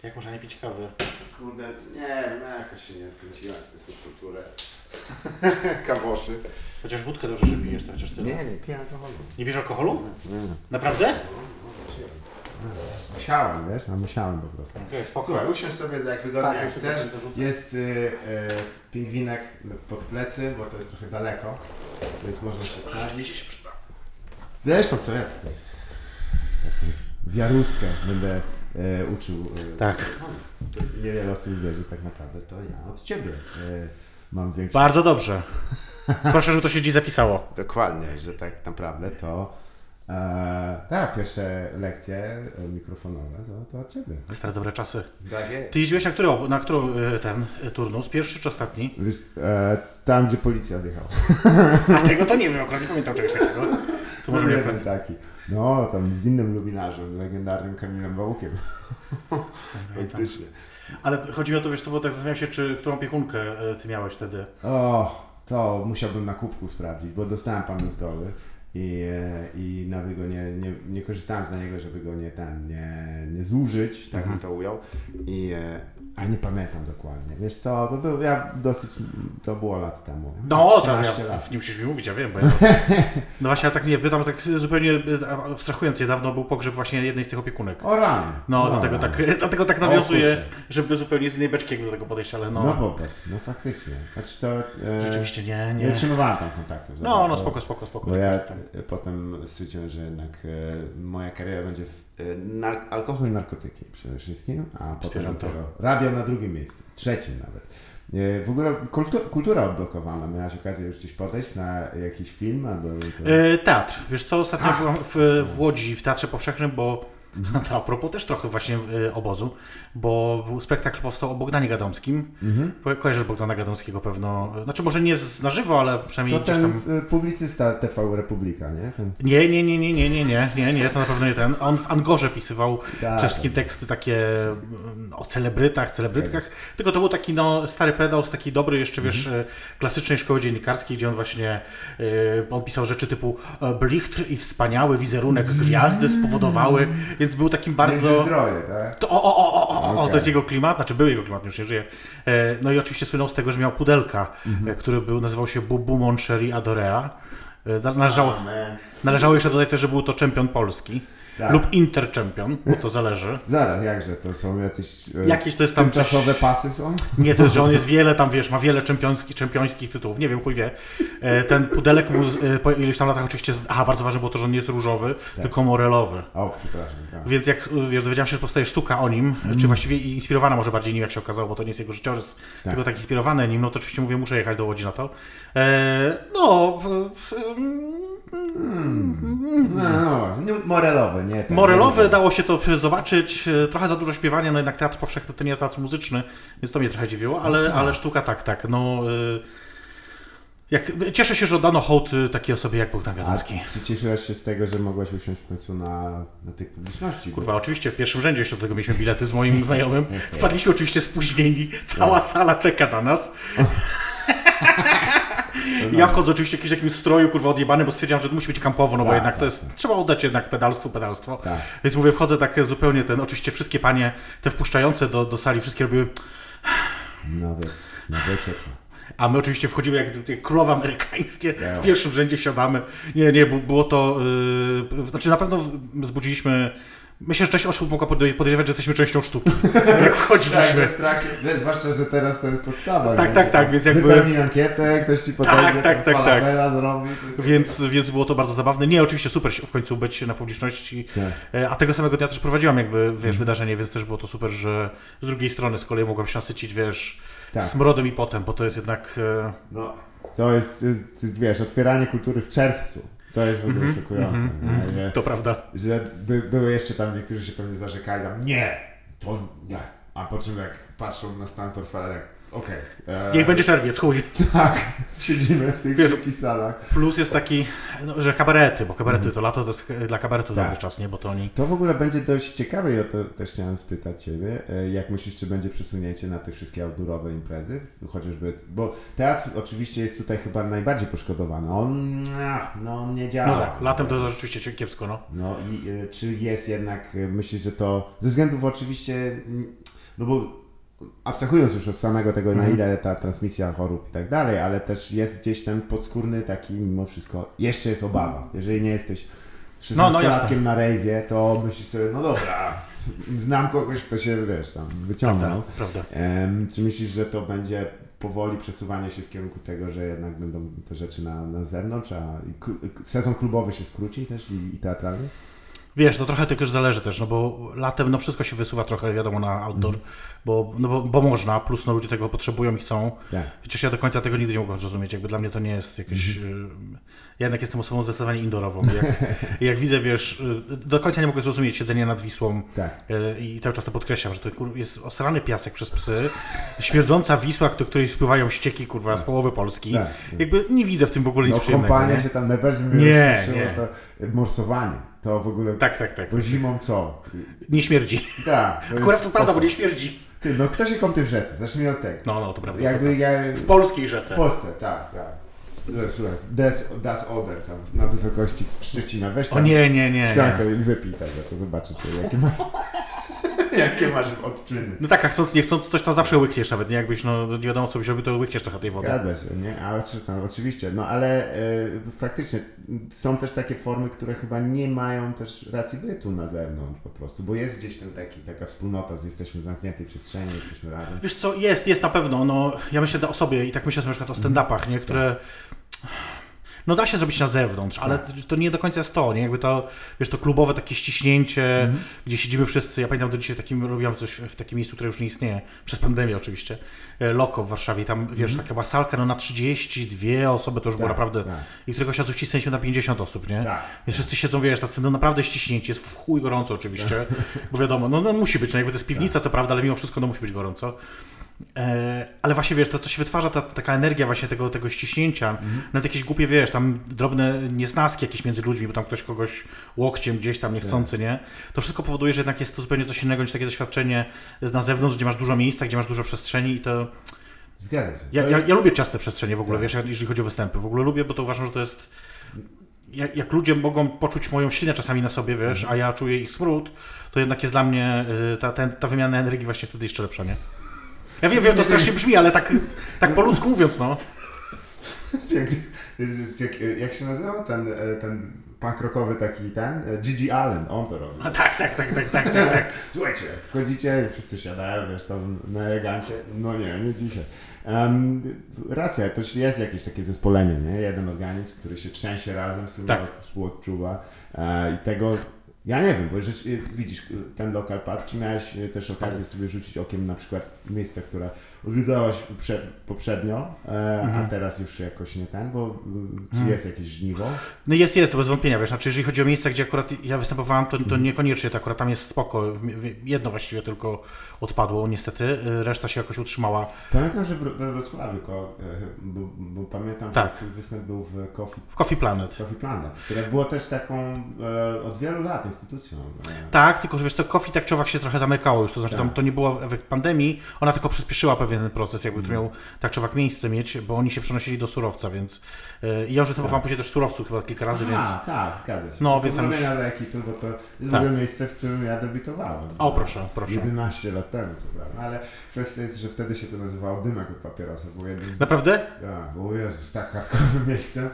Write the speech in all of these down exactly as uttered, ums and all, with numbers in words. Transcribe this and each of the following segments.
Jak można nie pić kawy? Kurde, nie, no jakoś się nie wkręciłem w tę subkulturę. Kawoszy. Chociaż wódkę dobrze, że pijesz, to chociaż tyle. Nie, nie piję alkoholu. Nie bierz alkoholu? Nie, nie. Naprawdę? Musiałem, wiesz? A musiałem po prostu. Okay, spoko. Słuchaj, usiądź sobie jak wygodnie Tak, jak już chcesz. tylko dorzucę. Jest y, y, pingwinek pod plecy, bo to jest trochę daleko, więc można się wsadzić. Zresztą co ja tutaj? Taką wiaruskę będę y, uczył. Y, Tak. Niewiele osób wie, że tak naprawdę to ja od ciebie y, mam większy... Bardzo dobrze. Proszę, żeby to się dziś zapisało. Dokładnie, że tak naprawdę to... E, tak, pierwsze lekcje e, mikrofonowe to, to od ciebie. Stare dobre czasy. Tak jest. Ty jeździłeś na który, na który ten turnus? Pierwszy czy ostatni? E, tam, gdzie policja wjechała. A tego to nie wiem, akurat nie pamiętam czegoś takiego. To może jeden taki. No, tam z innym lubinarzem, legendarnym Kamilem Bałukiem. Faktycznie. Ale chodzi mi o to, wiesz co, bo tak zastanawiam się, czy którą opiekunkę ty miałeś wtedy? O, to musiałbym na kubku sprawdzić, bo dostałem pamiątkowy. I, i nawet go nie, nie, nie korzystałem z niego, żeby go nie, ten, nie, nie zużyć, tak bym to ujął. I, a nie pamiętam dokładnie. Wiesz co, to był, ja dosyć, to było lat temu. No, to ja, lat. nie musisz mi mówić, ja wiem, bo ja... No właśnie, ale tak nie, tam tak zupełnie abstrahując, niedawno był pogrzeb właśnie jednej z tych opiekunek. O rany. No, no dlatego, rany. tak, dlatego tak nawiązuję, żeby zupełnie z innej beczki jakby do tego podejść, ale no... No popatrz, no faktycznie. Znaczy to... E, Rzeczywiście nie, nie. Nie utrzymywałem tam kontaktów. No, bardzo, no spoko, spoko, spoko. Bo ja tam. potem stwierdziłem, że jednak e, moja kariera będzie w e, nar- alkohol i narkotyki przede wszystkim, a potem dopiero radio na drugim miejscu, trzecim nawet. E, w ogóle kultu- kultura odblokowana. Miałaś okazję już gdzieś podejść na jakiś film albo... E, teatr. Wiesz co, ostatnio Ach, byłam w, w Łodzi w Teatrze Powszechnym, bo mhm. to a propos też trochę właśnie y, obozu, bo był spektakl powstał o Bogdanie Gadomskim. Mhm. Kojarzysz Bogdana Gadomskiego pewno, znaczy może nie z, na żywo, ale przynajmniej to gdzieś ten tam... publicysta T V Republika, nie? Ten... Nie, nie, nie, nie, nie, nie, nie, nie, nie, to na pewno nie ten. On w Angorze pisywał tak, przede wszystkim teksty takie o celebrytach, celebrytkach, tylko to był taki no, stary pedał z takiej dobrej jeszcze, wiesz, mhm. klasycznej szkoły dziennikarskiej, gdzie on właśnie, y, on pisał rzeczy typu blichtr i wspaniały wizerunek gwiazdy spowodowały, więc był takim bardzo... Międzyzdroje, tak? To, o, o, o, o, o, okay. to jest jego klimat, znaczy był jego klimat, już nie żyje. E, no i oczywiście słynął z tego, że miał pudelka, mm-hmm. e, który był, nazywał się Bubu Mon Chéri Adorea. E, należało, należało jeszcze dodać też, że był to czempion Polski. Tak. Lub interczempion, bo to zależy. Zaraz, jakże, to są jacyś e, Jakieś to jest tam tymczasowe coś... pasy są? Nie, to jest, że on jest wiele tam, wiesz, ma wiele czempionskich, czempiońskich tytułów, nie wiem, chuj wie. E, ten pudelek mu e, po iluś tam latach oczywiście, z... aha, bardzo ważne było to, że on nie jest różowy, tak. tylko morelowy. O, przepraszam. Tak. Więc jak, wiesz, dowiedziałem się, że powstaje sztuka o nim, mm. czy właściwie inspirowana może bardziej nim, jak się okazało, bo to nie jest jego życiorys, tak. tylko tak inspirowany nim, no to oczywiście mówię, muszę jechać do Łodzi na to. E, no... W, w, Hmm. No, no, morelowy, nie? Ten, morelowy, dało się to zobaczyć, trochę za dużo śpiewania, no jednak teatr powszechny to nie jest teatr muzyczny, więc to mnie trochę dziwiło, ale, no, ale sztuka tak, tak, no... Jak, cieszę się, że oddano hołd takiej osobie jak Bogdan Gadomski. A czy cieszyłaś się z tego, że mogłaś usiąść w końcu na, na tej publiczności? Kurwa, bo... oczywiście w pierwszym rzędzie jeszcze do tego mieliśmy bilety z moim znajomym. Wpadliśmy oczywiście spóźnieni, cała no. sala czeka na nas. No. Ja wchodzę oczywiście w jakimś takim stroju, kurwa, odjebany, bo stwierdziłem, że to musi być kampowo, no tak, bo jednak tak, to jest, tak. trzeba oddać jednak pedalstwo, pedalstwo. Tak. Więc mówię, wchodzę tak zupełnie ten, oczywiście wszystkie panie, te wpuszczające do, do sali, wszystkie robiły... No, wie, no wiecie co. A my oczywiście wchodzimy jak, jak królowe amerykańskie, w pierwszym rzędzie siadamy. Nie, nie, było to... Yy, znaczy na pewno wzbudziliśmy... Myślę, że część osób mogła podejrzewać, że jesteśmy częścią sztuki. Jak wchodziliśmy. Tak, w trakcie, zwłaszcza, że teraz to jest podstawa. Tak, nie? tak, tak, więc jakby... Wypełnij ankietę, ktoś ci podejdzie, tak, tak, tak, tak. zrobi. Więc, więc było to bardzo zabawne. Nie, oczywiście super w końcu być na publiczności. Tak. A tego samego dnia też prowadziłam jakby, wiesz, hmm. wydarzenie, więc też było to super, że z drugiej strony z kolei mogłem się nasycić, wiesz, tak. smrodem i potem, bo to jest jednak... No, co jest, jest, wiesz, otwieranie kultury w czerwcu. To jest w ogóle mm-hmm, szokujące. Mm-hmm, że, to prawda. Że by, były jeszcze tam, niektórzy się pewnie zarzekali tam, nie, to nie. A po czym jak patrzą na stan portfela, tak, okej. Okay, niech będzie czerwiec, chuj. Tak, siedzimy w tych Wiesz, wszystkich salach. Plus jest taki, no, że kabarety, bo kabarety mm-hmm. to lato to jest dla kabaretów tak. dobry czas, nie? Bo to oni... To w ogóle będzie dość ciekawe i o to też chciałem spytać Ciebie. Jak myślisz, czy będzie przesunięcie na te wszystkie outdoorowe imprezy? Chociażby, bo teatr oczywiście jest tutaj chyba najbardziej poszkodowany. On, no, on nie działa. No tak, latem to rzeczywiście kiepsko, no. No i czy jest jednak, myślisz, że to ze względów oczywiście... no bo abstrahując już od samego tego, Mhm. na ile ta transmisja chorób i tak dalej, ale też jest gdzieś ten podskórny taki, mimo wszystko, jeszcze jest obawa. Jeżeli nie jesteś szesnastolatkiem no, no na rejwie, to myślisz sobie, no dobra, znam kogoś, kto się, wiesz, tam wyciągnął. Prawda, prawda. Em, czy myślisz, że to będzie powoli przesuwanie się w kierunku tego, że jednak będą te rzeczy na, na zewnątrz, a i k- sezon klubowy się skróci też i, i teatralny? Wiesz, to trochę tylko już zależy też, no bo latem no wszystko się wysuwa trochę, wiadomo, na outdoor, Mhm. bo, no bo, bo można, plus no ludzie tego potrzebują i chcą. Tak. Chociaż ja do końca tego nigdy nie mogłem zrozumieć, jakby dla mnie to nie jest jakieś... Mhm. y, Ja jednak jestem osobą zdecydowanie indoorową. Jak, jak widzę, wiesz, y, do końca nie mogę zrozumieć siedzenia nad Wisłą Tak. y, i cały czas to podkreślam, że to kur, jest osrany piasek przez psy, śmierdząca Wisła, do której spływają ścieki, kurwa, z połowy Polski. Tak. Jakby nie widzę w tym w ogóle nic No przyjemnego. kąpanie Nie? się tam najbardziej mnie Nie, rozśmieszyło, nie. to morsowanie. To w ogóle, Tak, tak, tak. bo zimą co? Nie śmierdzi. Tak. To Akurat jest to prawda, bo spoko. nie śmierdzi. Ty, no kto się kąpie w rzece? Zacznijmy od tego. No, no, to prawda. to Jakby prawda. ja... W polskiej W rzece. Polsce, tak, tak. Słuchaj, Das, das Oder tam na wysokości Szczecina. Weź tam O nie, nie, nie. szklankę nie. i wypij tego, to zobaczysz sobie, jakie masz, jakie masz odczyny. No tak, a chcąc, nie chcąc, coś tam zawsze łykniesz nawet, nie? Jakbyś, no nie wiadomo co byś robił, to łykniesz trochę tej wody. Zgadza się, nie? A oczy, tam, oczywiście, no ale e, faktycznie są też takie formy, które chyba nie mają też racji bytu na zewnątrz po prostu, bo jest gdzieś ten taki, taka wspólnota, że jesteśmy w zamkniętej przestrzeni, jesteśmy razem. Wiesz co, jest, jest na pewno, no ja myślę o sobie i tak myślę sobie na przykład o stand-upach, nie? Które... No da się zrobić na zewnątrz, ale to nie do końca jest to, nie? Jakby to, wiesz, to klubowe takie ściśnięcie, Mhm. gdzie siedzimy wszyscy, ja pamiętam do dzisiaj w takim, robiłam coś w takim miejscu, które już nie istnieje, przez pandemię oczywiście, e, Loko w Warszawie, tam, wiesz, taka była salka, no na trzydzieści dwie osoby, to już było Tak, naprawdę, tak. i któregoś razu wcisnęliśmy na pięćdziesiąt osób, nie? Tak. Więc wszyscy siedzą, wiesz, tacy no naprawdę ściśnięci, jest w chuj gorąco oczywiście, bo wiadomo, no, no musi być, no jakby to jest piwnica, co prawda, ale mimo wszystko no musi być gorąco. E, ale właśnie wiesz, to co się wytwarza, ta taka energia właśnie tego, tego ściśnięcia, Mhm. nawet jakieś głupie, wiesz, tam drobne niesnaski jakieś między ludźmi, bo tam ktoś kogoś łokciem gdzieś tam niechcący, nie? To wszystko powoduje, że jednak jest to zupełnie coś innego niż takie doświadczenie na zewnątrz, gdzie masz dużo miejsca, gdzie masz dużo przestrzeni i to... Zgadza się. Ja, To ja, jest- ja lubię ciasne przestrzenie w ogóle, Tak. wiesz, jeżeli chodzi o występy. W ogóle lubię, bo to uważam, że to jest... Jak, jak ludzie mogą poczuć moją ślinę czasami na sobie, wiesz, a ja czuję ich smród, to jednak jest dla mnie y, ta, ten, ta wymiana energii właśnie wtedy jeszcze lepsza, nie? Ja wiem, wiem, to strasznie brzmi, ale tak, tak po ludzku mówiąc, no. jak, jak, jak się nazywał ten, e, ten punk rockowy taki ten? Gigi Allen, on to robi. A tak, tak, tak, tak, tak, tak, tak. Słuchajcie, wchodzicie, wszyscy siadają, wiesz, tam na elegancie. No nie, nie dzisiaj. Um, racja, to jest jakieś takie zespolenie, nie? Jeden organizm, który się trzęsie razem, Tak. współodczuwa e, i tego... Ja nie wiem, bo rzecz, widzisz, ten lokal padł, czy miałeś też okazję sobie rzucić okiem na przykład miejsca, które odwiedzałaś prze, poprzednio, e, Mhm. a teraz już jakoś nie ten, bo mm, czy Mhm. jest jakieś żniwo? No jest, jest, to bez wątpienia, wiesz, znaczy jeżeli chodzi o miejsca, gdzie akurat ja występowałem, to, to niekoniecznie, to akurat tam jest spoko, jedno właściwie tylko odpadło niestety, reszta się jakoś utrzymała. Pamiętam, że w- we Wrocławiu, ko, e, bo, bo pamiętam, Tak. że twój występ był w Coffee, W Coffee Planet. Coffee Planet, które było też taką e, od wielu lat instytucją. E, Tak, tylko że wiesz co, Coffee tak czy owak się trochę zamykało już, to znaczy Tak. tam to nie było efekt pandemii, ona tylko przyspieszyła pewien proces, jakby który miał tak czy owak miejsce mieć, bo oni się przenosili do surowca, więc yy, ja już występowałem Tak. później też w surowcu chyba kilka razy, więc... A, tak, zgadza się. No, To więc tam już- pozdrowienia dla ekipy, bo to jest Tak. w ogóle miejsce, w którym ja debiutowałem. O, proszę, proszę. jedenaście lat temu, co prawda, ale kwestia jest, że wtedy się to nazywało dymek od papierosa, było jednym z... Naprawdę? Ja, bo Jezus, tak hardkorowym miejscem.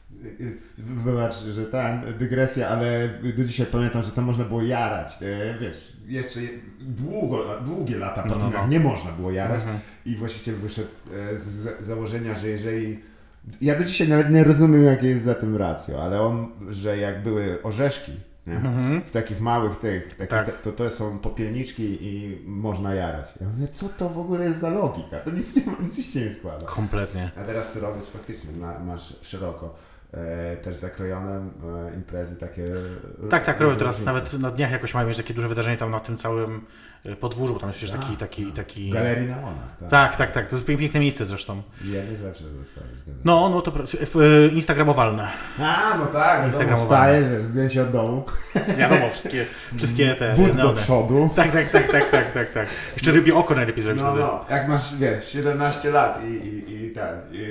Wybacz, że ten, dygresja, ale do dzisiaj pamiętam, że tam można było jarać. E, Wiesz, jeszcze długo, długie lata po No, no, tym, no. jak nie można było jarać. Mhm. I właściciel wyszedł e, z z założenia, że jeżeli... Ja do dzisiaj nawet nie rozumiem, jakie jest za tym ratio, ale on, że jak były orzeszki, nie? Mhm. W takich małych tych, takie, Tak. te, to to są popielniczki i można jarać. Ja mówię, co to w ogóle jest za logika? To nic, nie, nic się nie składa. Kompletnie. A teraz surowiec faktycznie ma, masz szeroko. E, też zakrojone e, imprezy takie... Tak, tak, robią różne teraz różnice. nawet na dniach jakoś mają mieć takie duże wydarzenie tam na tym całym y, podwórzu, bo tam jest przecież taki, Tak, taki, tak. taki... W Galerii na Onach, tak. Tak, tak, tak, to jest piękne miejsce zresztą. Jedne z lepszych Wrocławiu, zgadzam się. No, no to pro- w- y, instagramowalne. A, no tak, Instagramowane. wstajesz, wiesz, zdjęcie od domu, Wiadomo, wszystkie, wszystkie te... but do neony. przodu. Tak, tak, tak, tak, tak, tak, tak. Jeszcze rybie oko najlepiej zrobić No, wtedy. no, jak masz, wiesz, siedemnaście lat i, i, i ten, i,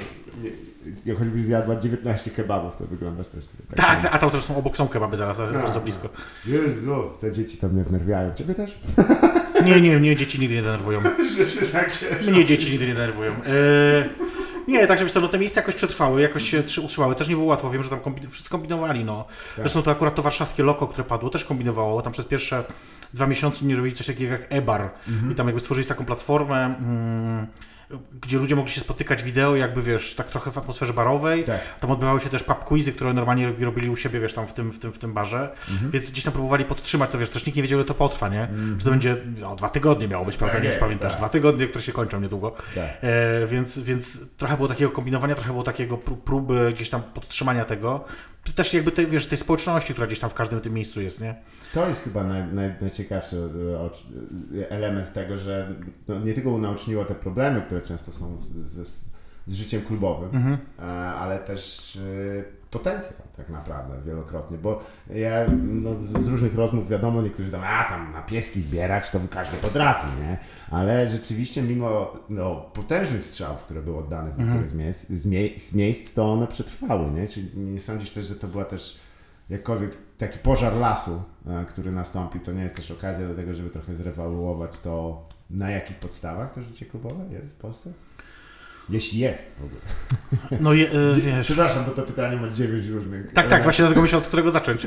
i, i choćbyś zjadła dziewiętnaście kebabów, to wyglądasz też tak Tak, samo. a tam zresztą obok są kebaby zaraz, No, bardzo no. blisko. Jezu, te dzieci tam mnie wnerwiają. Ciebie też? Nie, nie, nie, dzieci nigdy nie denerwują. Że się tak cieszę. Mnie dzieci nigdy nie denerwują. E, nie, także wiesz co, no te miejsca jakoś przetrwały, jakoś się trzy- utrzymały. Też nie było łatwo, wiem, że tam kombi- wszyscy kombinowali, no. Zresztą to akurat to warszawskie Loko, które padło, też kombinowało. Tam przez pierwsze dwa miesiące nie robili coś takiego jak E-bar. I tam jakby stworzyli taką platformę, mm, gdzie ludzie mogli się spotykać wideo, jakby wiesz, tak trochę w atmosferze barowej. Tak. Tam odbywały się też pub quizy, które normalnie robi- robili u siebie, wiesz, tam w tym, w tym, w tym barze. Więc gdzieś tam próbowali podtrzymać to, wiesz, też nikt nie wiedział, ile to potrwa, nie? Że to będzie, no, dwa tygodnie miało być, prawda? Tak Nie wiem, jest, czy pamiętasz, tak. dwa tygodnie, które się kończą niedługo. Tak. E, więc, więc trochę było takiego kombinowania, trochę było takiego pró- próby gdzieś tam podtrzymania tego. Też jakby tej, wiesz, tej społeczności, która gdzieś tam w każdym tym miejscu jest, nie? To jest chyba naj, naj, najciekawszy e, oczy- e, element tego, że no, nie tylko unaoczniło te problemy, które często są z, z, z życiem klubowym, Mhm. e, ale też e, potencjał tak naprawdę wielokrotnie, bo ja no, z, z różnych rozmów wiadomo, niektórzy tam, a tam na pieski zbierać, to każdy potrafi, nie? Ale rzeczywiście mimo no, potężnych strzałów, które były oddane w niektórych z, miejsc, z, mie- z miejsc, to one przetrwały, nie? Czyli nie sądzisz też, że to była też jakkolwiek taki pożar lasu, e, który nastąpił, to nie jest też okazja do tego, żeby trochę zrewaluować to, na jakich podstawach to życie klubowe jest w Polsce? Jeśli jest w ogóle. No je, e, wiesz... Przepraszam, bo to pytanie ma dziewięć różnych... Tak, tak, właśnie dlatego myślę, od którego zacząć. E,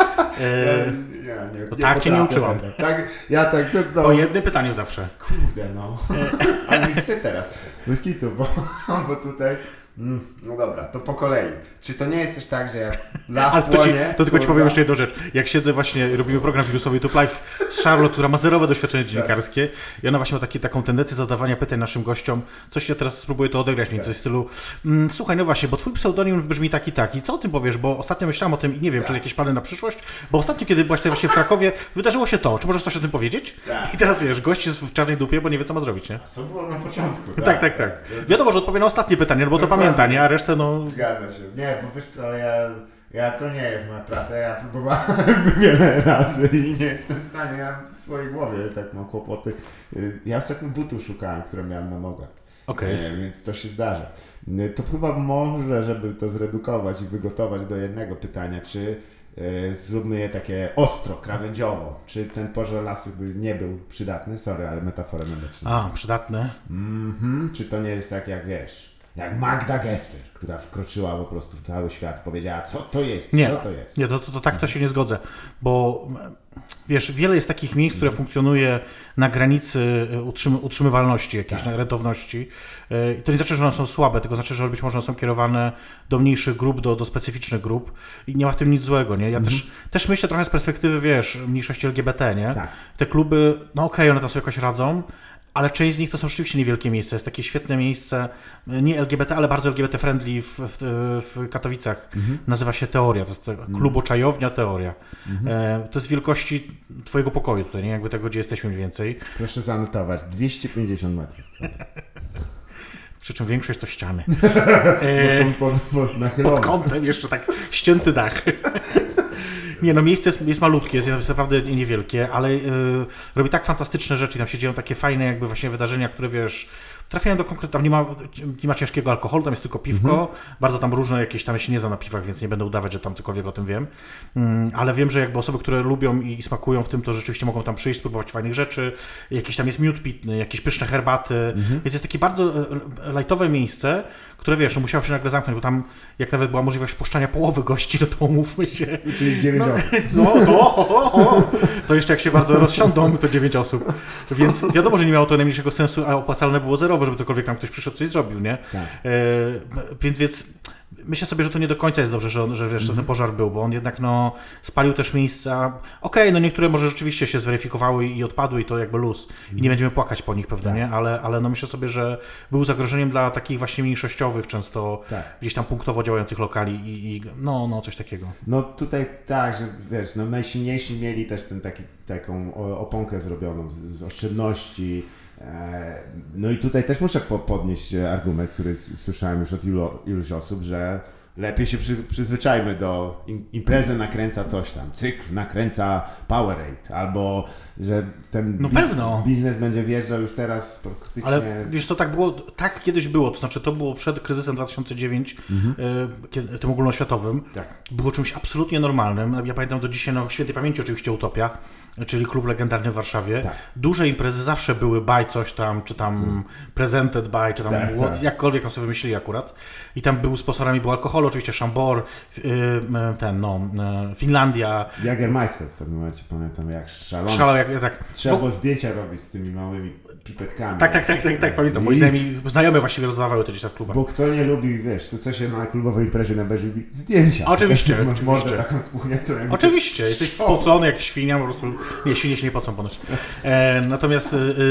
e, Ja nie, no tak cię nie uczyłam. Tak, tak, ja tak, to, no, po jednym pytaniu zawsze. kurde no, ale mi chcę teraz, bez kitu, bo, bo tutaj, mm, no dobra, to po kolei. Czy to nie jest też tak, że jak las Ale to, ci, płonie, to tylko ci kurwa, powiem jeszcze jedną rzecz. Jak siedzę właśnie, robimy program wirusowy YouTube Live z Charlotte, która ma zerowe doświadczenie dziennikarskie i ona właśnie ma taki, taką tendencję zadawania pytań naszym gościom. Coś ja teraz spróbuję to odegrać, mniej więcej w stylu mm, słuchaj, no właśnie, bo twój pseudonim brzmi tak i tak. I co o tym powiesz? Bo ostatnio myślałem o tym i nie wiem, czy jakieś plany na przyszłość, bo ostatnio, kiedy byłaś tutaj właśnie w Krakowie, wydarzyło się to. Czy możesz coś o tym powiedzieć? Tak. I teraz wiesz, gość jest w czarnej dupie, bo nie wie, co ma zrobić, nie? Co było na początku? Tak, tak, tak. Wiadomo, że odpowie na ostatnie pytanie, no bo to Dokładnie. pamięta, nie? A resztę, no... Zgadza się. Nie, bo wiesz co, ja, ja to nie jest moja praca, ja próbowałem wiele razy i nie jestem w stanie, ja w swojej głowie tak mam kłopoty. Ja ostatnio butów szukałem, które miałem na nogach. Okej. Nie, więc to się zdarza. To chyba może, żeby to zredukować i wygotować do jednego pytania, czy e, zróbmy je takie ostro, krawędziowo. Czy ten pożar lasu by nie był przydatny? Sorry, ale metaforę medyczną. A, przydatne. Mhm. Czy to nie jest tak jak wiesz, jak Magda Gessler, która wkroczyła po prostu w cały świat, powiedziała, co to jest, Nie, co to jest. nie to, to, to tak to się nie zgodzę, bo wiesz, wiele jest takich miejsc, które funkcjonuje na granicy utrzym, utrzymywalności jakiejś, Tak. rentowności. I to nie znaczy, że one są słabe, tylko znaczy, że być może one są kierowane do mniejszych grup, do, do specyficznych grup i nie ma w tym nic złego, nie? Ja też, też myślę trochę z perspektywy, wiesz, mniejszości L G B T, nie? Tak. Te kluby, no okej, okay, one tam sobie jakoś radzą, ale część z nich to są rzeczywiście niewielkie miejsca. Jest takie świetne miejsce, nie L G B T, ale bardzo L G B T friendly w, w, w Katowicach. Mhm. Nazywa się Teoria. To jest ta kluboczajownia Teoria. Mhm. E, to jest wielkości twojego pokoju tutaj, nie? Jakby tego, gdzie jesteśmy mniej więcej. Proszę zanotować, dwieście pięćdziesiąt metrów. Przy czym większość to ściany. Bo E, są pod, pod nachylone. pod kątem jeszcze tak ścięty dach. Nie no, miejsce jest, jest malutkie, jest, jest naprawdę niewielkie, ale yy, robi tak fantastyczne rzeczy, tam się dzieją takie fajne jakby właśnie wydarzenia, które wiesz, trafiają do konkretnych, tam nie ma, nie ma ciężkiego alkoholu, tam jest tylko piwko, mhm. bardzo tam różne jakieś, tam ja się nie znam na piwach, więc nie będę udawać, że tam cokolwiek o tym wiem, mm, ale wiem, że jakby osoby, które lubią i, i smakują w tym, to rzeczywiście mogą tam przyjść, spróbować fajnych rzeczy, jakiś tam jest miód pitny, jakieś pyszne herbaty, mhm. więc jest takie bardzo lajtowe miejsce, które wiesz, no musiało się nagle zamknąć, bo tam jak nawet była możliwość wpuszczania połowy gości, no to umówmy się. Czyli dziewięć no, osób. no to, o, o, to jeszcze jak się bardzo rozsiądą, to dziewięć osób. Więc wiadomo, że nie miało to najmniejszego sensu, a opłacalne było zerowe, żeby cokolwiek tam ktoś przyszedł, coś zrobił, nie? Tak. E, więc, więc myślę sobie, że to nie do końca jest dobrze, że, że wiesz, że ten pożar był, bo on jednak no, spalił też miejsca. Okej, okay, no niektóre może rzeczywiście się zweryfikowały i odpadły i to jakby luz. I nie będziemy płakać po nich pewnie, nie? Ale, ale no myślę sobie, że był zagrożeniem dla takich właśnie mniejszościowych, często Tak. gdzieś tam punktowo działających lokali i, i no, no coś takiego. No tutaj tak, że wiesz, no najsilniejsi mieli też ten taki, taką oponkę zrobioną z, z oszczędności. No i tutaj też muszę podnieść argument, który słyszałem już od ilu, iluś osób, że lepiej się przy, przyzwyczajmy do im, imprezę nakręca coś tam, cykl nakręca Powerade, albo że ten No biz, pewno. biznes będzie wjeżdżał już teraz praktycznie... Ale wiesz co, tak było, tak kiedyś było, to znaczy to było przed kryzysem dwa tysiące dziewiątym, mhm. y, tym ogólnoświatowym, tak. Było czymś absolutnie normalnym. Ja pamiętam do dzisiaj, no świętej pamięci oczywiście Utopia, czyli klub legendarny w Warszawie. Tak. Duże imprezy zawsze były by coś tam, czy tam hmm. presented by, czy tam tak, było, tak. jakkolwiek tam sobie wymyślili akurat. I tam był sponsorami, był alkohol, oczywiście Szambor, ten no, Finlandia. Jagermeister w pewnym momencie, pamiętam, jak szalony. Szalał, jak, tak. Trzeba było zdjęcia robić z tymi małymi pipetkami. Tak, tak, tak, tak, tak, pamiętam. Moi znajomi, znajomi właściwie rozdawały to gdzieś tam w klubach. Bo kto nie lubi, wiesz, co, co się na klubowej imprezie nabędzie, zdjęcia. Oczywiście, Masz oczywiście. mordę taką spuchniętą. Oczywiście, jesteś spocony jak świnia, po prostu, nie, świnie się nie pocą ponoć. E, natomiast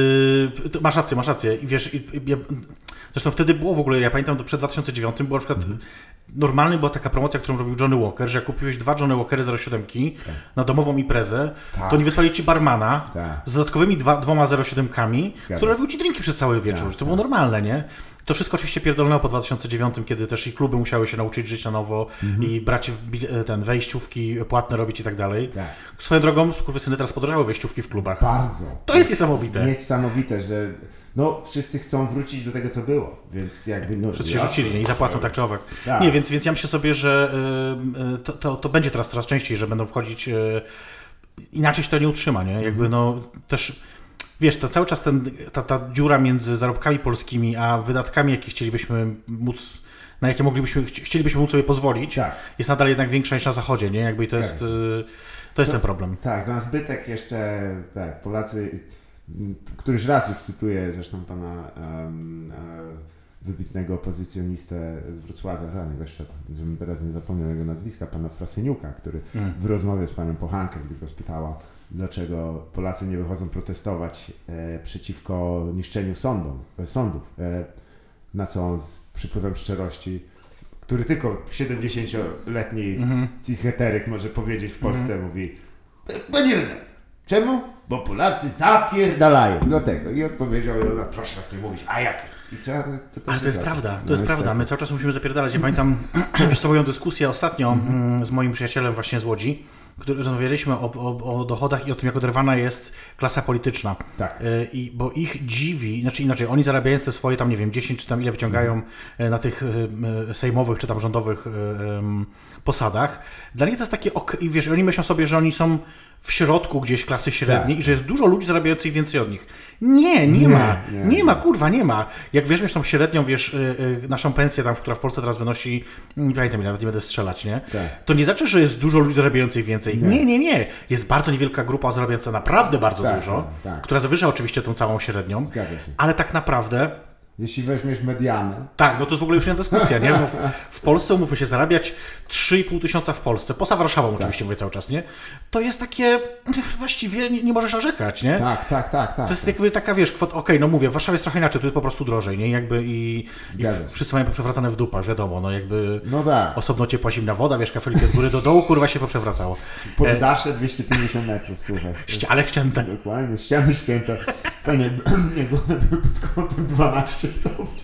e, masz rację, masz rację. I wiesz, i, i, zresztą wtedy było w ogóle, ja pamiętam, przed dwa tysiące dziewiątym, bo na przykład mm. normalny była taka promocja, którą robił Johnny Walker, że jak kupiłeś dwa Johnny Walkery zero siedem tak. na domową imprezę, tak. to oni wysłali ci barmana tak. z dodatkowymi dwa, dwoma zero siedem kami, który robił ci drinki przez cały wieczór, tak, to było tak. normalne, nie? To wszystko oczywiście pierdolnęło po dwa tysiące dziewiątym, kiedy też i kluby musiały się nauczyć żyć na nowo mm-hmm. i brać w, ten wejściówki płatne robić i tak dalej. Tak. Swoją drogą, skurwysyny teraz podrożały wejściówki w klubach. Bardzo. To jest niesamowite. Niesamowite, że no wszyscy chcą wrócić do tego, co było, więc jakby... No, wszyscy się rzucili, nie? I zapłacą tak czy owak. Tak. Nie, więc, więc ja myślę sobie, że y, to, to, to będzie teraz coraz częściej, że będą wchodzić... Y, inaczej się to nie utrzyma, nie? Jakby no też... Wiesz, to cały czas ten, ta, ta dziura między zarobkami polskimi, a wydatkami, jakie chcielibyśmy móc, na jakie moglibyśmy, chcielibyśmy móc sobie pozwolić, tak. jest nadal jednak większa niż na Zachodzie, nie? Jakby to jest, to jest no, ten problem. Tak, na zbytek jeszcze, tak, Polacy, któryś raz już cytuję zresztą pana um, wybitnego opozycjonistę z Wrocławia, żadnego jeszcze, żebym teraz nie zapomniał jego nazwiska, pana Frasyniuka, który mm. w rozmowie z panią Pochankę, gdy go spytała, dlaczego Polacy nie wychodzą protestować e, przeciwko niszczeniu sądom, e, sądów, e, na co on z przypływem szczerości, który tylko siedemdziesięcioletni mm-hmm. cisheteryk może powiedzieć w Polsce, mm-hmm. mówi: panie redaktor, czemu? Bo Polacy zapierdalają. Dlatego. I odpowiedział, no proszę tak nie mówić, a jak? I trzeba, to, to Ale to jest prawda, to no jest prawda. My cały czas musimy zapierdalać. Ja pamiętam, wiesz co, moją dyskusję ostatnio mm-hmm. z moim przyjacielem właśnie z Łodzi, który rozmawialiśmy o, o, o dochodach i o tym, jak oderwana jest klasa polityczna. Tak. I, bo ich dziwi, znaczy inaczej, oni zarabiając te swoje tam, nie wiem, dziesięć czy tam ile wyciągają mm. na tych sejmowych czy tam rządowych um, posadach. Dla nich to jest takie, ok, i wiesz, oni myślą sobie, że oni są w środku gdzieś klasy średniej tak. i że jest dużo ludzi zarabiających więcej od nich. Nie, nie, nie ma. Nie, nie, nie ma, kurwa, nie ma. Jak weźmiesz tą średnią, wiesz, yy, yy, naszą pensję tam, która w Polsce teraz wynosi, nie pamiętam, nawet nie będę strzelać, nie? Tak. To nie znaczy, że jest dużo ludzi zarabiających więcej. Nie, nie, nie. nie. Jest bardzo niewielka grupa zarabiająca naprawdę bardzo tak, dużo, tak, tak. która zawyża oczywiście tą całą średnią, Zgadza się. ale tak naprawdę... Jeśli weźmiesz medianę. Tak, no to jest w ogóle już inna dyskusja, nie? W, w Polsce umówmy się zarabiać trzy i pół tysiąca w Polsce, poza Warszawą tak. oczywiście mówię cały czas, nie? To jest takie, właściwie nie, nie możesz narzekać, nie? Tak, tak, tak. tak to jest tak. jakby taka, wiesz, kwota, okej, okay, no mówię, w Warszawie jest trochę inaczej, tu jest po prostu drożej, nie? Jakby i, i wszyscy mają poprzewracane w dupach, wiadomo, no jakby no tak. osobno ciepła zimna woda, wiesz, kafelki od góry do dołu, kurwa się poprzewracało. Poddasze dwieście pięćdziesiąt metrów, słuchaj. Ściale ścięte. Dokładnie, ściany ścięte. Fajnie, nie, one były pod kątem dwanaście stopni.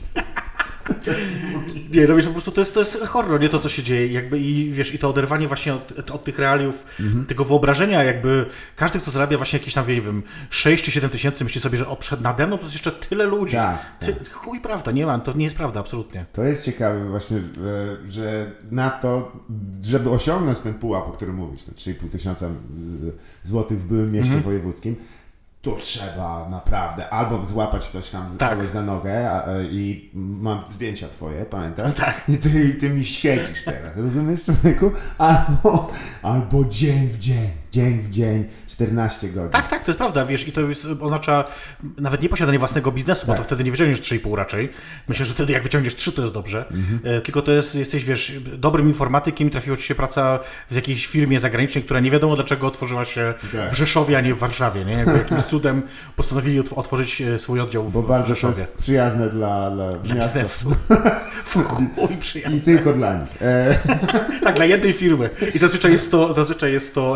Nie, no wiesz, po prostu to jest, to jest horror, nie to, co się dzieje, jakby i wiesz, i to oderwanie właśnie od, od tych realiów, mm-hmm. tego wyobrażenia, jakby każdy, kto zarabia właśnie jakieś tam, nie wiem, sześć czy siedem tysięcy, myśli sobie, że o, przed nade mną to jest jeszcze tyle ludzi. Tak, Ty, tak. Chuj, prawda, nie mam, to nie jest prawda, absolutnie. To jest ciekawe właśnie, że na to, żeby osiągnąć ten pułap, o którym mówisz, trzy i pół tysiąca złotych w byłym mieście mm-hmm. wojewódzkim, tu trzeba naprawdę albo złapać ktoś tam z tak. kogoś za nogę a, i mam zdjęcia twoje, pamiętasz? Tak. I ty, i ty mi siedzisz teraz, rozumiesz, człowieku? Albo, albo dzień w dzień, dzień w dzień, czternaście godzin. Tak, tak, to jest prawda, wiesz, i to jest, oznacza nawet nie posiadanie własnego biznesu, tak. bo to wtedy nie wyciągniesz trzy i pół raczej. Myślę, że wtedy jak wyciągniesz trzy, to jest dobrze. Mhm. E, tylko to jest, jesteś, wiesz, dobrym informatykiem i trafiło ci się praca w jakiejś firmie zagranicznej, która nie wiadomo dlaczego otworzyła się tak. w Rzeszowie, a nie w Warszawie, nie? Jakby jakimś cudem postanowili otworzyć swój oddział w, bo bardzo w Rzeszowie. To jest przyjazne dla, dla, dla biznesu. Chuj przyjazne. I tylko dla nich. E... tak, dla jednej firmy. I zazwyczaj jest to, zazwyczaj jest to Ryanair.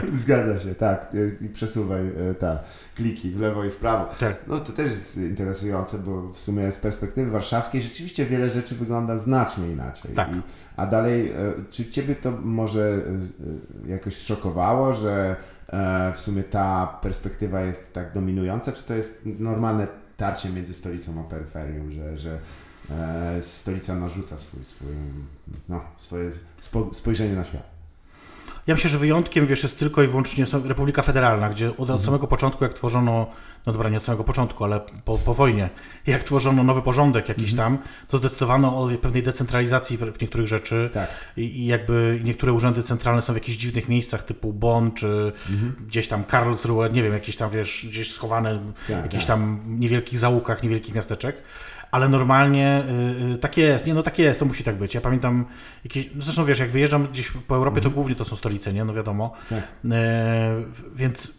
Zgadza się, tak. I przesuwaj ta, kliki w lewo i w prawo. Tak. No to też jest interesujące, bo w sumie z perspektywy warszawskiej rzeczywiście wiele rzeczy wygląda znacznie inaczej. Tak. I, a dalej, czy Ciebie to może jakoś szokowało, że w sumie ta perspektywa jest tak dominująca, czy to jest normalne tarcie między stolicą a peryferią, że, że stolica narzuca swój, swój, no, swoje spojrzenie na świat? Ja myślę, że wyjątkiem, wiesz, jest tylko i wyłącznie Republika Federalna, gdzie od, od samego początku, jak tworzono, no dobra, nie od samego początku, ale po, po wojnie, jak tworzono nowy porządek jakiś tam, to zdecydowano o pewnej decentralizacji w niektórych rzeczy tak. i, i jakby niektóre urzędy centralne są w jakichś dziwnych miejscach typu Bonn, czy mhm. gdzieś tam Karlsruhe, nie wiem, jakieś tam, wiesz, gdzieś schowane w tak, jakichś tak. tam niewielkich zaułkach, niewielkich miasteczek. Ale normalnie y, tak jest, nie no tak jest, to musi tak być. Ja pamiętam jakieś, zresztą wiesz, jak wyjeżdżam gdzieś po Europie, mm. to głównie to są stolice, nie? No wiadomo. Tak. Y, więc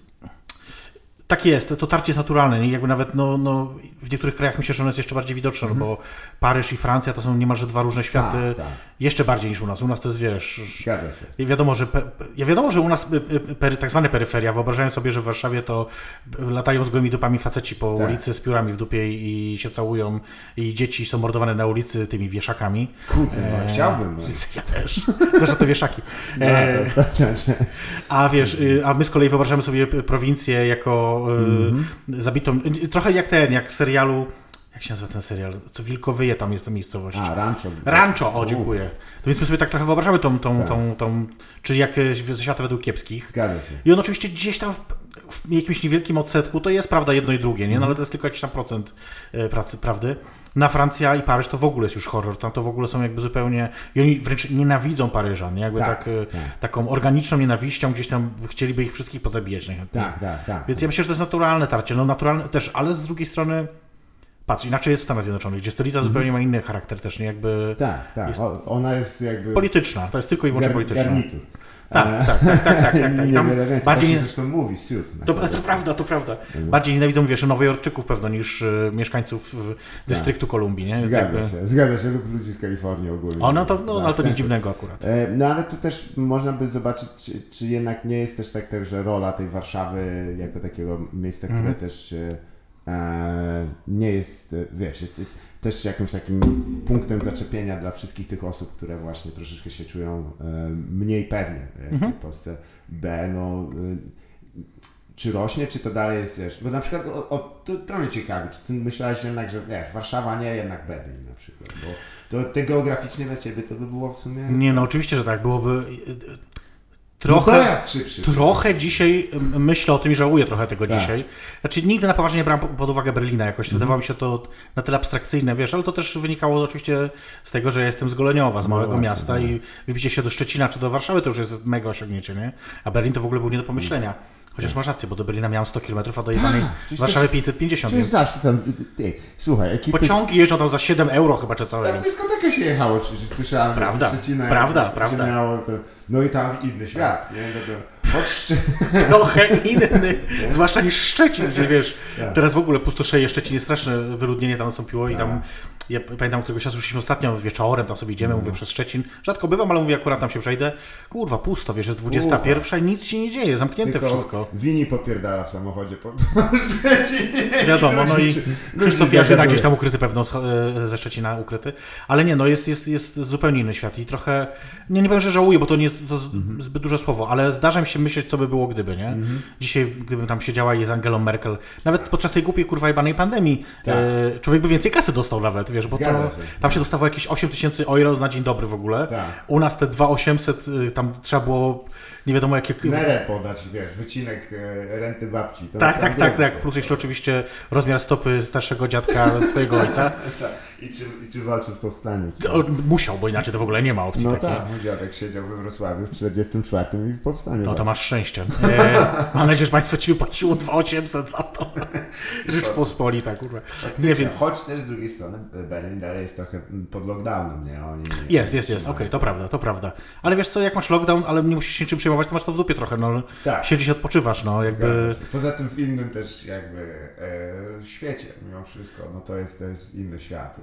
tak jest, to tarcie jest naturalne, nie? Jakby nawet no, no, w niektórych krajach myślę, że ono jest jeszcze bardziej widoczne, mm. no bo Paryż i Francja to są niemalże dwa różne światy, tak, tak. jeszcze bardziej niż u nas. U nas to jest, wiesz... Zgadza się. I wiadomo, że, ja wiadomo, że u nas pery, tak zwane peryferia, wyobrażają sobie, że w Warszawie to latają z gołymi dupami faceci po tak. ulicy z piórami w dupie i się całują i dzieci są mordowane na ulicy tymi wieszakami. Kurde, no, e... chciałbym. No. Ja też. Zresztą te wieszaki. E... No, to znaczy. A wiesz, a my z kolei wyobrażamy sobie prowincję jako mm-hmm. zabitą, trochę jak ten, jak z serialu, jak się nazywa ten serial, co Wilkowyje tam jest ta miejscowość. A, Rancho. Rancho, o dziękuję. To więc my sobie tak trochę wyobrażamy tą, tą, tak. tą, tą czyli jak ze świata według kiepskich. Zgadza się. I on oczywiście gdzieś tam w, w jakimś niewielkim odsetku, to jest prawda jedno i drugie, nie? No, ale to jest tylko jakiś tam procent pracy, prawdy. Na Francja i Paryż to w ogóle jest już horror, tam to w ogóle są jakby zupełnie, i oni wręcz nienawidzą Paryżan, nie? Jakby tak, tak, tak. taką organiczną nienawiścią gdzieś tam chcieliby ich wszystkich pozabijać. Nie? Tak, tak, tak. Więc ja myślę, że to jest naturalne tarcie, no naturalne też, ale z drugiej strony patrz, inaczej jest w Stanach Zjednoczonych, gdzie stolica mm-hmm. zupełnie ma inny charakter też, nie? Jakby tak, tak, jest ona jest jakby polityczna, to jest tylko i wyłącznie gar- polityczna. Garnitur. Tak, tak, tak, tak, tak, tak, tak. I tam bardziej nie... zresztą mówi suit. To, to prawda, to prawda. Bardziej nienawidzą, wiesz, Nowojorczyków pewno niż y, mieszkańców y, dystryktu tak. Kolumbii, nie? Zgadza jakby... się, zgadza się, lub ludzi z Kalifornii ogólnie. O, no to, no, ale to nic dziwnego akurat. No ale tu też można by zobaczyć, czy, czy jednak nie jest też tak, tak, że rola tej Warszawy jako takiego miejsca, które mm. też e, nie jest, wiesz, jest też jakimś takim punktem zaczepienia dla wszystkich tych osób, które właśnie troszeczkę się czują e, mniej pewnie w tej Polsce B. No, e, czy rośnie, czy to dalej jest, wiesz, bo na przykład o, o, to, to mnie ciekawi, czy ty myślałeś jednak, że wiesz, Warszawa nie, jednak Berlin na przykład, bo to te geograficznie dla ciebie to by było w sumie... Nie, no oczywiście, że tak, byłoby... Trochę, no dojazd szybszy. Trochę dzisiaj myślę o tym i żałuję trochę tego tak. dzisiaj. Znaczy nigdy na poważnie nie brałem pod uwagę Berlina jakoś. Mm. Wydawało mi się to na tyle abstrakcyjne, wiesz, ale to też wynikało oczywiście z tego, że ja jestem z Goleniowa, z małego no właśnie, miasta no. i wybicie się do Szczecina czy do Warszawy to już jest mega osiągnięcie, nie? A Berlin to w ogóle był nie do pomyślenia. Chociaż masz rację, bo do Berlina miałem sto kilometrów, a do jebanej Warszawy pięćset pięćdziesiąt. Więc... zawsze tam, ty, słuchaj, ekipy... Pociągi jeżdżą tam za siedem euro chyba, czy całe. Tam dyskotekę się jechało, przecież słyszałem. Prawda, Szczecina, prawda, jak, prawda. Miało to, no i tam inny świat, nie? No to, Chodź, trochę inny, zwłaszcza niż Szczecin, gdzie wiesz, tak. teraz w ogóle pustoszeje Szczecin, jest straszne wyludnienie tam nastąpiło tak. i tam, ja pamiętam, któregoś czasu szliśmy ostatnio wieczorem, tam sobie idziemy, no. mówię przez Szczecin, rzadko bywam, ale mówię, akurat tam się przejdę, kurwa, pusto, wiesz, jest dwudziesta pierwsza i nic się nie dzieje, zamknięte tylko wszystko. Wini popierdala w samochodzie po Szczecinie. Wiadomo, no i Krzysztof Jarzyna gdzieś tam ukryty pewno, ze Szczecina ukryty, ale nie, no jest, jest, jest zupełnie inny świat i trochę, nie, nie powiem, że żałuję, bo to nie jest to mhm. zbyt duże słowo, ale zdarza mi się myśleć, co by było gdyby, nie? Mhm. Dzisiaj, gdybym tam siedziała i z Angelą Merkel, nawet podczas tej głupiej, kurwa, jebanej pandemii, tak. e, człowiek by więcej kasy dostał nawet, wiesz, bo to, się. tam się dostało jakieś osiem tysięcy euro na dzień dobry w ogóle. Tak. U nas te dwa tysiące osiemset, tam trzeba było nie wiadomo jakie... Nerę podać, wiesz, wycinek e, renty babci. To tak, tak, tak, tak, plus jeszcze oczywiście rozmiar stopy starszego dziadka twojego ojca. tak. I czy, i czy walczył w powstaniu? Czy... To, musiał, bo inaczej to w ogóle nie ma opcji no takiej. No tak, mój dziadek siedział we Wrocławiu w czterdziestym czwartym i w powstaniu. No to masz szczęście. E, mam nadzieję, że państwo ci wypłaciło dwa tysiące osiemset za to. Rzeczpospolita, kurwa. Nie wiem. Choć też z drugiej strony Berlin dalej jest trochę pod lockdownem, nie? Oni nie jest, jest, jest, okej, okay, to prawda, to prawda. Ale wiesz co, jak masz lockdown, ale nie musisz się niczym przejmować, to masz to w dupie trochę, no. Tak. Siedzisz i odpoczywasz, no, jakby... Poza tym w innym też jakby e, świecie, mimo wszystko, no to jest, to jest inny świat.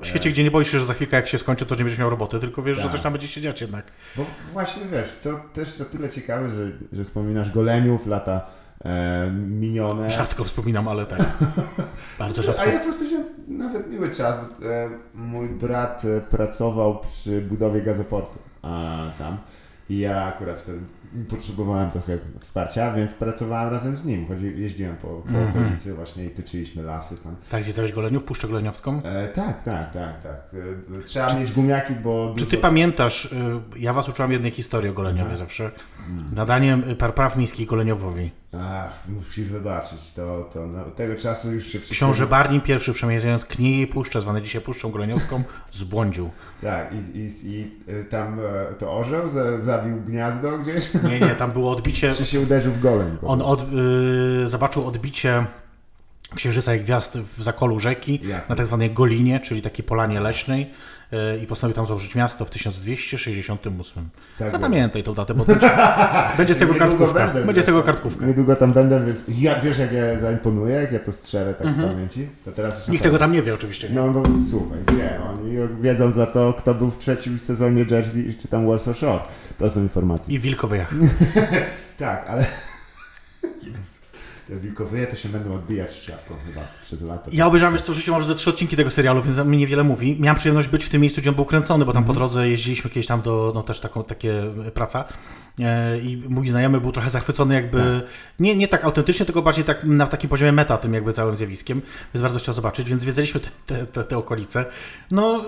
W świecie, gdzie nie boisz się, że za chwilkę jak się skończy, to nie będziesz miał roboty, tylko wiesz, tak. że coś tam będzie się dziać jednak. Bo właśnie wiesz, to też o tyle ciekawe, że, że wspominasz Goleniów, lata e, minione. Rzadko wspominam, ale tak. Bardzo rzadko. A ja to spędziłem nawet miły czas. E, mój brat e, pracował przy budowie gazoportu a, tam i ja akurat wtedy potrzebowałem trochę wsparcia, więc pracowałem razem z nim. Chodzi, jeździłem po, po mm-hmm. okolicy właśnie i tyczyliśmy lasy tam. Tak, zwiedzałeś Goleniów, Puszczę Goleniowską? E, tak, tak, tak, tak. E, trzeba czy, mieć gumiaki, bo... Czy dużo... ty pamiętasz, ja was uczyłam jednej historii o Goleniowie mm. zawsze, mm. nadaniem praw miejskich Goleniowowi. Ach, musisz wybaczyć, to, to no, tego czasu już się... Książę Barnim pierwszy, przemierzając Kniei i Puszczę, zwane dzisiaj Puszczą Goleniowską, zbłądził. Tak, i, i, i tam to orzeł za, zawił gniazdo gdzieś? Nie, nie, tam było odbicie... Czy się uderzył w goleń? On od, y, zobaczył odbicie księżyca i gwiazd w zakolu rzeki, Jasne. na tak zwanej Golinie, czyli takiej polanie leśnej y, i postanowił tam założyć miasto w tysiąc dwieście sześćdziesiątym ósmym. Tak Zapamiętaj tą datę, bo będzie, będzie z tego kartkówka. Będę, będzie z tego kartkówka. Niedługo tam będę, więc ja, wiesz jak ja zaimponuję, jak ja to strzelę tak mhm. z pamięci? To teraz Nikt tego tam nie wie oczywiście. Nie? No bo słuchaj, wie, oni wiedzą za to, kto był w trzecim sezonie Jersey czy tam Warsaw Shore. To są informacje. I Wilkowyjach. Tak, ale... Te wilkowyje to się będą odbijać szafką chyba przez lata. Ja obejrzałem, że to w życiu może ze trzy odcinki tego serialu, więc mi niewiele mówi. Miałem przyjemność być w tym miejscu, gdzie on był kręcony, bo tam mm-hmm. po drodze jeździliśmy kiedyś tam do, no też taką, takie praca e, i mój znajomy był trochę zachwycony jakby, tak. Nie, nie tak autentycznie, tylko bardziej tak na takim poziomie meta tym jakby całym zjawiskiem, więc bardzo chciał zobaczyć, więc zwiedzaliśmy te, te, te, te okolice. No...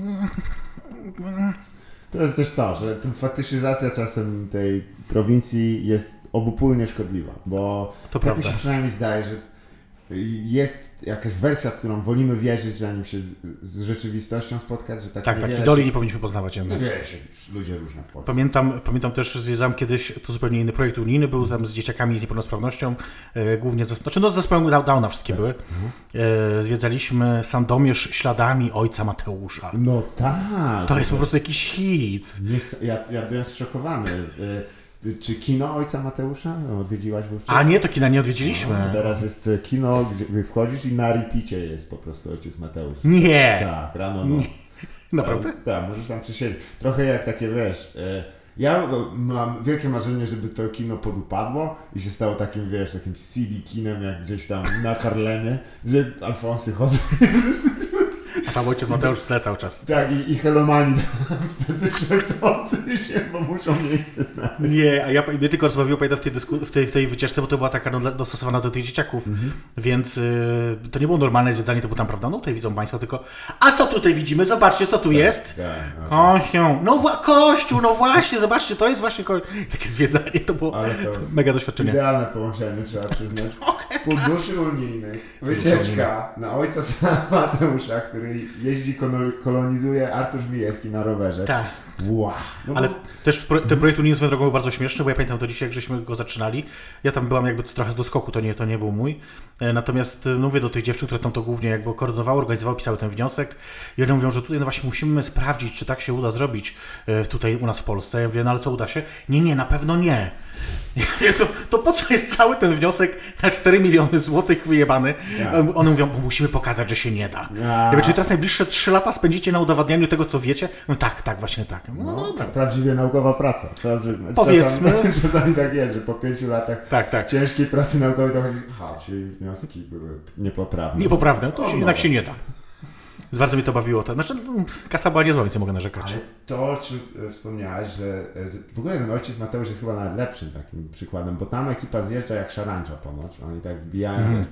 To jest też to, że fetyszyzacja czasem tej prowincji jest obopólnie szkodliwa, bo to tak mi się przynajmniej zdaje, że jest jakaś wersja, w którą wolimy wierzyć, zanim się z, z rzeczywistością spotkać, że tak Tak, tak, idoli się, nie powinniśmy poznawać jednak. Niewiele się ludzie różne w Polsce. Pamiętam, pamiętam też, zwiedzałem kiedyś, to zupełnie inny projekt unijny, był tam z dzieciakami z niepełnosprawnością, e, głównie, ze, znaczy no z zespołem Downa wszystkie tak. były. Mhm. E, zwiedzaliśmy Sandomierz śladami ojca Mateusza. No tak. To jest po prostu jakiś hit. Nie, ja, ja byłem zszokowany. E, Czy kino ojca Mateusza odwiedziłaś wówczas? A nie, to kina nie odwiedziliśmy. No, teraz jest kino, gdzie wchodzisz i na repicie jest po prostu ojciec Mateusz. Nie! Tak, rano no. Naprawdę? Tak, możesz tam przysiedzieć. Trochę jak takie, wiesz, ja mam wielkie marzenie, żeby to kino podupadło i się stało takim, wiesz, takim C D kinem jak gdzieś tam na Harlemie, że Alfonsy chodzą. A tam ojciec Mateusz w tle cały czas. Tak, i, i helomani wtedy trzęsący się, bo muszą miejsce znaleźć. Nie, a ja mnie tylko rozbawiło, pamiętam w tej, dysku, w, tej, w tej wycieczce, bo to była taka no, dostosowana do tych dzieciaków, mm-hmm. więc y, to nie było normalne zwiedzanie, to było tam, prawda, no tutaj widzą Państwo tylko, a co tutaj widzimy, zobaczcie, co tu tak, jest. Tak, okay. Kościół, no wła- kościół, no właśnie, zobaczcie, to jest właśnie kościół. Takie zwiedzanie, to było to mega doświadczenie. Idealne połączenie, trzeba przyznać. Z funduszy unijnych, wycieczka na ojca Mateusza, który jeździ, kolonizuje Artur Żmijewski na rowerze. Tak. Wow. No ale bo... też pro, ten projekt unijny swoją drogą był bardzo śmieszny, bo ja pamiętam to dzisiaj, jak żeśmy go zaczynali. Ja tam byłam jakby trochę z doskoku, to nie, to nie był mój. Natomiast no mówię do tych dziewczyn, które tam to głównie jakby koordynowały, organizowały, pisały ten wniosek. I one mówią, że tutaj no właśnie musimy sprawdzić, czy tak się uda zrobić tutaj u nas w Polsce. Ja mówię, no ale co uda się? Nie, nie, na pewno nie. Ja mówię, to, to po co jest cały ten wniosek na cztery miliony złotych wyjebany? Ja. One mówią, bo musimy pokazać, że się nie da. Ja, ja mówię, czyli teraz najbliższe trzy lata spędzicie na udowadnianiu tego, co wiecie? No tak, tak, właśnie tak. No, no, no prawdziwie naukowa praca. Trzeba przyznać. Powiedzmy. Czasami, czasami tak jest, że po pięciu latach tak, tak. ciężkiej pracy naukowej to chodzi, aha, czyli wnioski były niepoprawne. Niepoprawne, to się jednak się nie da. Bardzo mi to bawiło. To, znaczy, kasa była niezła, więc nie mogę narzekać. Ale to, o czym wspomniałeś, że w ogóle ten ojciec Mateusz jest chyba najlepszym takim przykładem, bo tam ekipa zjeżdża jak szarańcza ponoć. Oni tak wbijają, mm.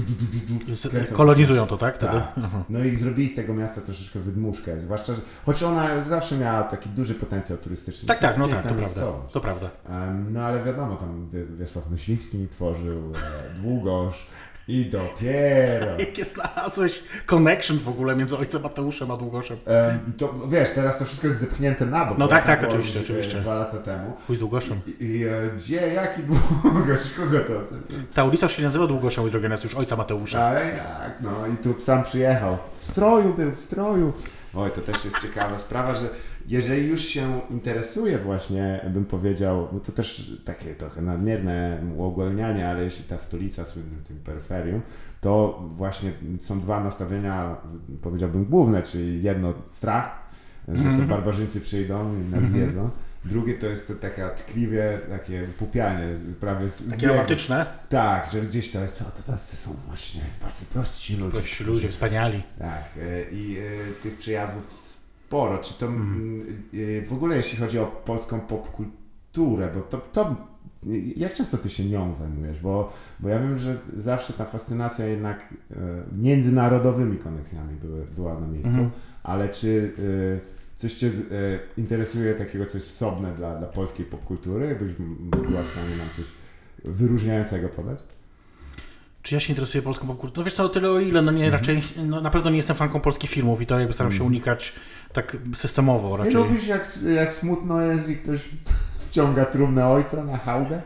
tak, kolonizują to, tak? Wtedy? Tak. No i zrobili z tego miasta troszeczkę wydmuszkę, zwłaszcza, że choć ona zawsze miała taki duży potencjał turystyczny. Tak, tak, no tak, to prawda. To prawda. Um, no ale wiadomo, tam Wiesław Myśliwski tworzył, e, Długosz. I dopiero. Jakie znalazłeś connection w ogóle między ojcem Mateuszem a Długoszem? Um, to wiesz, teraz to wszystko jest zepchnięte na bok. No tak, tak, oczywiście, oczywiście. Dwa lata temu. Pójdź z Długoszem. I, i gdzie, jaki Długosz? Kogo to? Ta ulica się nazywa Długoszem, Hydrogenes, już ojca Mateusza. Ale jak, no i tu sam przyjechał. W stroju był, w stroju. Oj, to też jest ciekawa sprawa, że jeżeli już się interesuje właśnie, bym powiedział, bo to też takie trochę nadmierne uogólnianie, ale jeśli ta stolica słynnym tym peryferium, to właśnie są dwa nastawienia, powiedziałbym główne, czyli jedno strach, że to barbarzyńcy przyjdą i nas zjedzą. Drugie to jest to taka tkliwie, takie pupianie, prawie z, takie romantyczne. Tak, że gdzieś to jest, o to tacy są właśnie bardzo prości ludzie. Prości ludzie, wspaniali. Tak, i y, tych przejawów sporo. Czy to mm. y, w ogóle jeśli chodzi o polską popkulturę, bo to, to jak często ty się nią zajmujesz? Bo, bo ja wiem, że zawsze ta fascynacja jednak y, międzynarodowymi koneksjami były, była na miejscu, mm. ale czy y, coś cię y, interesuje takiego coś wsobne dla, dla polskiej popkultury? Byś była w stanie nam coś wyróżniającego podać? Czy ja się interesuję polską popkulturą? No wiesz co, o tyle o ile, no nie, mm-hmm. raczej, no na pewno nie jestem fanką polskich filmów i to jakby staram się unikać tak systemowo raczej. Nie lubisz jak, jak smutno jest i ktoś wciąga trumnę ojca na hałdę?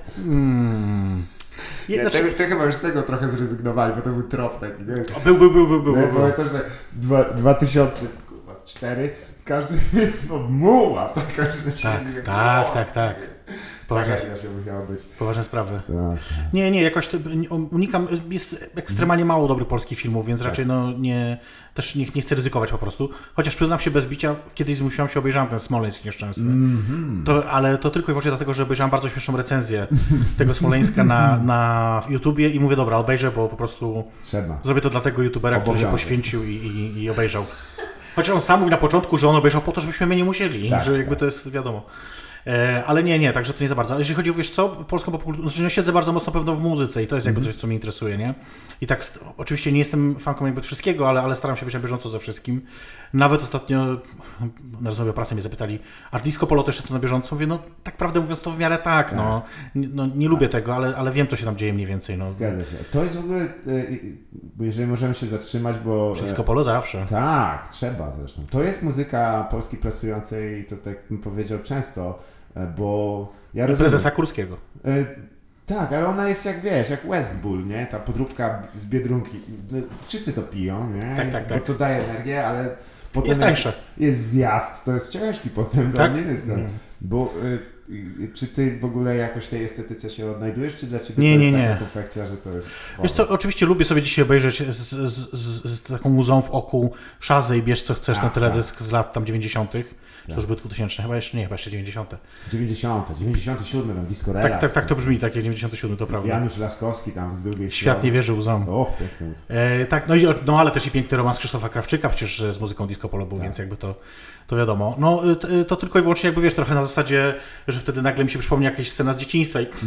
Mm. Nie, znaczy... te, te chyba już z tego trochę zrezygnowali, bo to był trop taki. Nie? Był, był, był, był. był, no, był. Bo też tak dwa tysiące cztery każdy no, muła taka, że tak, się tak, tak, tak. Poważne, się musiało być. Poważne sprawy. Tak. Nie, nie, jakoś to, unikam, jest ekstremalnie mało dobrych polskich filmów, więc tak. raczej no nie, też nie, nie chcę ryzykować po prostu. Chociaż przyznam się bez bicia, kiedyś zmusiłam się, obejrzałem ten Smoleńsk nieszczęsny. Mm-hmm. To, ale to tylko i wyłącznie dlatego, że obejrzałem bardzo śmieszną recenzję tego Smoleńska na, na YouTubie i mówię, dobra, obejrzę, bo po prostu trzeba. Zrobię to dla tego youtubera, który się poświęcił i, i, i obejrzał. Chociaż on sam mówi na początku, że on obejrzał po to, żebyśmy my nie musieli, tak, że jakby tak. to jest wiadomo. E, ale nie, nie, także to nie za bardzo. Ale jeżeli chodzi o, wiesz co, polską popkulturę, znaczy ja siedzę bardzo mocno pewno w muzyce i to jest jakby mm-hmm. coś, co mnie interesuje, nie? I tak oczywiście nie jestem fanką jakby wszystkiego, ale, ale staram się być na bieżąco ze wszystkim. Nawet ostatnio na rozmowie o pracy mnie zapytali, a disco polo też jest to na bieżąco? Mówię, no tak prawdę mówiąc to w miarę tak, tak. No, no nie lubię tego, ale, ale wiem, co się tam dzieje mniej więcej. No. Zgadza się. To jest w ogóle, jeżeli możemy się zatrzymać, bo... Przy disco polo zawsze. Tak, trzeba zresztą. To jest muzyka Polski pracującej, to tak bym powiedział często, bo ja rozumiem... Prezesa Kurskiego. Tak, ale ona jest jak wiesz, jak West Bull, nie? Ta podróbka z Biedronki. Wszyscy to piją, nie? Tak, tak, tak. Bo to daje energię, ale potem jest tańsze. Jest zjazd, to jest ciężki potem. Tak? To nie jest, mm. Bo y, czy ty w ogóle jakoś w tej estetyce się odnajdujesz, czy dla ciebie nie, to jest nie, taka nie. konfekcja, że to jest... Wiesz co, oczywiście lubię sobie dzisiaj obejrzeć z, z, z, z taką łzą w oku Szazę i Bierz co chcesz, ten teledysk z lat tam dziewięćdziesiątych. To już były dwutysięczne, chyba jeszcze nie, chyba jeszcze dziewięćdziesiąte. dziewięćdziesiąte, dziewięćdziesiąty siódmy, tam Disco Relax. Tak, tak, tak to brzmi, takie dziewięćdziesiąty siódmy, to prawda. Janusz Laskowski tam z drugiej Świat strony. Nie wierzy łzom. Och, piękny. E, tak, no, i, no ale też i piękny romans Krzysztofa Krawczyka, przecież z muzyką disco polo był, tak. Więc jakby to, to wiadomo. No to, to tylko i wyłącznie jakby wiesz, trochę na zasadzie, że wtedy nagle mi się przypomni jakaś scena z dzieciństwa i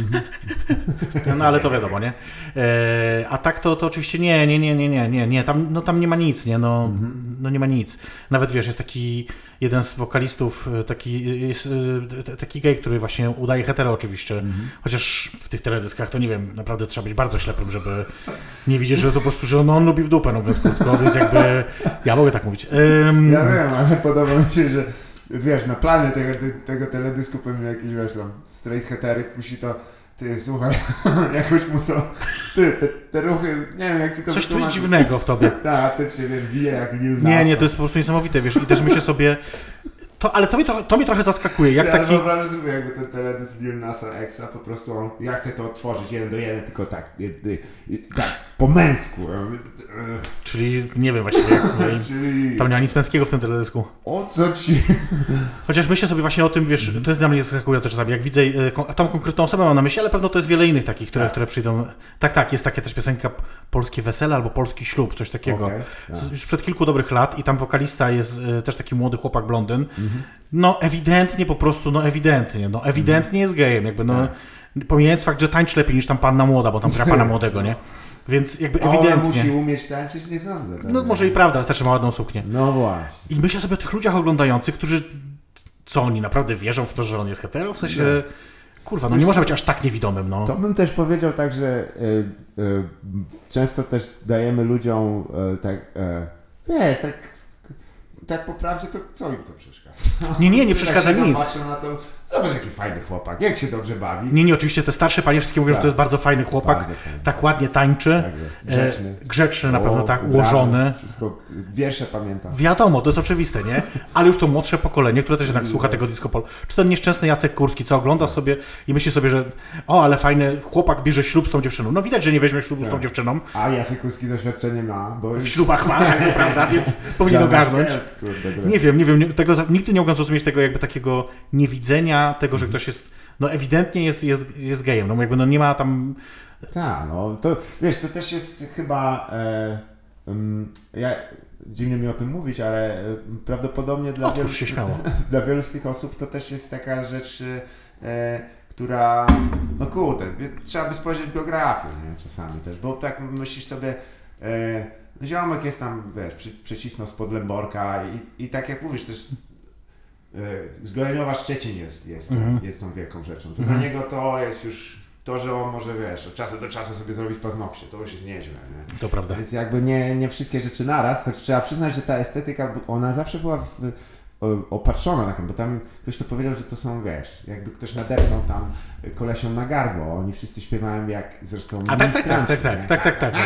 no ale to wiadomo, nie? E, a tak to, to oczywiście nie, nie, nie, nie, nie, nie, nie, tam, no, tam nie ma nic, nie, no, mhm. no nie ma nic. Nawet wiesz, jest taki jeden z wokalistów, taki, jest, taki gej, który właśnie udaje hetero oczywiście, mhm. chociaż w tych teledyskach to nie wiem, naprawdę trzeba być bardzo ślepym, żeby nie widzieć, że to po prostu, że on, on lubi w dupę, no więc krótko, więc jakby ja mogę tak mówić. Um, ja wiem, ale podoba mi się, że wiesz, na planie tego, tego teledysku pewnie jakiś, wiesz, tam straight heteryk musi to, ty, słuchaj, jakoś mu to, ty, te, te ruchy, nie wiem jak ci to coś tu jest dziwnego w tobie. Tak, ty się, wiesz, bije jak Lil Nas. Nie, nie, to jest po prostu niesamowite, wiesz, i też myślę sobie, to, ale to mnie, to, to mnie trochę zaskakuje, jak ja taki... wyobrażam sobie jakby ten teledysk Lil Nasa Exa, po prostu on, ja chcę to otworzyć jeden do jeden, tylko tak, tak, po męsku. Czyli, nie wiem właściwie, jak, Czyli... tam nie ma nic męskiego w tym teledysku. O co ci... Chociaż myślę sobie właśnie o tym, wiesz, to jest dla mnie zaskakujące czasami, jak widzę, tą konkretną osobę mam na myśli, ale pewno to jest wiele innych takich, które, tak. które przyjdą. Tak, tak, jest taka też piosenka Polskie Wesele albo Polski Ślub, coś takiego. Okay, tak. Już przed kilku dobrych lat i tam wokalista jest też taki młody chłopak blondyn. Mhm. No ewidentnie po prostu, no ewidentnie, no ewidentnie mhm. jest gejem, jakby no, tak. pomijając fakt, że tańczy lepiej niż tam panna młoda, bo tam gra pana młodego, nie? Więc jakby ewidentnie... On musi umieć tańczyć, nie sądzę. Tak no nie? Może i prawda, wystarczy ma ładną suknię. No właśnie. I myślę sobie o tych ludziach oglądających, którzy, co oni naprawdę wierzą w to, że on jest hetero? W sensie, no. kurwa, no nie może być aż tak niewidomym, no. To bym też powiedział tak, że y, y, często też dajemy ludziom y, tak, y, wiesz, tak tak po prawdzie, to co im to przeszkadza? Nie, nie, nie przeszkadza tak nic. Patrzę na to, zobacz jaki fajny chłopak, jak się dobrze bawi. Nie, nie, oczywiście te starsze panie wszystkie mówią, tak. że to jest bardzo fajny chłopak, Bardzo fajny. tak ładnie tańczy, Tak jest. Grzeczny. E, grzeczny na o, pewno, tak, ubrany, ułożony. Wszystko, wiersze pamiętam. Wiadomo, to jest oczywiste, nie? Ale już to młodsze pokolenie, które też jednak słucha tego disco polo. Czy ten nieszczęsny Jacek Kurski, co ogląda tak. sobie i myśli sobie, że o, ale fajny chłopak bierze ślub z tą dziewczyną. No widać, że nie weźmie ślubu z tą tak. dziewczyną. A Jacek Kurski doświadczenie ma, bo W ślubach ma, tak to prawda, więc powinien ogarnąć. Nie wiem, nie wiem, tego, nigdy nie mogłem zrozumieć tego jakby takiego niewidzenia tego, że ktoś jest, no ewidentnie jest, jest, jest gejem, no jakby no nie ma tam... Tak, no to wiesz, to też jest chyba, e, um, ja, dziwnie mi o tym mówić, ale e, prawdopodobnie dla wielu, się śmiało. dla wielu z tych osób to też jest taka rzecz, e, która, no kurde, trzeba by spojrzeć w biografię, nie, czasami też, bo tak myślisz sobie, e, ziomek jest tam, wiesz, przy, przycisnął spod Lęborka i, i tak jak mówisz, też z Goleniowa Szczecin jest, jest, mm-hmm. jest tą wielką rzeczą. To mm-hmm. dla niego to jest już to, że on może, wiesz, od czasu do czasu sobie zrobić paznokcie, to już jest nieźle. Nie? To prawda. Więc jakby nie, nie wszystkie rzeczy naraz, choć trzeba przyznać, że ta estetyka, ona zawsze była w, opatrzona na tym, bo tam ktoś to powiedział, że to są, wiesz, jakby ktoś nadepnął tam kolesią na gardło, oni wszyscy śpiewają jak zresztą A tak, tak, tak, tak, tak, tak, tak, tak, tak.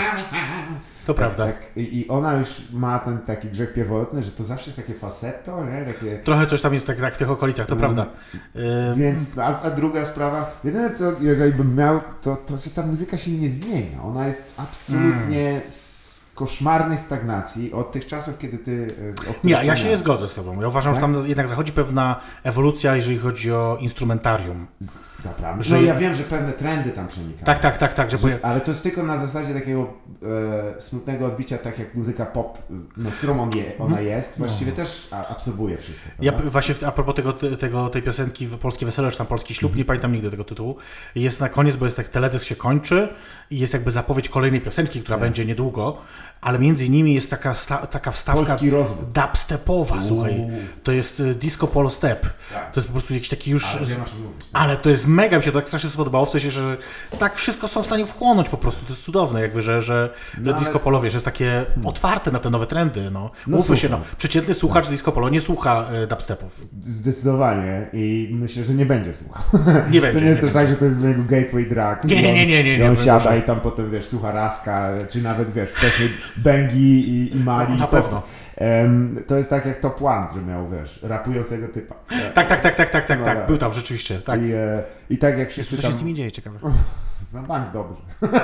To tak, prawda. Tak, I ona już ma ten taki grzech pierwotny, że to zawsze jest takie falsetto, nie? Takie... Trochę coś tam jest tak, tak w tych okolicach, to mm. prawda. Ym... Więc, a, a druga sprawa, jedyne co, jeżeli bym miał, to, to że ta muzyka się nie zmienia. Ona jest absolutnie mm. z koszmarnej stagnacji od tych czasów, kiedy ty... Nie, ja się nie zgodzę z tobą. Ja uważam, tak? że tam jednak zachodzi pewna ewolucja, jeżeli chodzi o instrumentarium. Z, naprawdę. Że... No ja wiem, że pewne trendy tam przenikają. Tak, tak, tak, tak. Że... Że, ale to jest tylko na zasadzie takiego e, smutnego odbicia, tak jak muzyka pop, no, którą on je, ona jest, właściwie no. też a, absorbuje wszystko. Ja właśnie a propos tego, tego, tej piosenki Polskie Wesele, czy tam Polski Ślub, mm. nie pamiętam nigdy tego tytułu, jest na koniec, bo jest tak, teledysk się kończy i jest jakby zapowiedź kolejnej piosenki, która tak. będzie niedługo, ale między nimi jest taka, sta, taka wstawka dubstepowa, słuchaj. To jest disco polo step. Tak. To jest po prostu jakiś taki już... Ale, z... mówić, tak? ale to jest mega, mi się to tak strasznie spodobało, w sensie, że tak wszystko są w stanie wchłonąć po prostu. To jest cudowne, jakby, że, że no, ale... disco polo, wiesz, jest takie hmm. otwarte na te nowe trendy. No. No Mówmy się, no. Przeciętny słuchacz disco polo nie słucha y, dubstepów. Zdecydowanie i myślę, że nie będzie słuchał. Nie będzie. To nie jest nie też tak, że to jest dla niego gateway drug. Nie, nie, nie, nie. nie, I on nie, siada i tam potem, wiesz, słucha Raska, czy nawet, wiesz, wcześniej Bengi i, i Mali. No, na pewno. Um, to jest tak jak Top One, że miał, wiesz, rapującego typa. Tak, tak, tak, tak, tak, tak, no, tak. Był tam rzeczywiście, tak. I, e, i tak jak wszyscy Co tam... się z tym dzieje, ciekawe. Na bank dobrze.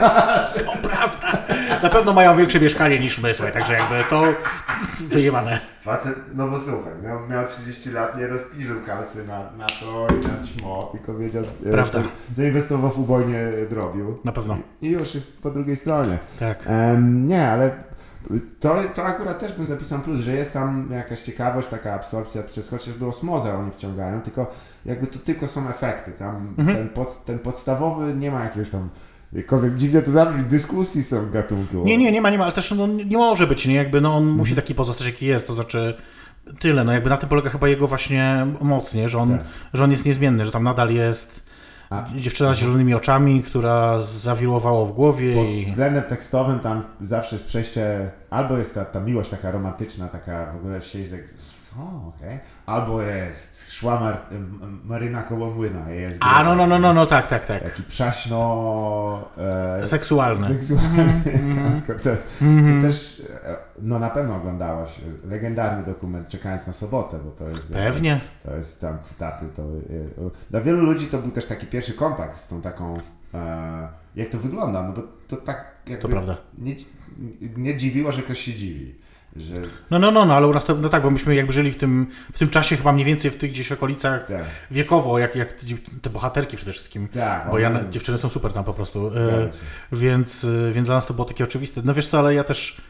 To prawda. Na pewno mają większe mieszkanie niż my, słuchaj, także jakby to wyjebane. Facet, no bo słuchaj, miał, miał trzydzieści lat, nie rozpiżył kasy na, na to i na ćmo, tylko wiedział, Prawda. zainwestował w ubojnie drobiu. Na pewno. I, i już jest po drugiej stronie. Tak. Um, nie, ale to, to akurat też bym zapisał plus, że jest tam jakaś ciekawość, taka absorpcja przez chociażby osmozę oni wciągają, tylko jakby to tylko są efekty. Tam mhm. ten, pod, ten podstawowy nie ma jakiegoś tam, jakkolwiek dziwnie to zabrzmi, dyskusji z tym gatunku. Nie, nie, nie ma, nie ma, ale też no, nie może być, nie? Jakby no on mhm. musi taki pozostać, jaki jest, to znaczy tyle, no jakby na tym polega chyba jego właśnie moc, nie? Że on, tak. że on jest niezmienny, że tam nadal jest A, dziewczyna z zielonymi oczami, która zawirowało w głowie. Pod i... względem tekstowym tam zawsze jest przejście, albo jest ta, ta miłość taka romantyczna, taka w ogóle siedzi tak, co, okej, okay. Albo jest szła mar, Maryna koło młyna. Jest A, no, no, no, no, no, tak, tak, tak. Taki przaśno... E, seksualny. Seksualny. Mm-hmm. to, mm-hmm. też, no na pewno oglądałaś legendarny dokument Czekając na sobotę, bo to jest... Pewnie. To jest tam cytaty. To, dla wielu ludzi to był też taki pierwszy kontakt z tą taką... E, jak to wygląda, no bo to tak jakby... To prawda. Nie, nie dziwiło, że ktoś się dziwi. Że... No, no, no, no, ale u nas to, no tak, bo myśmy jakby żyli w tym, w tym czasie chyba mniej więcej w tych gdzieś okolicach tak. wiekowo, jak, jak te bohaterki przede wszystkim, tak, bo ja, dziewczyny są super tam po prostu, e, więc, więc dla nas to było takie oczywiste. No wiesz co, ale ja też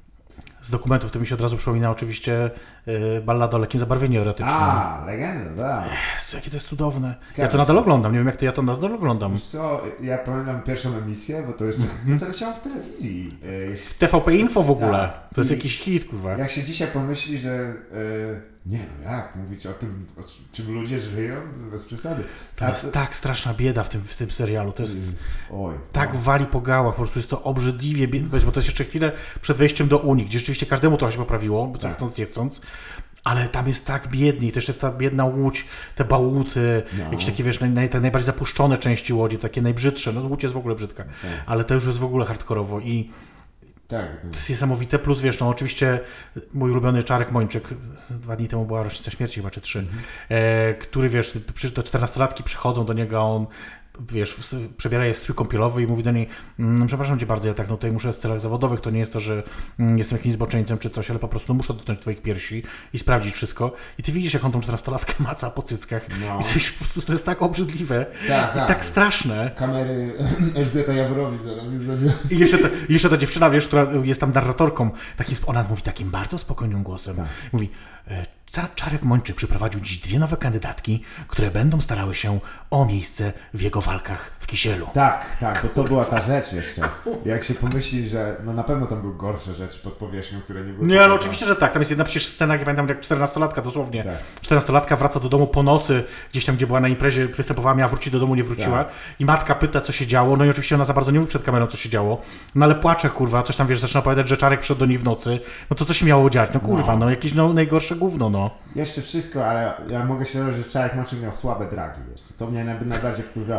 z dokumentów to mi się od razu przypomina oczywiście y, ballada o lekkim zabarwieniu erotycznym. A, legenda, tak. Jezu, jakie to jest cudowne. Zgadza ja to nadal oglądam, nie wiem jak ty, ja to nadal oglądam. Wiesz co, ja pamiętam pierwszą emisję, bo to jeszcze, mm-hmm. to leciało w telewizji. W T V P Info w ogóle. Tak. To jest I jakiś hit, kurwa. Jak się dzisiaj pomyśli, że y, Nie no, jak mówić o tym, o czym ludzie żyją, bez przesady. To jest to... tak straszna bieda w tym, w tym serialu, to jest, Oj, tak no. wali po gałach, po prostu jest to obrzydliwie, bieda, bo to jest jeszcze chwilę przed wejściem do Unii, gdzie rzeczywiście każdemu trochę się poprawiło, bo tak. chcąc, nie chcąc, ale tam jest tak biednie, też jest ta biedna łódź, te bałuty, no. jakieś takie, wiesz, naj, te najbardziej zapuszczone części łodzi, takie najbrzydsze, no łódź jest w ogóle brzydka, tak. ale to już jest w ogóle hardkorowo i tak. To jest niesamowite, plus wiesz, no oczywiście mój ulubiony Czarek Mończyk, dwa dni temu była rocznica śmierci chyba, czy trzy, mhm. e, który wiesz, przy, te czternastolatki przychodzą do niego, a on wiesz, przebiera je w strój kąpielowy i mówi do niej, mmm, przepraszam cię bardzo, ja tak no tutaj muszę w celach zawodowych, to nie jest to, że mm, jestem jakimś zboczeńcem czy coś, ale po prostu muszę dotknąć twoich piersi i sprawdzić wszystko. I ty widzisz, jak on tą czternastolatkę maca po cyckach no. i coś, po prostu to jest tak obrzydliwe tak, i tak, tak straszne. Kamery Elżbieta Jaworowicz zaraz jest. I jeszcze ta, jeszcze ta dziewczyna, wiesz, która jest tam narratorką, taki, ona mówi takim bardzo spokojnym głosem, tak. mówi, Czarek Mończyk przyprowadził dziś dwie nowe kandydatki, które będą starały się o miejsce w jego walkach w Kisielu. Tak, tak, bo to była ta rzecz jeszcze. Jak się pomyśli, że no na pewno tam były gorsze rzeczy pod powierzchnią, które nie były... Nie, no oczywiście, że tak. Tam jest jedna przecież scena, jak pamiętam, jak czternastolatka dosłownie. Tak. czternastolatka wraca do domu po nocy, gdzieś tam, gdzie była na imprezie, występowała, miała wrócić do domu, nie wróciła. Tak. I matka pyta, co się działo. No i oczywiście ona za bardzo nie mówi przed kamerą, co się działo. No ale płacze, kurwa, coś tam, wiesz, zaczyna opowiadać, że Czarek przyszedł do niej w nocy. No to co się miało dziać? No kurwa, no, no jakieś no, najgorsze gówno, no. Jeszcze wszystko, ale ja mogę się powiedzieć, że Czarek Mończyk miał słabe dragi jeszcze. To mnie najbardziej wkurwiało,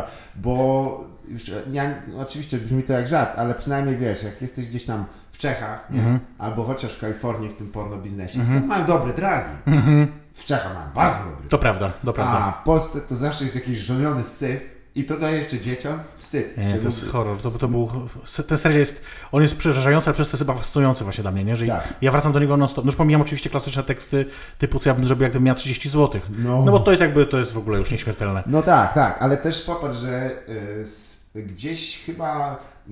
bo już, ja, oczywiście brzmi to jak żart, ale przynajmniej wiesz, jak jesteś gdzieś tam w Czechach, nie? Mm-hmm. albo chociaż w Kalifornii w tym porno biznesie, mm-hmm. to mają dobre dragi. Mm-hmm. W Czechach mają bardzo dobre. To prawda, to prawda. A w Polsce to zawsze jest jakiś żoniony syf. I to daje jeszcze dzieciom wstyd. Nie, to jest horror. To, to był, ten serial jest, on jest przerażający, ale przez to jest chyba fascynujący właśnie dla mnie, nie? Że tak. Ja wracam do niego non stop. No już pomijam oczywiście klasyczne teksty typu, co ja bym zrobił, jakbym miał trzydzieści złotych. No. no bo to jest jakby, to jest w ogóle już nieśmiertelne. No tak, tak, ale też popatrz, że y, gdzieś chyba y,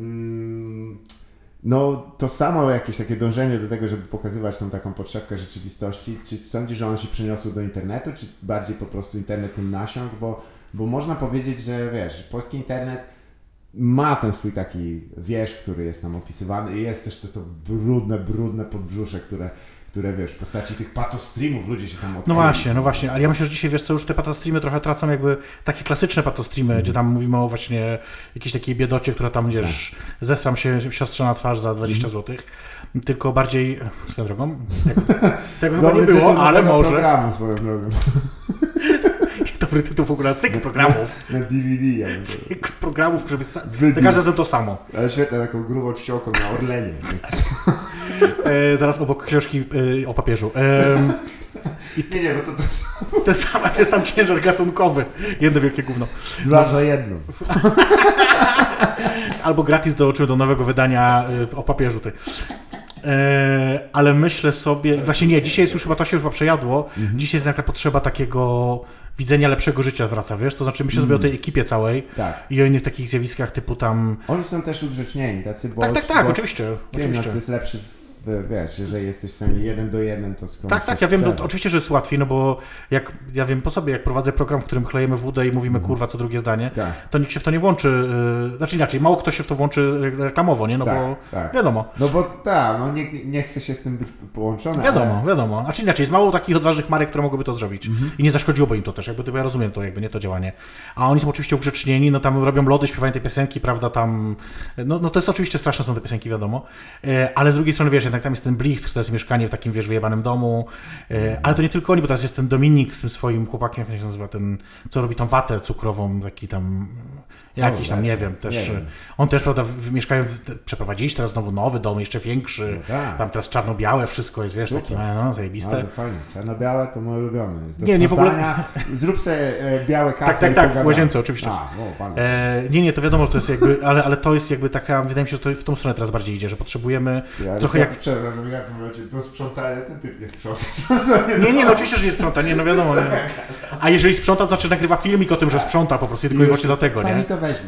no to samo jakieś takie dążenie do tego, żeby pokazywać tą taką podszewkę rzeczywistości. Czy sądzisz, że on się przeniosł do internetu, czy bardziej po prostu internet tym nasiąkł? Bo Bo można powiedzieć, że wiesz, polski internet ma ten swój taki wierzch, który jest tam opisywany i jest też to, to brudne, brudne podbrzusze, które, które wiesz, w postaci tych patostreamów ludzie się tam odkryli. No właśnie, no właśnie, ale ja myślę, że dzisiaj wiesz co, już te patostreamy trochę tracą jakby takie klasyczne patostreamy, mm. gdzie tam mówimy o właśnie jakiejś takiej biedocie, która tam wiesz, tak. zestram się siostrze na twarz za dwadzieścia złotych, tylko bardziej, swoją drogą, tego, tego chyba nie było, ale może. Programu swoją drogą. Dobry tytuł w ogóle, cykl programów. Na D V D. Ja cykl programów, żeby za, za każdym razem to samo. Ale świetne, taką grubą czcionką na Orlenie. e, zaraz obok książki e, o papieżu. E, i nie, nie, bo to... to... Ten sam, ten sam ciężar gatunkowy. Jedno wielkie gówno. Dwa no. za jedno. Albo gratis dołączyły do nowego wydania e, o papieżu. Ty. E, ale myślę sobie, właśnie nie, dzisiaj jest już chyba, to się już chyba przejadło, mhm. dzisiaj jest taka potrzeba takiego widzenia lepszego życia wraca, wiesz, to znaczy myślę sobie mm. o tej ekipie całej tak. i o innych takich zjawiskach typu tam... Oni są też ugrzecznieni, tacy, bo... Tak, tak, tak, bo oczywiście. Wiem, oczywiście. jest lepszy, w, wiesz, jeżeli jesteś w stanie jeden do jeden, to skąd Tak, tak, ja wiem, no, oczywiście, że jest łatwiej, no bo jak, ja wiem po sobie, jak prowadzę program, w którym klejemy wódę i mówimy mm. kurwa co drugie zdanie, tak. to nikt się w to nie włączy, yy, znaczy inaczej, mało kto się w to włączy reklamowo, nie, no tak, bo tak. wiadomo. No bo tak, no nie, nie chce się z tym być połączony, Wiadomo, ale... wiadomo, znaczy inaczej, jest mało takich odważnych marek, które mogłyby to zrobić mm-hmm. i nie zaszkodziłoby im to też, jakby to ja rozumiem to, jakby nie to działanie. A oni są oczywiście ugrzecznieni, no tam robią lody, śpiewają te piosenki, prawda, tam, no, no to jest oczywiście straszne są te piosenki, wiadomo, yy, ale z drugiej strony, wiesz, jednak tam jest ten Blicht, to jest mieszkanie w takim, wiesz, wyjebanym domu, e, ale to nie tylko oni, bo teraz jest ten Dominik z tym swoim chłopakiem, jak się nazywa, ten, co robi tą watę cukrową, taki tam, jakiś tam, nie wiem, też, nie wiem. On też, prawda, w, mieszkają, w, przeprowadzili się teraz znowu nowy dom, jeszcze większy, no tak. tam teraz czarno-białe wszystko jest, wiesz, takie, no, zajebiste. Bardzo fajnie, czarno-białe to moje ulubione jest. Do nie, nie w ogóle. Zrób sobie e, białe kafe. Tak, tak, tak, w łazience oczywiście. A, o, e, nie, nie, to wiadomo, że to jest jakby, ale, ale to jest jakby taka, wydaje mi się, że to w tą stronę teraz bardziej idzie, że potrzebujemy ja, trochę jak... Przepraszam, ja w momencie to sprzątanie, ten typ nie sprząta. Nie, nie, no oczywiście, że nie sprząta, nie, no wiadomo. Nie. A jeżeli sprząta, to znaczy nagrywa filmik o tym, że sprząta po prostu i tylko i wyłącznie do tego, nie? Pani to weźmie.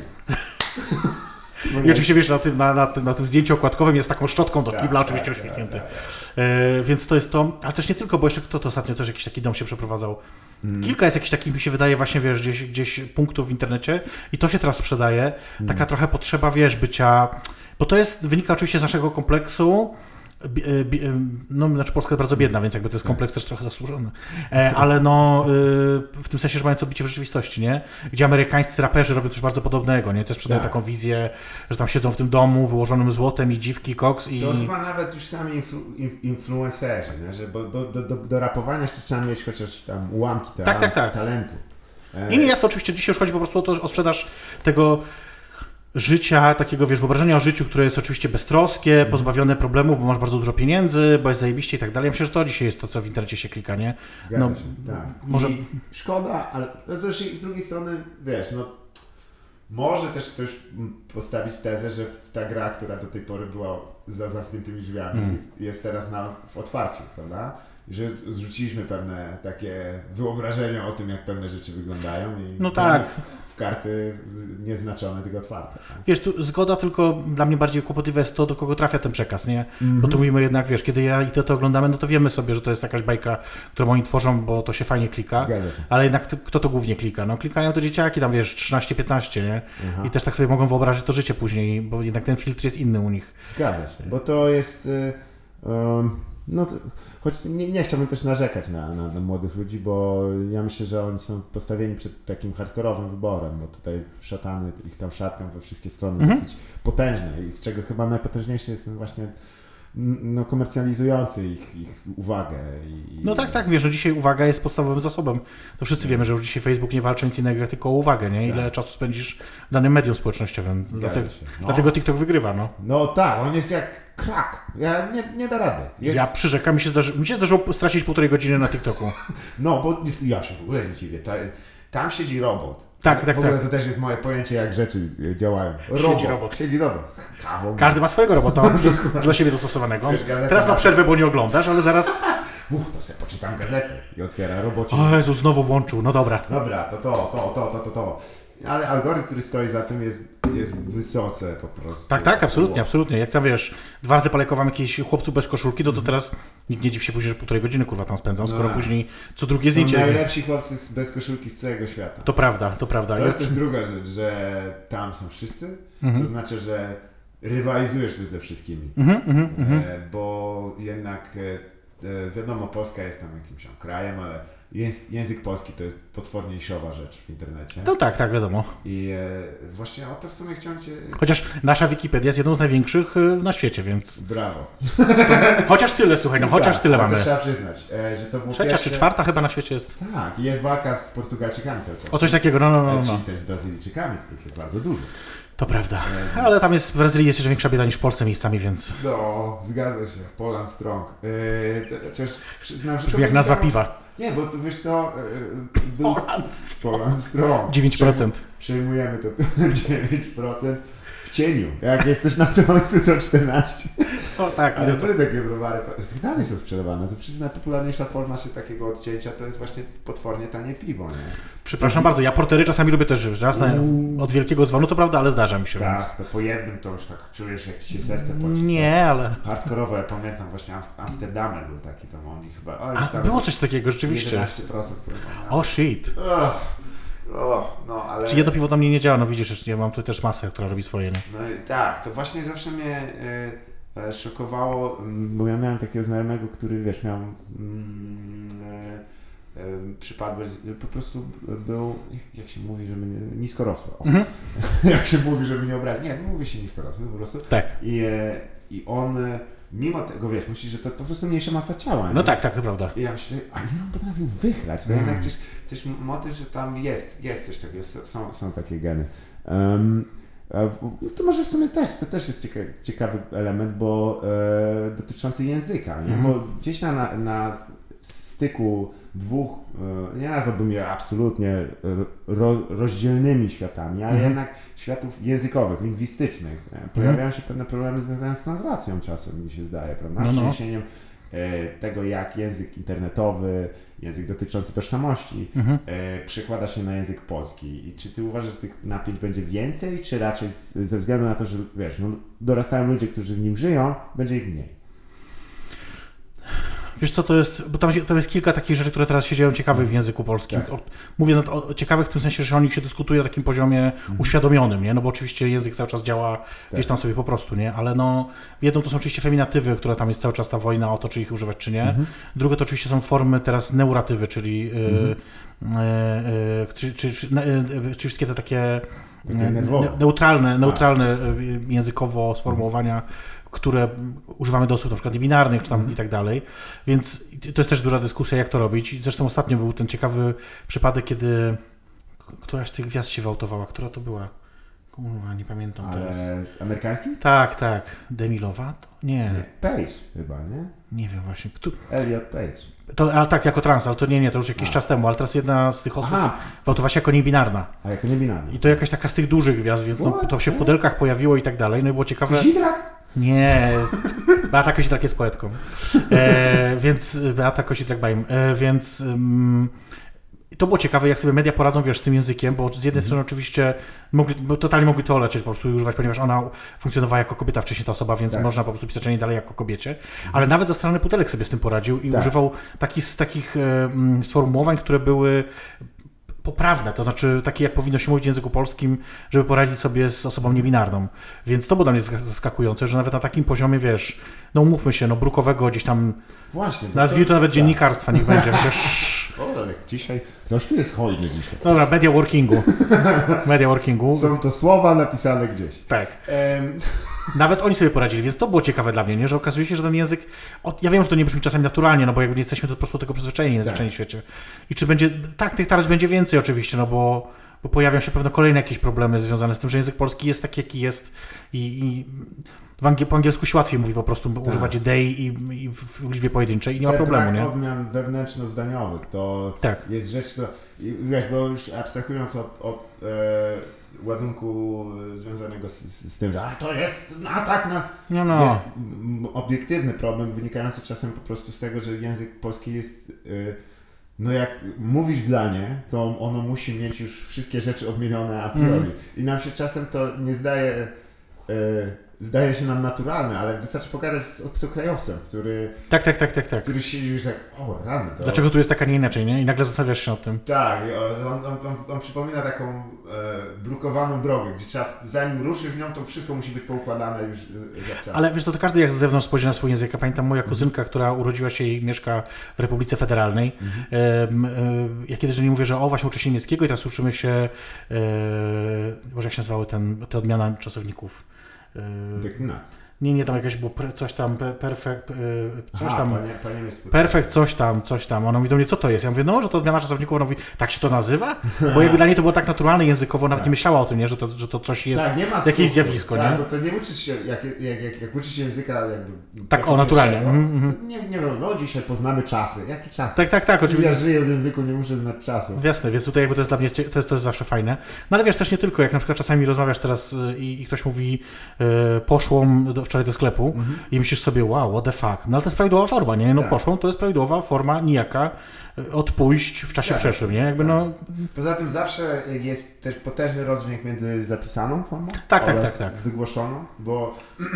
I oczywiście, wiesz, na tym, na, na, tym, na tym zdjęciu okładkowym jest taką szczotką do kibla, tak, oczywiście tak, uśmiechnięty. Tak, tak. E, więc to jest to, ale też nie tylko, bo jeszcze kto to ostatnio też jakiś taki dom się przeprowadzał. Mm. Kilka jest jakichś takich, mi się wydaje, właśnie, wiesz, gdzieś, gdzieś punktów w internecie i to się teraz sprzedaje. Mm. Taka trochę potrzeba, wiesz, bycia, bo to jest, wynika oczywiście z naszego kompleksu, bi, bi, no znaczy Polska jest bardzo biedna, więc jakby to jest kompleks też trochę zasłużony, e, ale no y, w tym sensie, że mają co bicie w rzeczywistości, nie? Gdzie amerykańscy raperzy robią coś bardzo podobnego, nie? Też sprzedają tak. taką wizję, że tam siedzą w tym domu wyłożonym złotem i dziwki, koks i... To chyba nawet już sami influ, inf, influencerzy, nie? Że bo, bo do, do, do rapowania jeszcze trzeba mieć chociaż tam ułamki ta, tak, tak, tak. talentu. E... Nie, nie, jasne, oczywiście dzisiaj już chodzi po prostu o to, o sprzedaż tego życia, takiego, wiesz, wyobrażenia o życiu, które jest oczywiście beztroskie, mm. pozbawione problemów, bo masz bardzo dużo pieniędzy, bo jest zajebiście i tak dalej. Ja myślę, że to dzisiaj jest to, co w internecie się klika, nie? Zgadza no, się, tak. Może... I szkoda, ale z drugiej strony, wiesz, no może też ktoś postawić tezę, że ta gra, która do tej pory była za zamkniętymi drzwiami, mm. jest teraz na, w otwarciu, prawda? Że zrzuciliśmy pewne takie wyobrażenia o tym, jak pewne rzeczy wyglądają i no tak. w, w karty nieznaczone, tylko otwarte. Tak? Wiesz, tu zgoda, tylko dla mnie bardziej kłopotliwe jest to, do kogo trafia ten przekaz, nie? Mm-hmm. Bo tu mówimy jednak, wiesz, kiedy ja i ty to oglądamy, no to wiemy sobie, że to jest jakaś bajka, którą oni tworzą, bo to się fajnie klika. Zgadza się. Ale jednak ty, kto to głównie klika? No klikają to dzieciaki tam, wiesz, trzynaście piętnaście, nie? Aha. I też tak sobie mogą wyobrazić to życie później, bo jednak ten filtr jest inny u nich. Zgadza się, bo to jest... Y, um, no to, choć nie, nie chciałbym też narzekać na, na, na młodych ludzi, bo ja myślę, że oni są postawieni przed takim hardkorowym wyborem, bo tutaj szatany ich tam szatnią we wszystkie strony mhm. dosyć potężne i z czego chyba najpotężniejszy jest ten właśnie no, komercjalizujący ich, ich uwagę. I, no tak, tak, wiesz, że dzisiaj uwaga jest podstawowym zasobem. To wszyscy wiemy, że już dzisiaj Facebook nie walczy nic innego, tylko o uwagę, nie? Ile tak. czasu spędzisz w danym medium społecznościowym. Dlatego, no. dlatego TikTok wygrywa, no. No tak, on jest jak krak. Ja nie, nie da rady. Jest... Ja przyrzekam, mi się, zdarzy, mi się zdarzyło stracić półtorej godziny na TikToku. No, bo ja się w ogóle nie dziwię. Ta, tam siedzi robot. Tak, tak, w ogóle tak. to też jest moje pojęcie, jak rzeczy działają. Robot. Siedzi robot. Siedzi robot z kawą. Każdy ma swojego robota dla siebie dostosowanego. Wiesz, teraz ma przerwę, bo nie oglądasz, ale zaraz... Uch, to sobie poczytam gazetę i otwiera robocie. O Jezu, znowu włączył, no dobra. Dobra, to to, to, to, to, to, to. Ale algorytm, który stoi za tym jest, jest wysoce po prostu. Tak, tak, absolutnie, absolutnie. Jak tam wiesz, dwa razy polajkowałem jakichś chłopców bez koszulki, no to teraz nikt nie dziw się później, że półtorej godziny kurwa tam spędzam, skoro no. później co drugie zdjęcie. Są najlepsi chłopcy bez koszulki z całego świata. To prawda, to prawda. To jest też druga rzecz, że tam są wszyscy, mhm. co znaczy, że rywalizujesz ty ze wszystkimi. Mhm, mhm, e, bo jednak e, wiadomo, Polska jest tam jakimś tam krajem, ale język polski to jest potworniejszowa rzecz w internecie. No tak, tak, wiadomo. I e, właśnie o to w sumie chciałem Cię... Chociaż nasza Wikipedia jest jedną z największych na świecie, więc... Brawo. To, chociaż tyle, słuchaj, no chociaż tak, tyle to mamy. To trzeba przyznać, e, że to było Trzecia pierwsze... czy czwarta chyba na świecie jest. Tak, i jest walka z Portugalczykami cały czas. O coś takiego, no, no, no. no. Czyli też z Brazylijczykami, których jest bardzo dużo. To prawda, e, więc... ale tam jest w Brazylii jest jeszcze większa bieda niż w Polsce miejscami, więc... No, zgadza się. Poland Strong. E, chociaż przyznam, że... Brzmi jak nazwa piwa. Nie, bo to wiesz co, był Poland Strong. dziewięć procent. Przejmujemy to dziewięć procent w cieniu. Jak jesteś na słońcu, to czternaście procent. O tak. Ale były takie browary, to dalej są sprzedawane. To przecież najpopularniejsza forma się takiego odcięcia to jest właśnie potwornie tanie piwo, nie? Przepraszam bardzo, ja portery czasami lubię też raz na, od wielkiego dzwonu, co prawda, ale zdarza mi się. Tak, więc... to po jednym to już tak czujesz, jak ci się serce płaci. Nie, ale... Hardkorowe, ja pamiętam właśnie Amsterdamer był taki, tam oni chyba... O, A, tam było coś takiego, rzeczywiście. jedenaście procent. O, oh, shit. Oh, oh, no, ale... Czy jedno piwo tam mnie nie działa, no widzisz, jeszcze nie mam tu też masę, która robi swoje, nie? No i tak, to właśnie zawsze mnie e, szokowało, bo ja miałem takiego znajomego, który, wiesz, miał... Mm, e, przypadłość, po prostu był, jak się mówi, żeby nie, niskorosły. Mhm. Jak się mówi, żeby nie obrazić. Nie, mówi się niskorosły po prostu. Tak. I, i on, mimo tego, wiesz, myśli, że to po prostu mniejsza masa ciała. Nie? No tak, tak, to prawda. I ja myślę, a ile on potrafił wychlać? To mm. jednak też, też motyw, że tam jest, jest coś takiego, są, są takie geny. Um, to może w sumie też, to też jest ciekawy, ciekawy element, bo e, dotyczący języka, nie? Mm. Bo gdzieś na, na, na styku dwóch, nie nazwałbym je absolutnie ro, rozdzielnymi światami, ale mhm. jednak światów językowych, lingwistycznych. Pojawiają mhm. się pewne problemy związane z translacją czasem, mi się zdaje, prawda? No, no. Przeniesieniem e, tego, jak język internetowy, język dotyczący tożsamości mhm. e, przekłada się na język polski. I czy ty uważasz, że tych napięć będzie więcej, czy raczej z, ze względu na to, że wiesz, no, dorastają ludzie, którzy w nim żyją, będzie ich mniej? Wiesz co, to jest, bo tam, tam jest kilka takich rzeczy, które teraz się dzieją ciekawych w języku polskim. Tak. O, mówię no, o, ciekawych w tym sensie, że o nich się dyskutuje na takim poziomie mhm. uświadomionym, nie? No bo oczywiście język cały czas działa tak. gdzieś tam sobie po prostu, nie? Ale no, jedną to są oczywiście feminatywy, które tam jest cały czas ta wojna o to, czy ich używać, czy nie. Mhm. Drugie to oczywiście są formy teraz neuratywy, czyli mhm. y, y, y, czy, czy, czy, y, czy wszystkie te takie ne, neutralne, neutralne tak. językowo sformułowania, które używamy do osób na przykład niebinarnych czy tam mm. i tak dalej, więc to jest też duża dyskusja, jak to robić. Zresztą ostatnio był ten ciekawy przypadek, kiedy któraś z tych gwiazd się wyautowała. Która to była? Kurwa, nie pamiętam Ale teraz. amerykański? Tak, tak. Demi Lovato? Nie. nie. Page chyba, nie? Nie wiem właśnie. Kto... Elliot Page. To, ale tak, jako trans, ale to nie, nie, to już jakiś A. czas temu, ale teraz jedna z tych osób Aha. wyautowała się jako niebinarna. A jako niebinarna. I to jakaś taka z tych dużych gwiazd, więc no, to się w pudelkach pojawiło i tak dalej. No i było ciekawe... Zidrak? Nie, Beata Kosidrak jest poetką, e, więc Beata Kosidrak-Bajm, e, więc um, to było ciekawe, jak sobie media poradzą, wiesz, z tym językiem, bo z jednej mm-hmm. strony oczywiście mogli, bo totalnie mogli to lecieć, po prostu używać, ponieważ ona funkcjonowała jako kobieta wcześniej, ta osoba, więc tak. można po prostu pisać o niej dalej jako kobiecie, mm-hmm. ale nawet za strony Pudelek sobie z tym poradził i tak. używał takich, z takich um, sformułowań, które były poprawne, to znaczy takie, jak powinno się mówić w języku polskim, żeby poradzić sobie z osobą niebinarną. Więc to było dla mnie zaskakujące, że nawet na takim poziomie, wiesz, no umówmy się, no brukowego gdzieś tam, Właśnie, nazwijmy to nawet dziennikarstwa, niech będzie, chociaż... O, ale dzisiaj, ktoś tu jest hojny dzisiaj. Dobra, media workingu. Media workingu. Są to słowa napisane gdzieś. Tak. Um... Nawet oni sobie poradzili, więc to było ciekawe dla mnie, nie? Że okazuje się, że ten język, ja wiem, że to nie brzmi czasami naturalnie, no bo jakby nie jesteśmy to po prostu tego przyzwyczajeni na tak. zwyczajnym świecie. I czy będzie, tak, tych tarć będzie więcej oczywiście, no bo, bo pojawią się pewno kolejne jakieś problemy związane z tym, że język polski jest taki, jaki jest i, i w angiel- po angielsku się łatwiej mówi po prostu tak. używać they i, i w, w liczbie pojedynczej i nie ma Ten problemu, brak nie? odmian wewnętrzno-zdaniowych, to tak. jest rzecz, to, wiesz, bo już abstrahując od, od e, ładunku związanego z, z, z tym, że a to jest atak na... No, no. Jest obiektywny problem wynikający czasem po prostu z tego, że język polski jest... Y, no jak mówisz zdanie, to ono musi mieć już wszystkie rzeczy odmienione a priori. Mm. I nam się czasem to nie zdaje... Y, zdaje się nam naturalne, ale wystarczy pogadać z obcokrajowcem, który... Tak, tak, tak, tak, tak. Który siedzi już tak, o rany. To... Dlaczego tu jest tak, a nie inaczej, nie? I nagle zastanawiasz się nad tym. Tak, on, on, on, on przypomina taką e, brukowaną drogę, gdzie trzeba, zanim ruszysz w nią, to wszystko musi być poukładane już zawczasu. Ale wiesz, to, to każdy jak z zewnątrz spojrzy na swój język. Ja pamiętam moja kuzynka, mm. która urodziła się i mieszka w Republice Federalnej. Mm. E, e, ja kiedyś do niej mówię, że o, właśnie uczy się niemieckiego i teraz uczymy się, e, może jak się nazywały ten, te odmiana czasowników. Deklinacja. Nie, nie, tam jakaś było coś tam, perfekt, coś Aha, tam, panie, panie perfekt, coś tam, coś tam. Ona mówi do mnie, co to jest? Ja mówię, no, że to odmiana czasowników. Ona mówi, tak się to nazywa? Bo jakby dla niej to było tak naturalne językowo, nawet tak. nie myślała o tym, nie? Że, to, że to coś jest, tak, nie ma jakieś zjawisko. Tak, nie? bo to nie uczysz się, jak, jak, jak, jak uczysz się języka jakby... Tak, o, naturalnie. Mm-hmm. Nie, nie wiem, no dzisiaj poznamy czasy. Jakie czasy? Tak, tak, tak, oczywiście. Ja żyję w języku, nie muszę znać czasu. Jasne, więc tutaj jakby to jest dla mnie, to jest, to jest zawsze fajne. No ale wiesz, też nie tylko, jak na przykład czasami rozmawiasz teraz i, i ktoś mówi, e, poszłam do, wczoraj do sklepu, mm-hmm. i myślisz sobie, wow, what the fuck. No ale to jest prawidłowa forma, nie? No tak. poszłą, to jest prawidłowa forma nijaka od pójść w czasie tak. przeszłym, nie? Jakby tak. no... Poza tym zawsze jest też potężny rozdźwięk między zapisaną formą tak, tak, oraz tak, tak. wygłoszoną, bo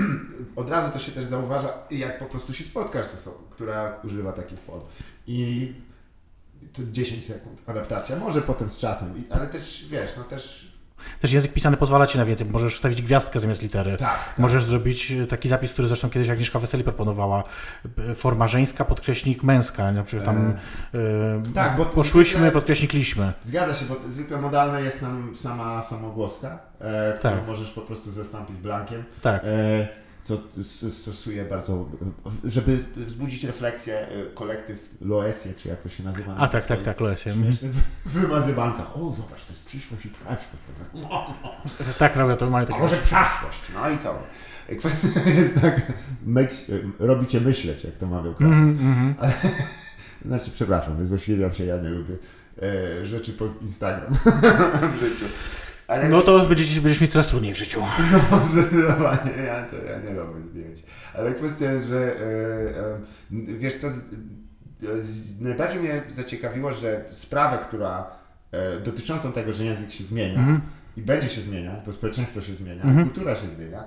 od razu to się też zauważa, jak po prostu się spotkasz z osobą, która używa takich form. I to dziesięć sekund adaptacja, może potem z czasem, ale też, wiesz, no też... Też język pisany pozwala Ci na więcej, możesz wstawić gwiazdkę zamiast litery. Tak, tak. Możesz zrobić taki zapis, który zresztą kiedyś Agnieszka Weseli proponowała. Forma żeńska, podkreśnik męska. Na przykład tam e, tak, bo poszłyśmy, zwykle, podkreśnik liśmy. Zgadza się, bo zwykle modalna jest nam sama samogłoska, e, którą tak. możesz po prostu zastąpić blankiem. Tak. E, co stosuje bardzo, żeby wzbudzić refleksję, kolektyw Loesie, czy jak to się nazywa. A tak, tak, tak, Loesie. W wymazywankach. O, zobacz, to jest przyszłość i przeszłość. Tak, robię to, mają takie... A może przeszłość, no i co? Kwestia jest tak, makes, robicie myśleć, jak to mawiał klasyk. Mm-hmm. Ale, znaczy, przepraszam, wyzłośliwiam się, ja nie lubię e, rzeczy po Instagram w życiu. Ale no to będziesz, będziesz mieć coraz trudniej w życiu. No zdecydowanie, ja, to, ja nie robię zdjęć. Ale kwestia jest, że e, e, wiesz co, e, najbardziej mnie zaciekawiło, że sprawę, która e, dotyczącą tego, że język się zmienia mm-hmm. i będzie się zmieniać, bo społeczeństwo się zmienia, mm-hmm. kultura się zmienia,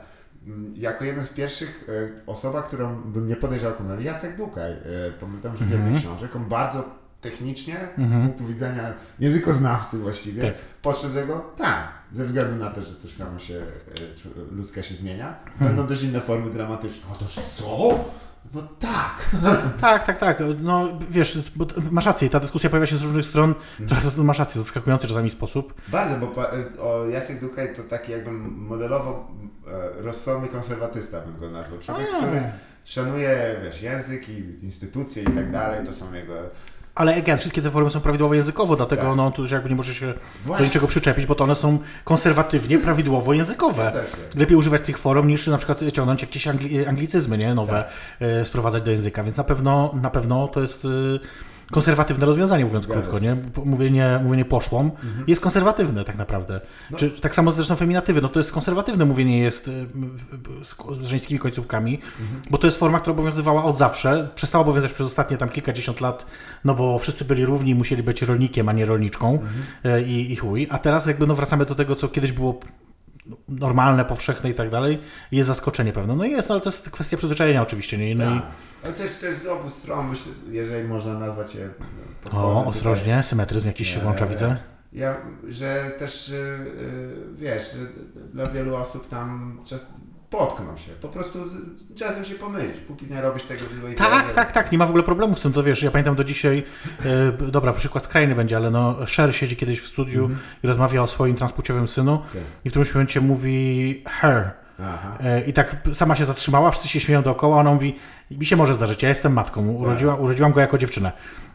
jako jeden z pierwszych e, osoba, którą bym nie podejrzał, no Jacek Dukaj, e, pamiętam, że wiele mm-hmm. książek, on bardzo technicznie, mm-hmm. z punktu widzenia językoznawcy właściwie, tak. podszedł do tego, tak, ze względu na to, że tożsamość się, e, ludzka się zmienia, hmm. będą też inne formy dramatyczne. O to co? No tak. Tak, tak, tak. No wiesz, bo masz rację, ta dyskusja pojawia się z różnych stron, trochę hmm. masz rację, zaskakujący czasami sposób. Bardzo, bo o, Jacek Dukaj to taki jakby modelowo e, rozsądny konserwatysta bym go nazwał. Człowiek, A. który szanuje, wiesz, język i instytucje i tak dalej, to są jego... Ale again, wszystkie te formy są prawidłowo językowo, dlatego tak. no, tu już jakby nie może się Właśnie. do niczego przyczepić, bo to one są konserwatywnie prawidłowo językowe. Lepiej używać tych form niż na przykład ciągnąć jakieś angli- anglicyzmy, nie? Nowe, tak. e, sprowadzać do języka, więc na pewno, na pewno to jest... E, konserwatywne rozwiązanie, mówiąc Zgadza. krótko, nie? Mówienie, mówienie poszłą mhm. jest konserwatywne tak naprawdę. No. Czy, tak samo zresztą feminatywy, no to jest konserwatywne mówienie jest z, z żeńskimi końcówkami, mhm. bo to jest forma, która obowiązywała od zawsze, przestała obowiązywać przez ostatnie tam kilkadziesiąt lat, no bo wszyscy byli równi i musieli być rolnikiem, a nie rolniczką mhm. i, i chuj. A teraz jakby no wracamy do tego, co kiedyś było normalne, powszechne i tak dalej, jest zaskoczenie pewne. No jest, no, ale to jest kwestia przyzwyczajenia oczywiście. Nie? No tak. i... Ale też, też z obu stron, myślę, jeżeli można nazwać je... O, ostrożnie, tutaj. Symetryzm jakiś się włącza, widzę. Ja, że też, wiesz, dla wielu osób tam czas potkną się, po prostu czasem się pomylić, póki nie robisz tego w złej Tak, tak, tak, nie ma w ogóle problemu z tym, to wiesz, ja pamiętam do dzisiaj, e, dobra, przykład skrajny będzie, ale no Cher siedzi kiedyś w studiu mm-hmm. i rozmawia o swoim transpłciowym synu okay. i w którymś momencie mówi her. E, I tak sama się zatrzymała, wszyscy się śmieją dookoła, ona mówi, mi się może zdarzyć, ja jestem matką, urodziła, urodziłam go jako dziewczynę.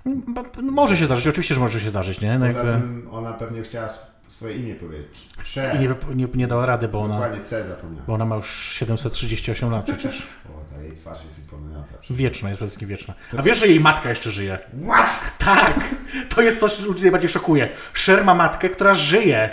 Może się zdarzyć, oczywiście, że może się zdarzyć, nie? No Poza jakby... tym ona pewnie chciała swoje imię powiedzieć. Cher. I nie, nie, nie dała rady, bo ona, Dokładnie C zapomniała. bo ona ma już siedemset trzydzieści osiem lat przecież. O, ta jej twarz jest imponująca. Wieczna, jest przede wszystkim wieczna. A wiesz, że jej matka jeszcze żyje? What? Tak! To jest to, co ludzi najbardziej szokuje. Cher ma matkę, która żyje.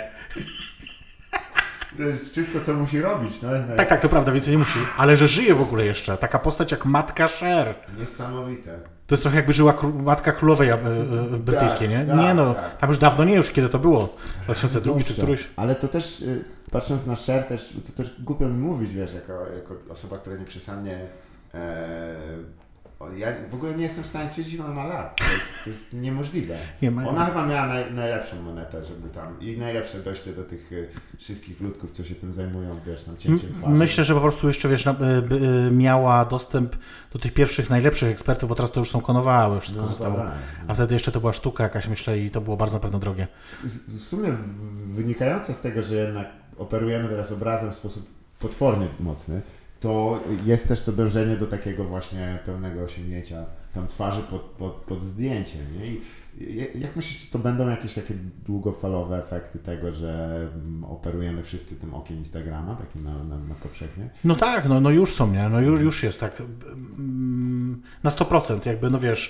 To jest wszystko, co musi robić. No, no. Tak, tak, to prawda, więcej nie musi. Ale że żyje w ogóle jeszcze. Taka postać jak matka Cher. Niesamowite. To jest trochę jakby żyła kró- matka królowej e, e, brytyjskiej, nie? Tak, nie no, tak. tam już dawno nie, już kiedy to było. dwa tysiące drugi czy któryś. Ale to też, patrząc na Cher, też, to też głupio mi mówić, wiesz, jako, jako osoba, która nieprzesadnie... E, ja w ogóle nie jestem w stanie stwierdzić, ile ona ma lat. To jest, to jest niemożliwe. Nie ma... Ona chyba miała naj, najlepszą monetę, żeby tam i najlepsze dojście do tych y, wszystkich ludków, co się tym zajmują, wiesz, tam cięciem twarzy. Myślę, że po prostu jeszcze, wiesz, na, y, y, miała dostęp do tych pierwszych, najlepszych ekspertów, bo teraz to już są konowały, wszystko no, zostało. Tak, a wtedy jeszcze to była sztuka jakaś, myślę, i to było bardzo na pewno drogie. W, w sumie wynikające z tego, że jednak operujemy teraz obrazem w sposób potwornie mocny, to jest też to dążenie do takiego właśnie pełnego osiągnięcia tam twarzy pod, pod, pod zdjęciem. Nie? I jak myślisz, czy to będą jakieś takie długofalowe efekty tego, że operujemy wszyscy tym okiem Instagrama, takim na, na, na powszechnie? No tak, no, no już są, nie? No już, już jest tak na sto procent jakby, no wiesz,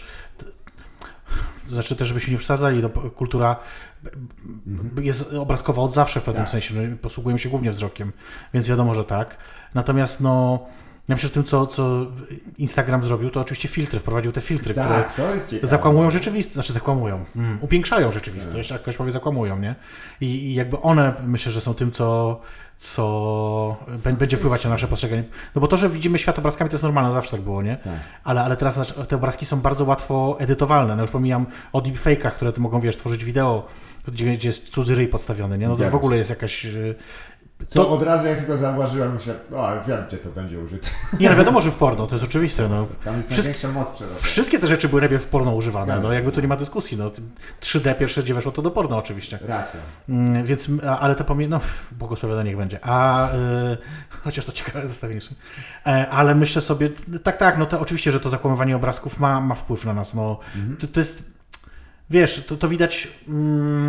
znaczy też, żebyśmy nie przesadzali, no, kultura mhm. jest obrazkowa od zawsze w pewnym tak. sensie, no, posługujemy się głównie wzrokiem, więc wiadomo, że tak. Natomiast no, ja myślę, że tym, co, co Instagram zrobił, to oczywiście filtry, wprowadził te filtry, tak, które to jest zakłamują rzeczywistość, znaczy zakłamują, mm, upiększają rzeczywistość, jak ktoś powie zakłamują, nie? I, I jakby one, myślę, że są tym, co co będzie wpływać na nasze postrzeganie. No bo to, że widzimy świat obrazkami, to jest normalne, zawsze tak było, nie? Tak. Ale, ale teraz te obrazki są bardzo łatwo edytowalne. No już pomijam o deepfake'ach, które ty mogą, wiesz, tworzyć wideo, gdzie, gdzie jest cudzy ryj podstawiony, nie? No to już w ogóle jest jakaś... Co to... od razu jak tylko zauważyłem, myślę, o, już wiem, gdzie to będzie użyte. Nie, no wiadomo, że w porno, to jest oczywiste. No. Tam jest Wszyst... największa moc przerobowa. Wszystkie te rzeczy były najpierw w porno używane, Zgadza. no jakby tu nie ma dyskusji. No. trzy D pierwsze, gdzie weszło to do porno oczywiście. Racja. Mm, więc, ale to pamiętam, no błogosławione niech będzie. A, yy, chociaż to ciekawe zestawienie. E, ale myślę sobie, tak, tak, no to oczywiście, że to zakłamywanie obrazków ma, ma wpływ na nas. No. Mhm. To, to jest, wiesz, to, to widać... Mm,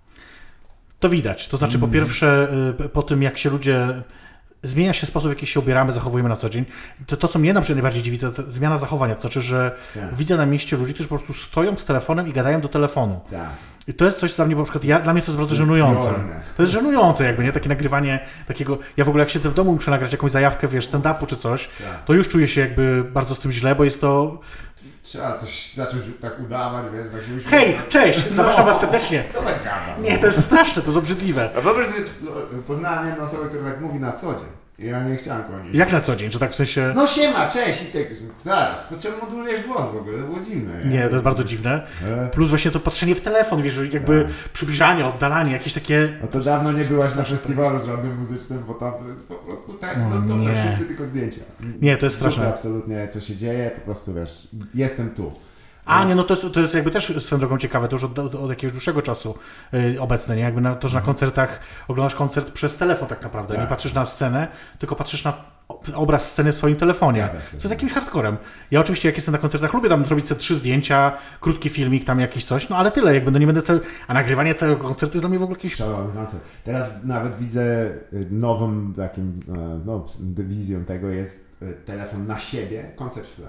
To widać. To znaczy, po pierwsze, po tym, jak się ludzie... Zmienia się sposób, w jaki się ubieramy, zachowujemy na co dzień. To, to co mnie na przykład najbardziej dziwi, to, to zmiana zachowania. To znaczy, że tak. widzę na mieście ludzi, którzy po prostu stoją z telefonem i gadają do telefonu. Tak. I to jest coś, co dla mnie, na przykład, ja, dla mnie to jest bardzo żenujące. To jest żenujące jakby, nie? Takie nagrywanie takiego... Ja w ogóle jak siedzę w domu, muszę nagrać jakąś zajawkę, wiesz, stand-upu czy coś, tak. to już czuję się jakby bardzo z tym źle, bo jest to... Trzeba coś zacząć tak udawać, wiesz, tak się Hej, cześć, no, zapraszam was serdecznie. To tak gada. Nie, to jest straszne, to jest obrzydliwe. A wyobraź sobie, poznałem jedną osobę, która tak mówi na co dzień. Ja nie chciałem kłonić. Jak na co dzień? Czy tak w sensie... No siema, cześć i tak, zaraz, to czemu modulujesz głos w ogóle? To było dziwne. Nie, to jest bardzo dziwne. E? Plus właśnie to patrzenie w telefon, wiesz, jakby Tak. przybliżanie, oddalanie, jakieś takie... No to dawno nie byłaś na festiwalu żadnym muzycznym, bo tam to jest po prostu tak, no to nie. wszyscy tylko zdjęcia. Nie, to jest Super, straszne. absolutnie, co się dzieje, po prostu wiesz, jestem tu. A nie, no to jest, to jest jakby też swoją drogą ciekawe, to już od, od, od jakiegoś dłuższego czasu yy, obecne, nie? Jakby na to, że na koncertach oglądasz koncert przez telefon tak naprawdę, Tak. nie patrzysz na scenę, tylko patrzysz na obraz sceny w swoim telefonie. Zgadza się. Co jest jakimś hardcorem. Ja oczywiście jak jestem na koncertach, lubię tam zrobić sobie trzy zdjęcia, krótki filmik, tam jakieś coś, no ale tyle, jakby no nie będę cały... A nagrywanie całego koncertu jest dla mnie w ogóle jakimś... Szalony koncert. Teraz nawet widzę y, nową takim, e, no, wizją tego jest y, telefon na siebie, koncert w tle.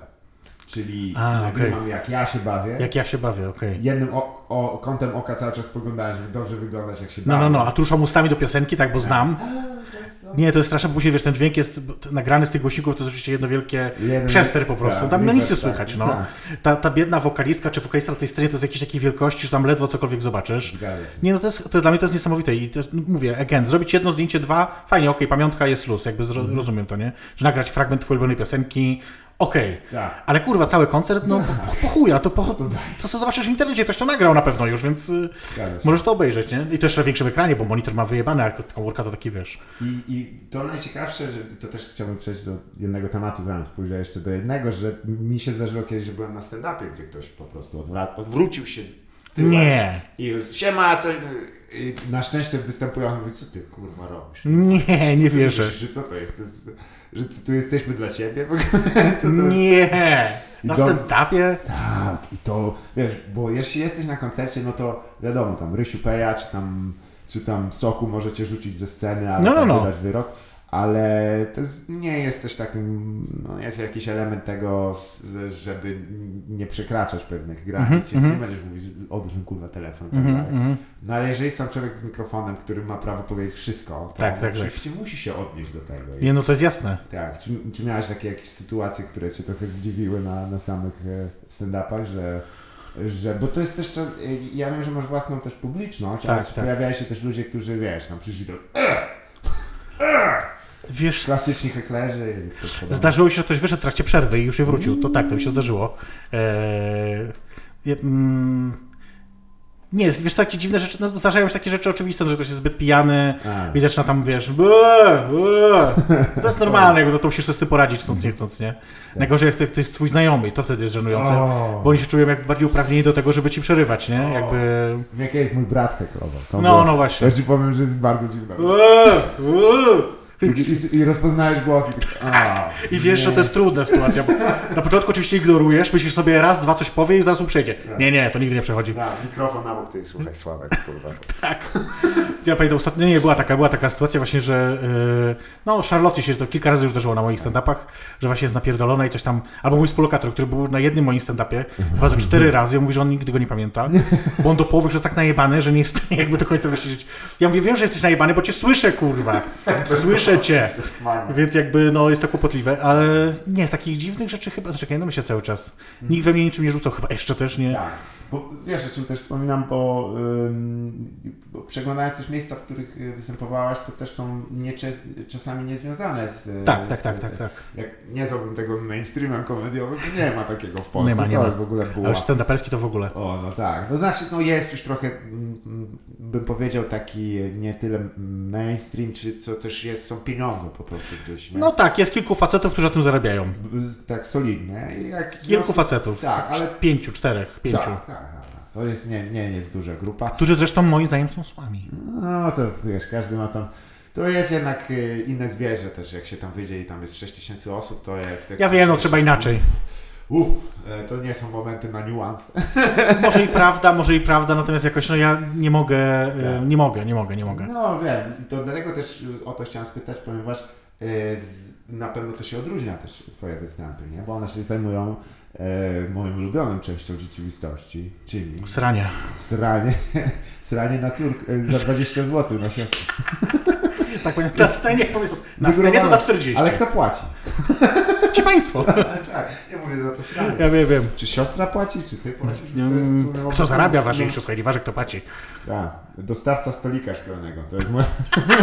Czyli A, nagrywam okej. jak ja się bawię. Jak ja się bawię, okej. Jednym o, o, kątem oka cały czas spoglądałem, żeby dobrze wyglądać jak się No, bawię. no, no, a tu ruszam ustami do piosenki, tak, bo znam. Nie, to jest straszne, bo później, wiesz, ten dźwięk jest nagrany z tych głośników, to jest oczywiście jedno wielkie Jeden- przester po prostu. tak, Tam no nic nie tak, słychać, no. tak. Ta, ta biedna wokalistka czy wokalista na tej scenie to jest jakiejś takiej wielkości, że tam ledwo cokolwiek zobaczysz. Zgadza się. Nie, no to jest, to dla mnie to jest niesamowite i też, no, mówię, again, zrobić jedno zdjęcie, dwa, fajnie, okej, pamiątka jest luz, jakby zro, Mhm. rozumiem to, nie? Że nagrać fragment twojej ulubionej piosenki, okej, Tak. ale kurwa, cały koncert, no po, po chuja, to po, to co zobaczysz w internecie, ktoś to nagrał na pewno już, więc y, Zgadza się. możesz to obejrzeć, nie? I to jeszcze na większym ekranie, bo monitor ma wyjebane, a komórka to taki, wiesz. I, I to najciekawsze, że to też chciałbym przejść do jednego tematu, zanim pójdę jeszcze do jednego, że mi się zdarzyło kiedyś, że byłem na stand-upie, gdzie ktoś po prostu odwra- odwrócił się tyłem. Nie, I już siema, co... I na szczęście występują, mówi, co ty kurwa robisz? nie, nie wierzę. Myślisz, że co to jest? To jest że tu jesteśmy dla ciebie? W ogóle? Co to... Nie, na I do- stand-upie? Tak, i to, wiesz, bo jeśli jesteś na koncercie, no to wiadomo, tam Rysiu Peja, czy tam, czy tam Soku możecie rzucić ze sceny, albo No, no, tam no. wydać wyrok, ale to jest, nie jest też takim, no jest jakiś element tego, z- żeby nie przekraczać pewnych granic, Mhm, więc mhm. nie będziesz mówić, odłóż mi kurwa telefon i tak Mhm, dalej. mhm. No ale jeżeli jest tam człowiek z mikrofonem, który ma prawo powiedzieć wszystko, to Tak, tak, oczywiście musi się odnieść do tego. I Nie, no to jest jasne. tak, czy, czy miałeś takie jakieś sytuacje, które cię trochę zdziwiły na, na samych e, stand-upach, że, że, bo to jest też, e, ja wiem, że masz własną też publiczność, ale Tak, czy tak. pojawiają się też ludzie, którzy, wiesz, tam przyszli do Wiesz, klasyczni heklerzy. i to podobne. zdarzyło się, że ktoś wyszedł w trakcie przerwy i już nie wrócił. To tak, to mi się zdarzyło. Eee, je- mm, nie, wiesz, takie dziwne rzeczy, no zdarzają się takie rzeczy oczywiste, że ktoś jest zbyt pijany A. i zaczyna tam, wiesz, "Eee, eee". To jest normalne, jakby no to musisz sobie z tym poradzić, chcąc nie chcąc, nie? Najgorzej jak to, to jest twój znajomy i to wtedy jest żenujące, O. bo oni się czują jak bardziej uprawnieni do tego, żeby ci przerywać, nie? O. Jakby... Mnie kiedyś mój brat heklował. To No, było- no właśnie. Ja ci powiem, że jest bardzo dziwne. Eee, eee. I, i, i rozpoznajesz głos i tak, a, I wiesz, nie. że to jest trudna sytuacja. Bo na początku oczywiście ignorujesz, myślisz sobie raz, dwa coś powie i zaraz mu przejdzie. Nie, nie, to nigdy nie przechodzi. Da, mikrofon na bok, ty słuchaj, Sławek, kurwa. Tak. Ja pamiętam ostatnio, nie, była taka, była taka sytuacja właśnie, że yy, no Charlotte się to kilka razy już zdarzyło na moich stand-upach, że właśnie jest napierdolona i coś tam, albo mój współlokator, który był na jednym moim stand-upie, chyba za cztery razy, on mówi, że on nigdy go nie pamięta, bo on do połowy już jest tak najebany, że nie jest w stanie jakby do końca wyśledzić. Ja mówię, wiem, że jesteś najebany, bo cię słyszę, kurwa. Słyszę cię. Więc jakby, no, jest to kłopotliwe, ale nie, z takich dziwnych rzeczy chyba, zaczekaj, no myślę cały czas. Nikt we mnie niczym nie rzucał, chyba jeszcze też nie. Tak, bo wiesz, o czym też wspominam, bo, ym, bo przeglądając też miejsca, w których y, występowałaś, to też są niecze- czasami niezwiązane z... Tak, tak, z, tak, tak, tak. Jak nie zrobiłbym tego mainstreamem komediowym, to nie ma takiego w Polsce. Nie ma, nie to ma. już w ogóle było. A już stand-uperski to w ogóle. O, no tak. No znaczy, no jest już trochę, mm, mm, bym powiedział, taki nie tyle mainstream, czy co też jest, są pieniądze po prostu gdzieś. nie? No tak, jest kilku facetów, którzy na tym zarabiają. B- Tak solidnie. I jak Kilku facetów. Tak, ale... Pięciu, czterech, pięciu. Tak, tak, tak, tak. To jest, nie, nie jest duża grupa. Którzy zresztą moim zdaniem są słabi. No to wiesz, każdy ma tam... To jest jednak y, inne zwierzę też, jak się tam wyjdzie i tam jest sześć tysięcy osób, to jak... jak Ja wiem, no trzeba inaczej. Uff, e, to nie są momenty na niuans. Może i prawda, może i prawda, natomiast jakoś no ja nie mogę, e, Tak. nie mogę, nie mogę, nie mogę. No wiem, i to dlatego też y, o to chciałem spytać, ponieważ y, z, na pewno to się odróżnia też twoje występy, nie? Bo one się zajmują e, moją ulubioną częścią rzeczywistości, czyli Sranie. sranie, sranie na córkę e, za dwadzieścia złotych na siostrę. Tak powiem, na scenie, powiem, na scenie to za czterdzieści. Ale kto płaci? płaci państwo. Tak, ja mówię za to sranie. Ja wiem, wiem. Czy siostra płaci, czy ty płacisz? Mm, kto zarabia ważniejsze, słuchaj, nie ważne kto płaci. Tak, dostawca stolika szklanego, to jest moja...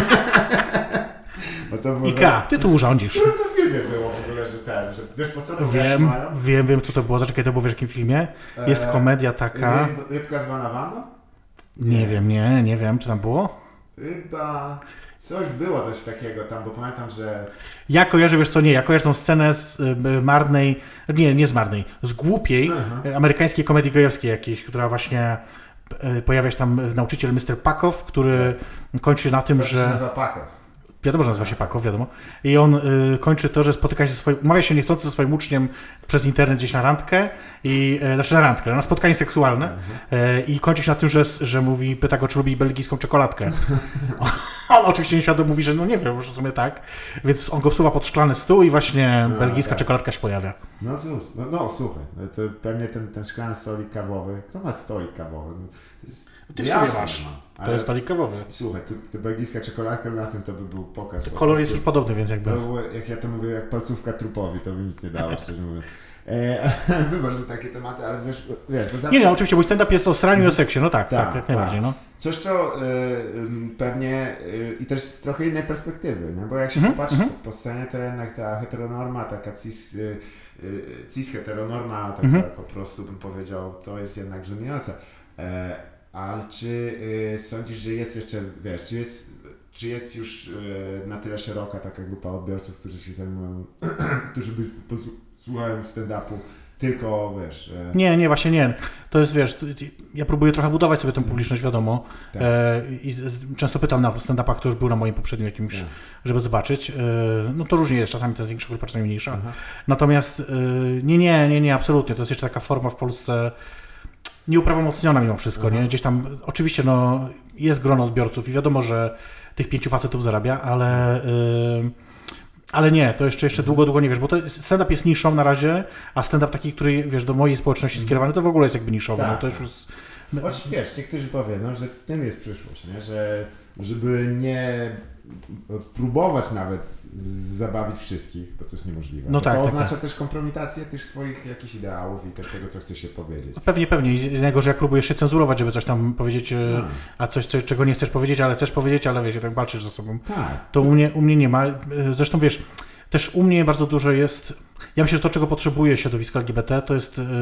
No to było Ika, za... ty tu urządzisz. W którym to filmie było w ogóle, że ten, że wiesz po co to Wiem, mają? wiem, wiem co to było, zaczekaj, to było w jakim filmie? Jest Eee, komedia taka... Ryb, rybka zwana Wanda? Nie, nie wiem, nie, nie wiem, czy tam było? Chyba... Coś było coś takiego tam, bo pamiętam, że... Ja kojarzę, wiesz co, nie, ja kojarzę tą scenę z y, marnej, nie, nie z marnej, z głupiej Aha. amerykańskiej komedii gejowskiej jakiejś, która właśnie y, pojawia się tam nauczyciel mister Pakow, który kończy na tym, To się że... nazywa Pakow. Wiadomo, że nazywa się Pakow, wiadomo. I on y, kończy to, że spotyka się ze swoim, umawia się niechcący ze swoim uczniem przez internet gdzieś na randkę, i, y, znaczy na randkę, na spotkanie seksualne y, i kończy się na tym, że, że mówi, pyta go, czy lubi belgijską czekoladkę. On oczywiście nieświadomie mówi, że no nie wiem, już w sumie tak, więc on go wsuwa pod szklany stół i właśnie No, belgijska tak. czekoladka się pojawia. No cóż, no, no słuchaj, no to pewnie ten, ten szklany stolik kawowy, kto ma stolik kawowy? To jest, Ty w ja sumie już nie masz. mam, To ale- jest stolik kawowy. Słuchaj, tu, tu belgijska czekoladka, na tym to by był pokaz. po Kolor jest prostu. już podobny, więc jakby... To było, jak ja to mówię, jak palcówka trupowi, to by nic nie dało, szczerze mówiąc. E, wybacz za takie tematy, ale wiesz, wiesz bo zawsze... Nie, no oczywiście, mój stand-up jest o sraniu i o seksie, no tak, tak, Tak, jak najbardziej, no. Coś, co y, y, pewnie y, i też z trochę innej perspektywy, no bo jak się Mhm, popatrzy mhm. po, po scenie, to jednak ta heteronorma, taka cis, y, y, cis heteronorma, taka Mhm. po prostu bym powiedział, to jest jednak żenujące. E, ale czy y, sądzisz, że jest jeszcze, wiesz, czy jest, czy jest już y, na tyle szeroka taka grupa odbiorców, którzy się zajmują, którzy by posłuchają stand-upu, tylko, wiesz... E, Nie, nie, właśnie nie. To jest, wiesz, t- t- ja próbuję trochę budować sobie tę publiczność, wiadomo. Tak. E, I z, często pytam na stand-upach, kto już był na moim poprzednim jakimś, Tak. żeby zobaczyć. E, no to różnie jest, czasami to jest większa grupa, czasami mniejsza. Aha. Natomiast e, nie, nie, nie, nie, absolutnie. To jest jeszcze taka forma w Polsce nieuprawomocniona mimo wszystko, Aha. nie? Gdzieś tam, oczywiście, no, jest grono odbiorców i wiadomo, że tych pięciu facetów zarabia, ale... E, Ale nie, to jeszcze, jeszcze długo, długo nie wiesz, bo to jest- stand-up jest niszą na razie, a stand-up taki, który, wiesz, do mojej społeczności skierowany, to w ogóle jest jakby niszowy, Tak. no to już jest... Choć wiesz, niektórzy powiedzą, że tym jest przyszłość, nie? Że żeby nie próbować nawet zabawić wszystkich, bo to jest niemożliwe. No Bo tak, to tak, oznacza tak. też kompromitację tych swoich jakichś ideałów i też tego, co chcesz się powiedzieć. No pewnie, pewnie. I z innego, że jak próbujesz się cenzurować, żeby coś tam powiedzieć, e, No. a coś, co, czego nie chcesz powiedzieć, ale chcesz powiedzieć, ale wiesz, tak walczysz ze sobą. Tak. To u mnie, u mnie nie ma. E, Zresztą wiesz, też u mnie bardzo dużo jest... Ja myślę, że to, czego potrzebuje środowisko L G B T, to jest e,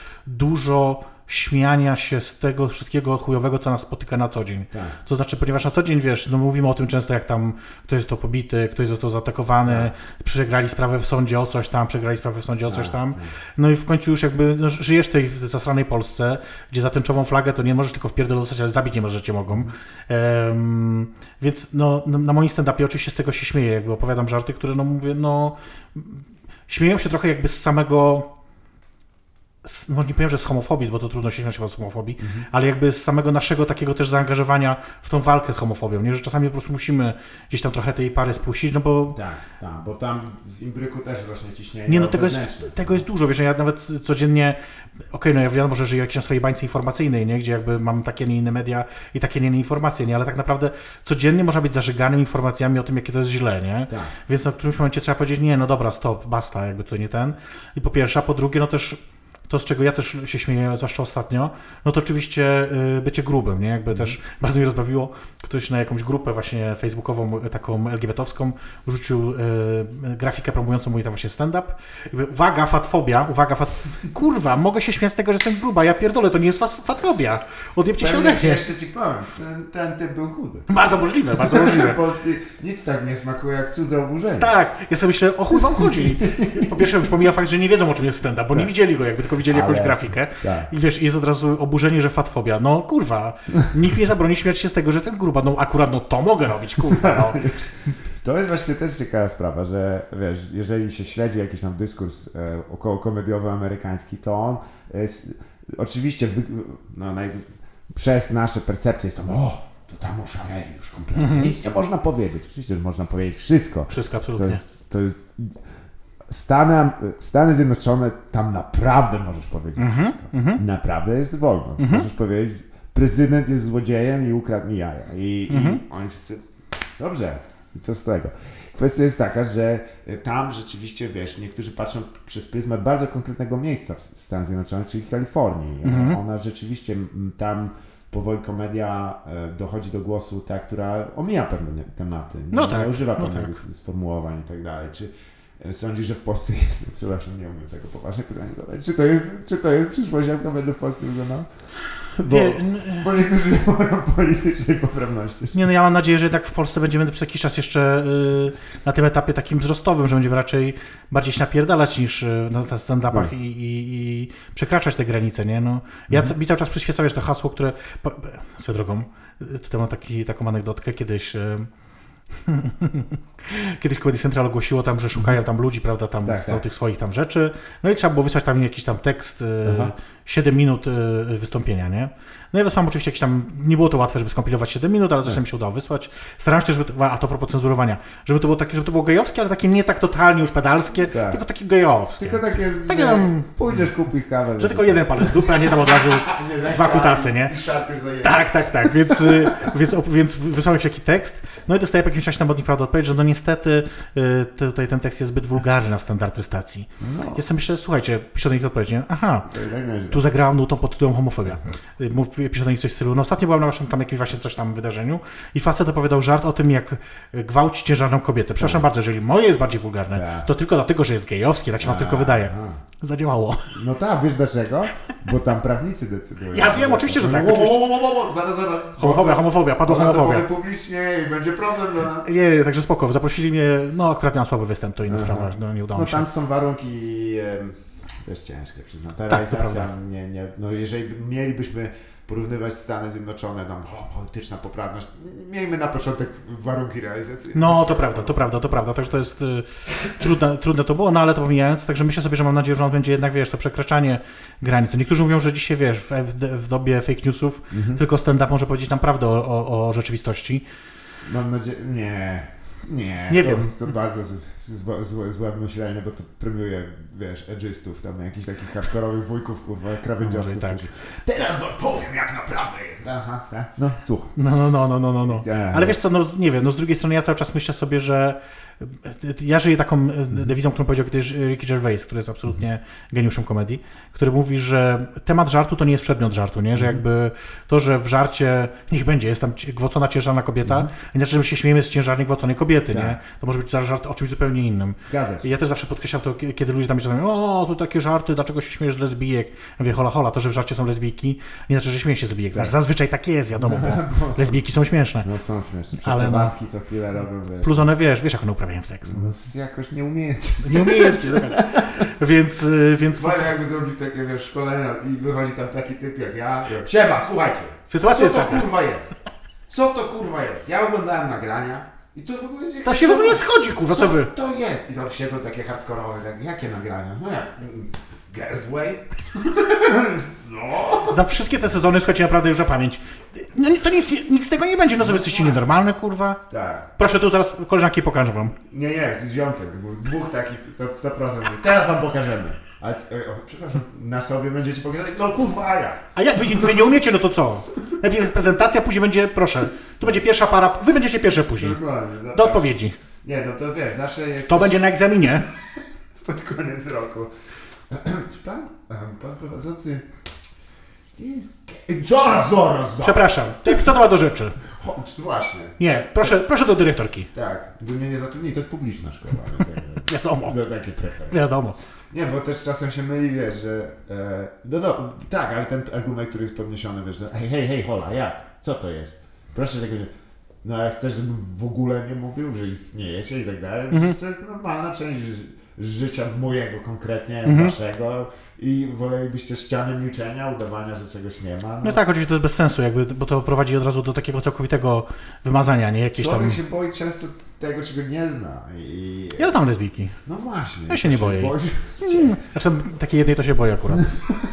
dużo śmiania się z tego wszystkiego chujowego, co nas spotyka na co dzień. Tak. To znaczy, ponieważ na co dzień, wiesz, no mówimy o tym często, jak tam ktoś został pobity, ktoś został zaatakowany, przegrali sprawę w sądzie o coś tam, przegrali sprawę w sądzie o coś Tak, tam. tak. No i w końcu już jakby no, żyjesz w tej zasranej Polsce, gdzie za tęczową flagę to nie możesz tylko w pierdol dostać, ale zabić nie możesz, że cię mogą. Um, więc no, no, na moim stand-upie oczywiście z tego się śmieję, jakby opowiadam żarty, które no mówię, no śmieją się trochę jakby z samego... z- może nie powiem, że z homofobii, bo to trudno się śmiać chyba z homofobii, Mhm. ale jakby z samego naszego takiego też zaangażowania w tą walkę z homofobią, nie? Że czasami po prostu musimy gdzieś tam trochę tej pary spuścić, no bo Tak, tak, bo tam w Imbryku też rośnie ciśnienie. nie, no tego wewnętrzne. jest, tego jest dużo, wiesz, ja nawet codziennie, okej, no ja wiadomo, że żyję w jakiejś tam swojej bańce informacyjnej, nie? Gdzie jakby mam takie, nie inne media i takie, nie inne informacje, nie? Ale tak naprawdę codziennie można być zażyganym informacjami o tym, jakie to jest źle, nie? Tak. Więc na którymś momencie trzeba powiedzieć, nie, no dobra, stop, basta, jakby to nie ten. I po pierwsze, a po drugie, no też to, z czego ja też się śmieję, zwłaszcza ostatnio, no to oczywiście y, bycie grubym, nie? Jakby też bardzo mnie rozbawiło, ktoś na jakąś grupę właśnie facebookową, y, taką L G B T owską, rzucił y, y, grafikę promującą mój tam właśnie stand-up. I mówię, uwaga, fatfobia, uwaga, fat... Kurwa, mogę się śmiać z tego, że jestem gruba, ja pierdolę, to nie jest fat- fatfobia. Odjebcie się Pewnie ode mnie. jeszcze ci powiem, ten, ten typ był chudy. Bardzo możliwe, bardzo możliwe. Bo ty- nic tak nie smakuje jak cudze oburzenie. Tak, ja sobie myślę, o chuj wam chodzi. Po pierwsze już pomija fakt, że nie wiedzą, o czym jest stand-up, bo nie widzieli go, jakby tylko widzieli jakąś Ale- grafikę. Tak. I wiesz, jest od razu oburzenie, że fatfobia. No kurwa, nikt mnie zabroni śmiać się z tego, że jestem gruba. No akurat no to mogę robić, kurwa. No. To jest właśnie też ciekawa sprawa, że wiesz, jeżeli się śledzi jakiś tam dyskurs e, około komediowy amerykański, to on jest, oczywiście wy, no, naj, przez nasze percepcje jest tam, o, to tam oszaleli już kompletnie, Mhm. nic nie można powiedzieć. Oczywiście, że można powiedzieć wszystko. Wszystko, To absolutnie. jest, to jest Stany, Stany Zjednoczone, tam naprawdę możesz powiedzieć Mhm, wszystko. Naprawdę jest wolno. Możesz powiedzieć, prezydent jest złodziejem i ukradł mi jaja. I, Mhm. i oni wszyscy, dobrze, i co z tego? kwestia jest taka, że tam rzeczywiście, wiesz, niektórzy patrzą przez pryzmat bardzo konkretnego miejsca w Stanach Zjednoczonych, czyli Kalifornii. Mhm. Ona rzeczywiście tam powoli komedia dochodzi do głosu ta, która omija pewne tematy, no nie, tak, nie używa no pewnych tak. sformułowań i tak dalej. Czy sądzisz, że w Polsce jest, przepraszam, nie umiem tego poważnie pytania zadać, czy to jest, czy to jest przyszłość, jak to będzie w Polsce wyglądało? Bo, Wie, bo niektórzy nie mają politycznej poprawności. Nie, no ja mam nadzieję, że jednak w Polsce będziemy przez jakiś czas jeszcze y, na tym etapie takim wzrostowym, że będziemy raczej bardziej się napierdalać niż y, na, na stand-upach no. i, i, i przekraczać te granice, nie? No, ja mhm. mi cały czas przyświeca, wiesz, to hasło, które... Po, swoją drogą, tutaj mam taki, taką anegdotkę, kiedyś... Y, Kiedyś Comedy Central ogłosiło tam, że szukają tam ludzi, prawda, tam tak, do tak. tych swoich tam rzeczy. No i trzeba było wysłać tam jakiś tam tekst, Aha. siedem minut wystąpienia, nie? No ja wysłałem oczywiście jakiś tam, nie było to łatwe, żeby skompilować siedem minut, ale zresztą mi się udało wysłać. Starałem się też, żeby to, a to propos cenzurowania, żeby to było takie, żeby to było gejowskie, ale takie nie tak totalnie już pedalskie, tak. tylko takie gejowskie. Tylko takie, takie że tam, pójdziesz kupić kawę. Że tylko jeden palec w dupę, a nie tam od razu dwa kutasy, nie? Tak, tak, tak, więc, więc, więc wysłałem jakiś taki tekst, no i dostaję po jakimś czasie tam od nich prawda odpowiedź, że no niestety tutaj ten tekst jest zbyt wulgarny na standardy stacji. No. Ja sobie myślę, słuchajcie, piszę do nich odpowiedź, nie? Aha, tu zagrałam nutą pod tytułem homofobia. Mów, piszę do nich coś w stylu, no ostatnio byłam na waszym tam jakimś właśnie coś tam wydarzeniu i facet opowiadał żart o tym, jak gwałci ciężarną kobietę. Przepraszam tak. bardzo, jeżeli moje jest bardziej wulgarne, tak. to tylko dlatego, że jest gejowskie, tak się wam tylko wydaje. Zadziałało. No tak, wiesz dlaczego? Bo tam prawnicy decydują. Ja wiem, oczywiście, że tak. Zaraz, zaraz. Homofobia, homofobia, padła homofobia. To publicznie i będzie problem dla nas. Nie, także spoko. Zaprosili mnie, no akurat miałem słaby występ, to inna Aha. sprawa, no nie udało no, mi się. No tam są warunki też ciężkie, przyznam. Ta tak, realizacja, nie, nie, no jeżeli mielibyśmy porównywać Stany Zjednoczone, tam o, polityczna poprawność, miejmy na początek warunki realizacji. No to prawda, to prawda, to prawda, także to jest y, trudne, trudne to było, no ale to pomijając, także myślę sobie, że mam nadzieję, że on będzie jednak, wiesz, to przekraczanie granic. To niektórzy mówią, że dzisiaj, wiesz, w, w dobie fake newsów mhm. tylko stand-up może powiedzieć nam prawdę o, o, o rzeczywistości. Mam nadzieję, nie, nie, nie to, wiem. To bardzo złe, złe, złe myślenie, bo to premiuje, wiesz, edżystów, tam jakichś takich hardkorowych wujków, kurwa, krawędziowców. Tak. Teraz wam powiem, jak naprawdę jest. Aha, tak. No, słuchaj. No, no, no, no, no, no. Ale wiesz co, no nie wiem, no z drugiej strony ja cały czas myślę sobie, że ja żyję taką dewizją, którą powiedział kiedyś Ricky Gervais, który jest absolutnie geniuszem komedii, który mówi, że temat żartu to nie jest przedmiot żartu, nie? Że jakby to, że w żarcie niech będzie, jest tam gwałcona ciężarna kobieta, mm. nie znaczy, że my się śmiejemy z ciężarnej gwałconej kobiety, tak. nie? To może być żart o czymś zupełnie innym. Zgadza się. I ja też zawsze podkreślam to, kiedy ludzie tam się mówią, o, tu takie żarty, dlaczego się śmiejesz z lesbijek? Ja mówię, hola, hola, to, że w żarcie są lesbijki, nie znaczy, że śmieję się z lesbijek. Tak. Zazwyczaj tak jest, wiadomo, bo, bo lesbijki są śmieszne. No są śmieszne. Ale no, co chwilę robią, wiesz. Plus one, wiesz, wiesz, jak one uprawiają seks. No, jakoś nieumiejętnie. Nieumiejętnie, więc... więc Fajnie to... jakby zrobić takie, wiesz, szkolenia i wychodzi tam taki typ jak ja. Siema, słuchajcie. Sytuacja co jest to taka. kurwa jest? Co to kurwa jest? Ja oglądałem nagrania i to w ogóle jest... To się w ogóle nie schodzi, kurwa, co, co wy? To jest. I tam siedzą takie hardkorowe, tak, jakie nagrania? No jak? Gasway? Co? Znam wszystkie te sezony, słuchajcie, naprawdę już na pamięć. No to nic, nic z tego nie będzie, no co wy jesteście nienormalne, kurwa? Tak. Proszę, tu zaraz koleżanki pokażę wam. Nie, nie, z ziomkiem, dwóch takich, to sto procent. Teraz wam pokażemy. Ale, o, przepraszam, na sobie będziecie pokazać? No kurwa, a jak? A jak wy, wy nie umiecie, no to co? Najpierw jest prezentacja, później będzie, proszę, tu będzie pierwsza para, wy będziecie pierwsze później. Dokładnie. No, do odpowiedzi. Nie, no to wiesz, zawsze jest... To będzie na egzaminie. Pod koniec roku. Czy pan, pan prowadzący... Jest... Zaraz, zaraz, zaraz. Przepraszam, co to ma do rzeczy? Chodź, właśnie. Nie, proszę, proszę do dyrektorki. Tak, gdy mnie nie zatrudnili, to jest publiczna szkoła. Więc wiadomo. Za takie preferencje. Wiadomo. Nie, bo też czasem się myli, wiesz, że... E, no, no, tak, ale ten argument, który jest podniesiony, wiesz, że hej, hej, hej, hola, jak? Co to jest? Proszę tego nie... No ale chcesz, żebym w ogóle nie mówił, że istniejecie i tak dalej? Mm-hmm. To jest normalna część życia mojego konkretnie, mm-hmm. waszego i wolelibyście ściany milczenia, udawania, że czegoś nie ma. No, no tak, oczywiście to jest bez sensu, jakby, bo to prowadzi od razu do takiego całkowitego wymazania, nie? Jakieś Człowiek tam... się boi często tego, czego nie zna. I... Ja znam lesbijki. No właśnie. Ja się nie boję. Hmm. Znaczy takiej jednej to się boję akurat.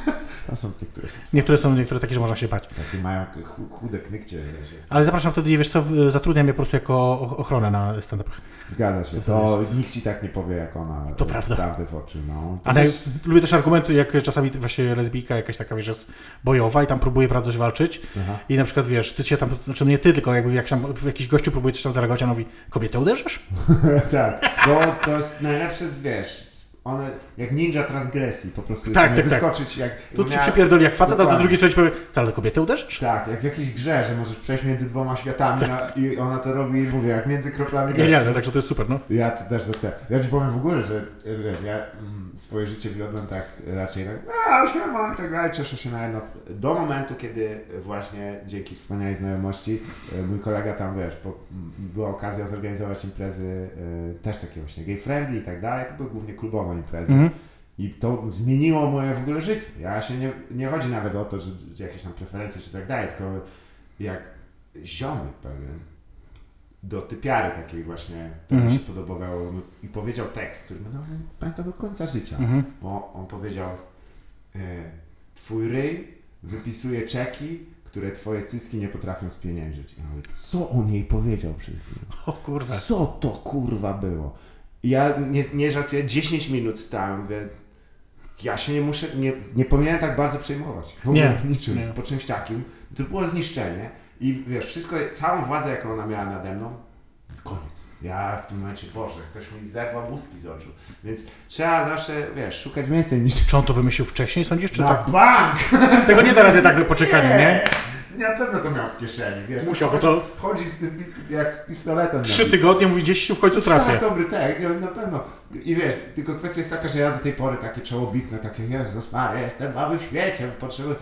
To są niektóre. Niektóre są niektóre takie, że można się bać. Takie mają chude knykcie. Wiecie. Ale zapraszam wtedy, wiesz co, zatrudniam je po prostu jako ochronę na stand-upach. Zgadza się. To, to jest... nikt ci tak nie powie, jak ona to prawda. prawdę w oczy. No. A też... naj... lubię też argumenty, jak czasami właśnie lesbijka jakaś taka, wiesz, jest bojowa i tam próbuje prawda coś walczyć. Aha. I na przykład, wiesz, ty się tam, znaczy nie ty, tylko jakby jak tam jakiś gościu próbuje coś tam zareagować, a on mówi, kobietę uderzysz? Tak, bo to jest najlepsze, wiesz, one jak ninja transgresji, po prostu tak, tak, wyskoczyć tak. jak... Tu ci przypierdoli jak facet, a z drugiej strony ci powie, co, ale kobietę uderzysz? Tak, jak w jakiejś grze, że możesz przejść między dwoma światami tak. na, i ona to robi, mówię, jak między kroplami. Nie, nie, także to jest super, no. Ja to też doceniam. Ja ci powiem w ogóle, że wiesz, ja mm, swoje życie wiodłem tak raczej tak, a siema, tak dalej, cieszę się na jedno. Do momentu, kiedy właśnie dzięki wspaniałej znajomości mój kolega tam, wiesz, po, była okazja zorganizować imprezy y, też takie właśnie gay friendly i tak dalej, to były głównie klubowe imprezy. Mm-hmm. I to zmieniło moje w ogóle życie. Ja się nie, nie chodzi nawet o to, że, że jakieś tam preferencje czy tak dalej, tylko jak ziomek pewien do typiary takiej właśnie, to mm-hmm. mi się podobało i powiedział tekst, który no, pamiętam do końca życia, mm-hmm. bo on powiedział e, twój ryj wypisuje czeki, które twoje cyski nie potrafią spieniężyć. I ja mówię, co on jej powiedział przed chwilą? O kurwa. Co to kurwa było? I ja nie, nie żartuję, dziesięć minut stałem, mówię, ja się nie muszę, nie, nie powinienem tak bardzo przejmować. W ogóle nie, niczym, nie. Po czymś takim. To było zniszczenie i wiesz, wszystko, całą władzę, jaką ona miała nade mną, koniec. Ja w tym momencie, Boże, ktoś mi zerwał mózgi z oczu. Więc trzeba zawsze, wiesz, szukać więcej niż... Czy on to wymyślił wcześniej, sądzisz, czy na tak? bank! Tego nie da rady tak po czekaniu, nie? nie? Na pewno to miał w kieszeni, wiesz. Musiał, bo to... Chodzi z tym jak z pistoletem. Trzy tygodnie, mówi, gdzieś w końcu trafię. Tak, dobry tekst, ja na pewno. I wiesz, tylko kwestia jest taka, że ja do tej pory takie czołobitne, takie, Jezus Maria, jestem mały w świecie, potrzebuję...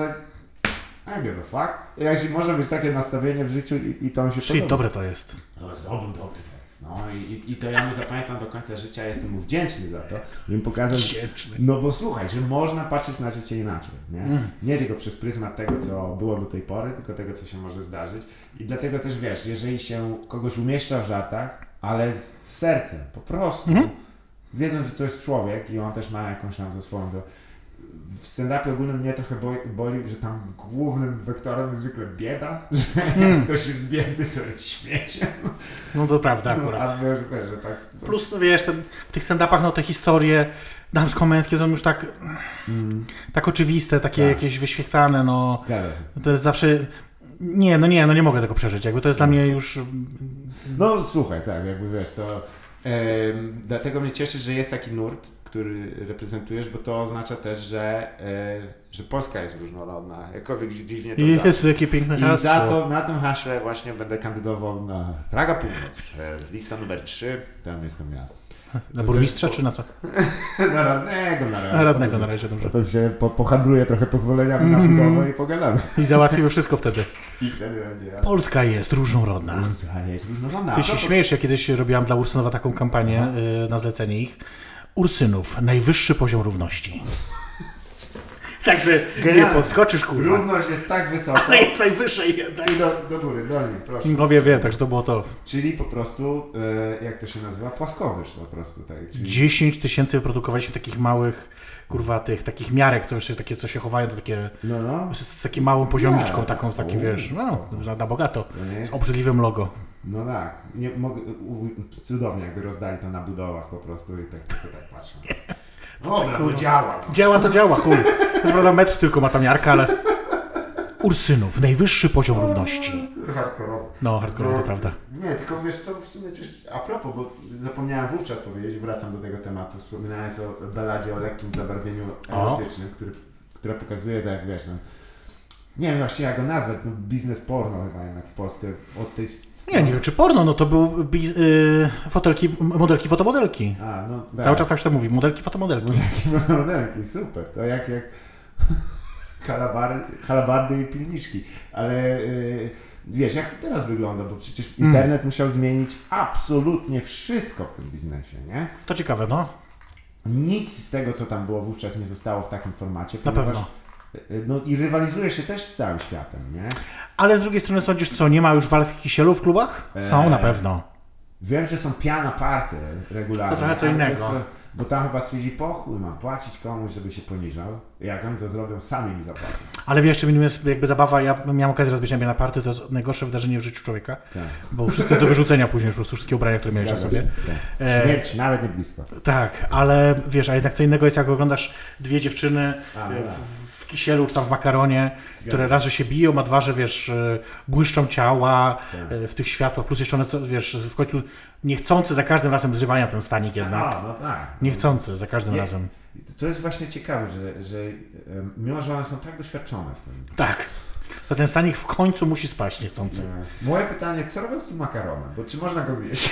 I give a fuck. Jeśli może być takie nastawienie w życiu i, i to on się Shit, podoba. Dobre to jest. To jest dobry, dobry tekst. No i, i to ja mu zapamiętam do końca życia, jestem mu wdzięczny za to. Bym pokazał, wdzięczny. No bo słuchaj, że można patrzeć na życie inaczej. Nie? Mm. nie tylko przez pryzmat tego, co było do tej pory, tylko tego, co się może zdarzyć. I dlatego też wiesz, jeżeli się kogoś umieszcza w żartach, ale z sercem, po prostu, mm. wiedząc, że to jest człowiek i on też ma jakąś tam ze swoją... Do, w stand-upie ogólnym mnie trochę boli, boli, że tam głównym wektorem jest zwykle bieda, że mm. jak ktoś jest biedny, to jest śmieciem. No to prawda akurat. No, a wiesz, wiesz, że tak... Plus, no wiesz, ten, w tych stand-upach no te historie damsko-męskie są już tak mm. tak oczywiste, takie tak. jakieś wyświechtane, no. Gale. To jest zawsze... Nie, no nie, no nie mogę tego przeżyć, jakby to jest mm. dla mnie już... No słuchaj, tak, jakby wiesz, to... Yy, dlatego mnie cieszy, że jest taki nurt, który reprezentujesz, bo to oznacza też, że, e, że Polska jest różnorodna, jakkolwiek dziwnie to jest jakie piękne hasło. I za to, na tym haśle właśnie będę kandydował na Praga Północ, e, lista numer trzy, tam jestem ja. Na burmistrza czy na co? na radnego na razie. Na radnego na razie, dobrze. To się po, pohandluję trochę pozwoleniami mm. na budowę i pogadamy. I załatwimy wszystko wtedy. I wtedy będzie. Ja. Polska jest różnorodna. Polska jest różnorodna. Ty się to... śmiejesz, ja kiedyś robiłam dla Ursynowa taką kampanię y, na zlecenie ich. Ursynów, najwyższy poziom równości. Także nie podskoczysz, kurwa. Równość jest tak wysoka. Ale jest najwyższej. I do, do góry, do niej, proszę. No wie, wie, także to było to. Czyli po prostu, e, jak to się nazywa? Płaskowyż po prostu. Tak? Czyli... dziesięć tysięcy wyprodukowaliśmy takich małych, kurwa, tych takich miarek, co jeszcze takie, co się chowają, to takie, no, no. Z, z taką małą poziomiczką, nie, taką, z takim, wiesz, no, na bogato, jest... z obrzydliwym logo. No tak, nie, mogę, u, cudownie jakby rozdali to na budowach po prostu i tak, tak, tak patrzę. O, no, działa. Działa to działa, chuj. To prawda, metr tylko ma ta miarka, ale... Ursynów, najwyższy poziom równości. Hardkorowo. No, hardkorowo, no, to prawda. Nie, tylko wiesz co, w sumie coś, a propos, bo zapomniałem wówczas powiedzieć, wracam do tego tematu, wspominając o balladzie o lekkim zabarwieniu erotycznym, który, która pokazuje tak, jak wiesz, no, nie wiem właściwie jak go nazwać, no biznes porno chyba jednak w Polsce od tej strony. Nie, nie wiem czy porno, no to był biz, yy, fotelki, modelki, fotomodelki. A, no, tak. Cały czas tak się to mówi, modelki, fotomodelki. Modelki, fotomodelki, super, to jak, jak halabardy, halabardy i pilniczki, ale yy, wiesz jak to teraz wygląda, bo przecież mm. internet musiał zmienić absolutnie wszystko w tym biznesie, nie? To ciekawe, no. Nic z tego, co tam było wówczas nie zostało w takim formacie, na pewno. No i rywalizujesz się też z całym światem, nie? Ale z drugiej strony sądzisz co, nie ma już walk kisielu w klubach? Są eee, na pewno. Wiem, że są piana party regularnie. To trochę co innego. To, bo tam chyba stwierdzi, po chuj mam płacić komuś, żeby się poniżał. Jak oni to zrobią, sami mi zapłacą. Ale wiesz, jeszcze jest jakby zabawa, ja miałem okazję raz być na party, to jest najgorsze wydarzenie w życiu człowieka, tak. Bo wszystko jest do wyrzucenia później, już po prostu wszystkie ubrania, które miałeś na sobie. Tak. Śmierć, e... nawet nie blisko. Tak, ale wiesz, a jednak co innego jest, jak oglądasz dwie dziewczyny a, w, w kisielu, czy tam w makaronie, Zgadza. które raz, że się biją, a dwa, że wiesz, błyszczą ciała tak. w tych światłach, plus jeszcze one, wiesz, w końcu niechcący za każdym razem zrywają ten stanik jednak. A, no tak. Niechcący za każdym nie. razem. To jest właśnie ciekawe, że, że mimo, że one są tak doświadczone w tym. Tak. To ten stanik w końcu musi spaść niechcący. Nie. Moje pytanie jest, co robią z tym makaronem? Bo czy można go zjeść?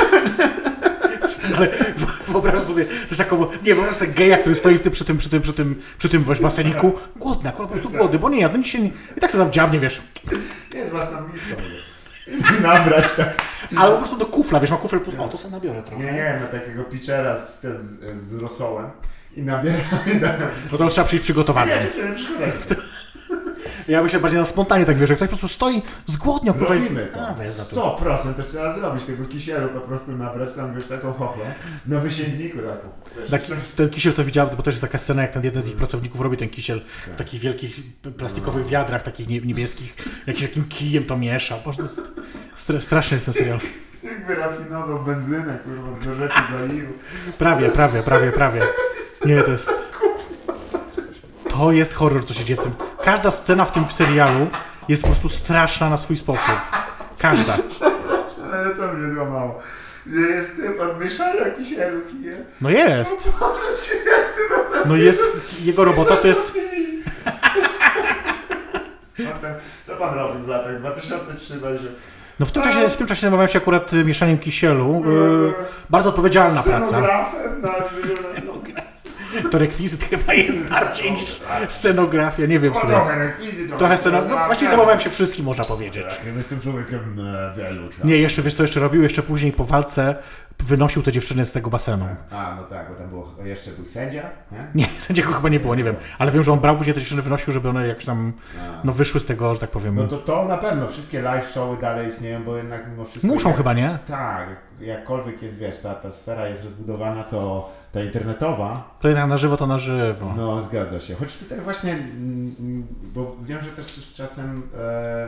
Ale wyobraź sobie, to jest taką, nie, wyobraź sobie geja, który stoi w tym, przy tym, przy tym, przy tym, przy tym właśnie baseniku, głodny, akurat po prostu głodny, bo nie jadł, dzisiaj nie, i tak to tam dziabnie, wiesz. Jest was tam blisko. I nabrać tak. Ale po prostu do kufla, wiesz, ma kufel, o, to sobie nabiorę trochę. Nie, nie, ma takiego pitchera z tym, z, z rosołem i nabieram. No to trzeba przyjść przygotowany. Nie, nie, nie przeszkadzać. Ja myślę bardziej na spontanie, tak wiesz, że ktoś po prostu stoi zgłodniał. Robimy to. sto procent to trzeba zrobić, tego kisielu po prostu nabrać, tam wiesz, taką chochlą na wysięgniku taką. Wiesz, Taki, ten kisiel to widziałem, bo też jest taka scena, jak ten jeden z ich pracowników robi ten kisiel tak. w takich wielkich plastikowych wiadrach, takich niebieskich, jakimś takim kijem to miesza. Boże, to jest stra- straszny jest ten serial. Jakby rafinował benzynę, kurwa, do rzeczy zalił. Prawie, prawie, prawie, prawie. Nie, to jest... To jest horror, co się dzieje w tym. Każda scena w tym serialu jest po prostu straszna na swój sposób. Każda. Ale to mnie złamało. Że jest typ od mieszania kisielu kije. No jest. No jest, jego robota to jest... Co pan robił w latach dwa tysiące trzeci? No w tym czasie, w tym czasie zajmowałem się akurat mieszaniem kisielu. Yy, bardzo odpowiedzialna praca. Scenografem na... To rekwizyt chyba jest bardziej niż scenografia, nie wiem w sumie. Trochę rekwizyt, trochę scenografia. No właściwie zajmowałem się wszystkim, można powiedzieć. Tak, jestem człowiekiem wielu. Nie, jeszcze wiesz co jeszcze robił? Jeszcze później po walce wynosił te dziewczyny z tego basenu. A, no tak, bo tam było, jeszcze był sędzia, nie? Nie, sędziego chyba nie było, nie wiem. Ale wiem, że on brał później te dziewczyny, wynosił, żeby one jakoś tam no, wyszły z tego, że tak powiem. No to to na pewno, wszystkie live showy dalej istnieją, bo jednak mimo wszystko... Muszą jak, chyba, nie? Tak, jakkolwiek jest, wiesz, ta, ta sfera jest rozbudowana, to ta internetowa... To jednak na żywo, to na żywo. No, zgadza się. Choć tutaj właśnie, bo wiem, że też czasem... E,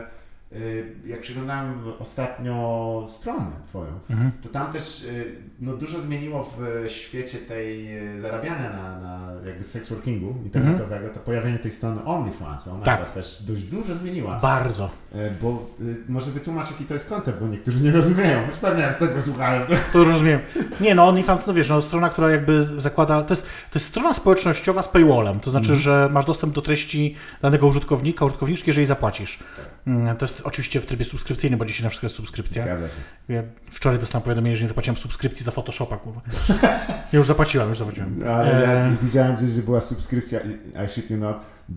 jak przeglądałem ostatnio stronę twoją, mhm. to tam też no, dużo zmieniło w świecie tej zarabiania na, na jakby sex workingu internetowego, mhm. to pojawienie tej strony OnlyFans, ona tak. też dość dużo zmieniła. Bardzo. Bo może wytłumacz, jaki to jest koncept, bo niektórzy nie rozumieją, choć pewnie jak tego słuchają. To, to rozumiem. Nie no, OnlyFans, no wiesz, no, strona, która jakby zakłada, to jest, to jest strona społecznościowa z paywallem, to znaczy, mhm. że masz dostęp do treści danego użytkownika, użytkowniczki, jeżeli zapłacisz. Tak. To jest oczywiście w trybie subskrypcyjnym, bo dzisiaj na wszystko jest subskrypcja. Zgadza się. Ja wczoraj dostałem powiadomienie, że nie zapłaciłem subskrypcji za Photoshopa, kurwa. Ja już zapłaciłem, już zapłaciłem. Ale ja e... widziałem gdzieś, że była subskrypcja, I shit you not,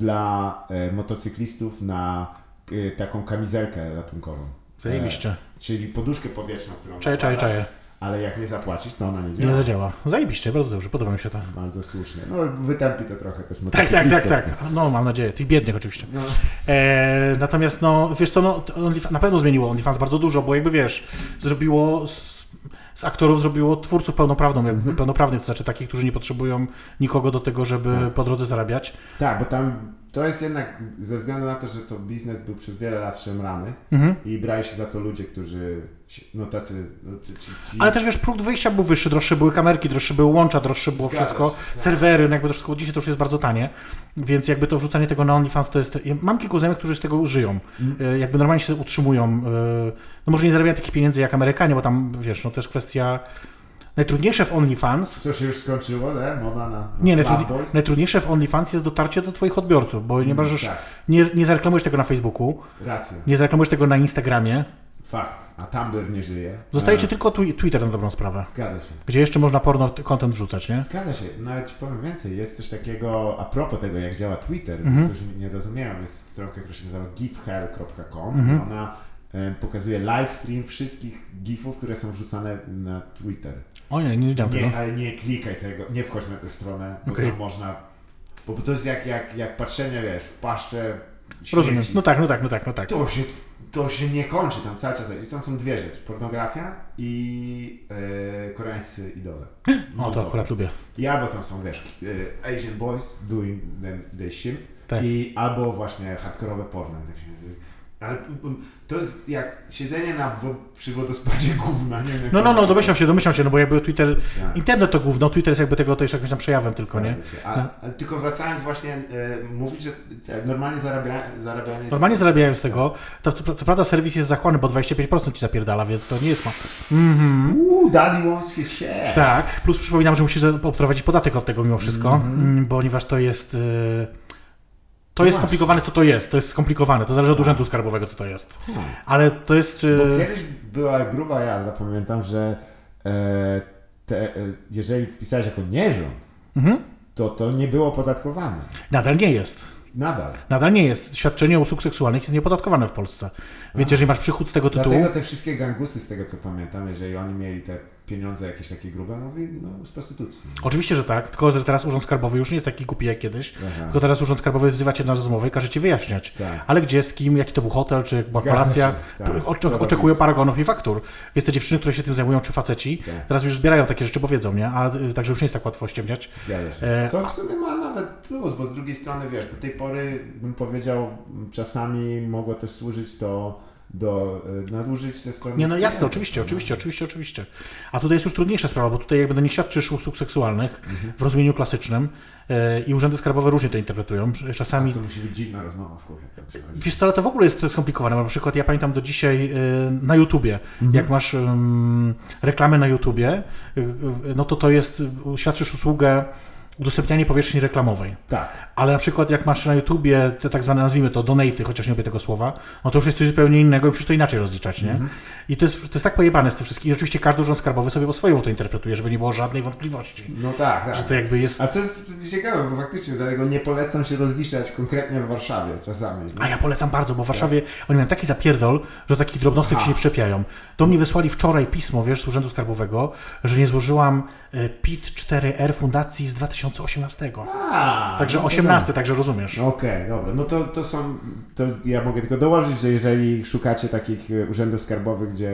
dla e, motocyklistów na e, taką kamizelkę ratunkową. Zajebiście. E, czyli poduszkę powietrzną, którą czaję, czaję, czaję. Ale jak nie zapłacić, to ona nie działa. Nie zadziała. Zajebiście, bardzo dobrze, podoba mi się to. Bardzo słusznie. No wytępi to trochę też Tak, tak, tak, tak. No mam nadzieję, tych biednych oczywiście. No. E, natomiast no, wiesz co, no, na pewno zmieniło OnlyFans bardzo dużo, bo jakby wiesz, zrobiło z, z aktorów zrobiło twórców pełnoprawną, jakby mm-hmm. pełnoprawnych, to znaczy takich, którzy nie potrzebują nikogo do tego, żeby tak. po drodze zarabiać. Tak, bo tam to jest jednak, ze względu na to, że to biznes był przez wiele lat szemrany mm-hmm. i brali się za to ludzie, którzy no tacy... No, ci, ci... Ale też wiesz, próg wyjścia był wyższy, droższe były kamerki, droższe były łącza, droższe było Zgadza wszystko, się, tak. serwery, no jakby to wszystko, dzisiaj to już jest bardzo tanie, więc jakby to wrzucanie tego na OnlyFans to jest... Ja mam kilku znajomych, którzy z tego żyją, mm. jakby normalnie się utrzymują, no może nie zarabiają takich pieniędzy jak Amerykanie, bo tam wiesz, no też kwestia... Najtrudniejsze w OnlyFans... Co się już skończyło, nie? Moda na, na Nie, najtrudni... najtrudniejsze w OnlyFans jest dotarcie do twoich odbiorców, bo nie możesz, tak. nie, nie zareklamujesz tego na Facebooku, Racja. nie zareklamujesz tego na Instagramie. Fakt, a Tumblr nie żyje. Zostaje ci tylko twi- Twitter na dobrą sprawę. Zgadza się. Gdzie jeszcze można porno content wrzucać, nie? Zgadza się. Nawet ci powiem więcej, jest coś takiego, a propos tego, jak działa Twitter, mm-hmm. którzy nie rozumieją, jest stronka, która się nazywa gifhell kropka com. Mm-hmm. Ona e, pokazuje live stream wszystkich gifów, które są wrzucane na Twitter. O nie, nie widziałem tego. Ale nie klikaj tego, nie wchodź na tę stronę, bo okay. to można, bo to jest jak, jak, jak patrzenie, wiesz, w paszczę śmieci. Rozumiem. No tak, no tak, no tak, no tak. To się, to się nie kończy tam cały czas. Tam są dwie rzeczy. Pornografia i e, koreańscy idole. No o, to akurat lubię. I albo tam są, wiesz, e, Asian boys doing them, this shit. Tak. I albo właśnie hardkorowe porno, tak się nazywa. Ale to jest jak siedzenie na wo- przy wodospadzie gówna, nie wiem. No, no, no, domyślam się, domyślam się, no bo jakby Twitter, tak. internet to gówno, Twitter jest jakby tego też jakimś tam przejawem tylko, nie? A, no. a, tylko wracając właśnie, e, mówić, że normalnie zarabia, zarabianie... Normalnie zarabiają z tego, to, co, co prawda serwis jest zachłanny, bo dwadzieścia pięć procent ci zapierdala, więc to nie jest ma. Mm-hmm. Uuu, daddy wants his share. Tak, plus przypominam, że musisz odprowadzić podatek od tego mimo wszystko, mm-hmm. ponieważ to jest... Yy... To no jest właśnie. skomplikowane, co to jest. To jest skomplikowane. To zależy od urzędu skarbowego, co to jest. Hmm. Ale to jest... Bo kiedyś była gruba jazda, pamiętam, że e, te, e, jeżeli wpisałeś jako nierząd, mhm. to to nie było opodatkowane. Nadal nie jest. Nadal. Nadal nie jest. Świadczenie usług seksualnych jest nieopodatkowane w Polsce. Więc Aha. jeżeli masz przychód z tego tytułu... Dlatego te wszystkie gangusy, z tego co pamiętam, jeżeli oni mieli te pieniądze jakieś takie grube, mówi, no z prostytucji. Oczywiście, że tak, tylko że teraz Urząd Skarbowy już nie jest taki głupi jak kiedyś, Aha. tylko teraz Urząd Skarbowy wzywa cię na rozmowę i każe ci wyjaśniać. Tak. Ale gdzie, z kim, jaki to był hotel, czy była kolacja, tak. Ocze- oczekują paragonów i faktur. Więc te dziewczyny, które się tym zajmują, czy faceci, tak. teraz już zbierają takie rzeczy, bo wiedzą, nie? A także już nie jest tak łatwo ściemniać. Zgadza się. E... Co w sumie ma nawet plus, bo z drugiej strony, wiesz, do tej pory bym powiedział, czasami mogło też służyć to do nadużyć ze strony... Nie, no jasne, oczywiście, oczywiście, oczywiście, oczywiście. A tutaj jest już trudniejsza sprawa, bo tutaj jakby no nie świadczysz usług seksualnych mhm. w rozumieniu klasycznym yy, i urzędy skarbowe różnie to interpretują. Czasami... A to musi być dziwna rozmowa w chuj. Wiesz co, ale to w ogóle jest skomplikowane. Na przykład ja pamiętam do dzisiaj yy, na YouTubie, mhm. jak masz yy, reklamy na YouTubie, yy, no to to jest, świadczysz usługę udostępnianie powierzchni reklamowej. Tak. Ale na przykład jak masz na YouTubie te tak zwane, nazwijmy to, donaty, chociaż nie lubię tego słowa, no to już jest coś zupełnie innego i musisz to inaczej rozliczać, nie? Mm-hmm. I to jest, to jest tak pojebane z tym wszystkim. I oczywiście każdy urząd skarbowy sobie po swojemu to interpretuje, żeby nie było żadnej wątpliwości. No tak, tak. Że to jakby jest... A to jest ciekawe, bo faktycznie dlatego nie polecam się rozliczać konkretnie w Warszawie czasami. A ja polecam bardzo, bo w Warszawie tak. oni mają taki zapierdol, że takich drobnostek Aha. się nie przyczepiają. Do mnie wysłali wczoraj pismo, wiesz, z Urzędu Skarbowego, że nie złożyłam P I T cztery R fundacji z dwa tysiące osiemnastego. A, także no osiemnasty, no. także rozumiesz. Okej, okay, dobra. No to, to są, to ja mogę tylko dołożyć, że jeżeli szukacie takich urzędów skarbowych, gdzie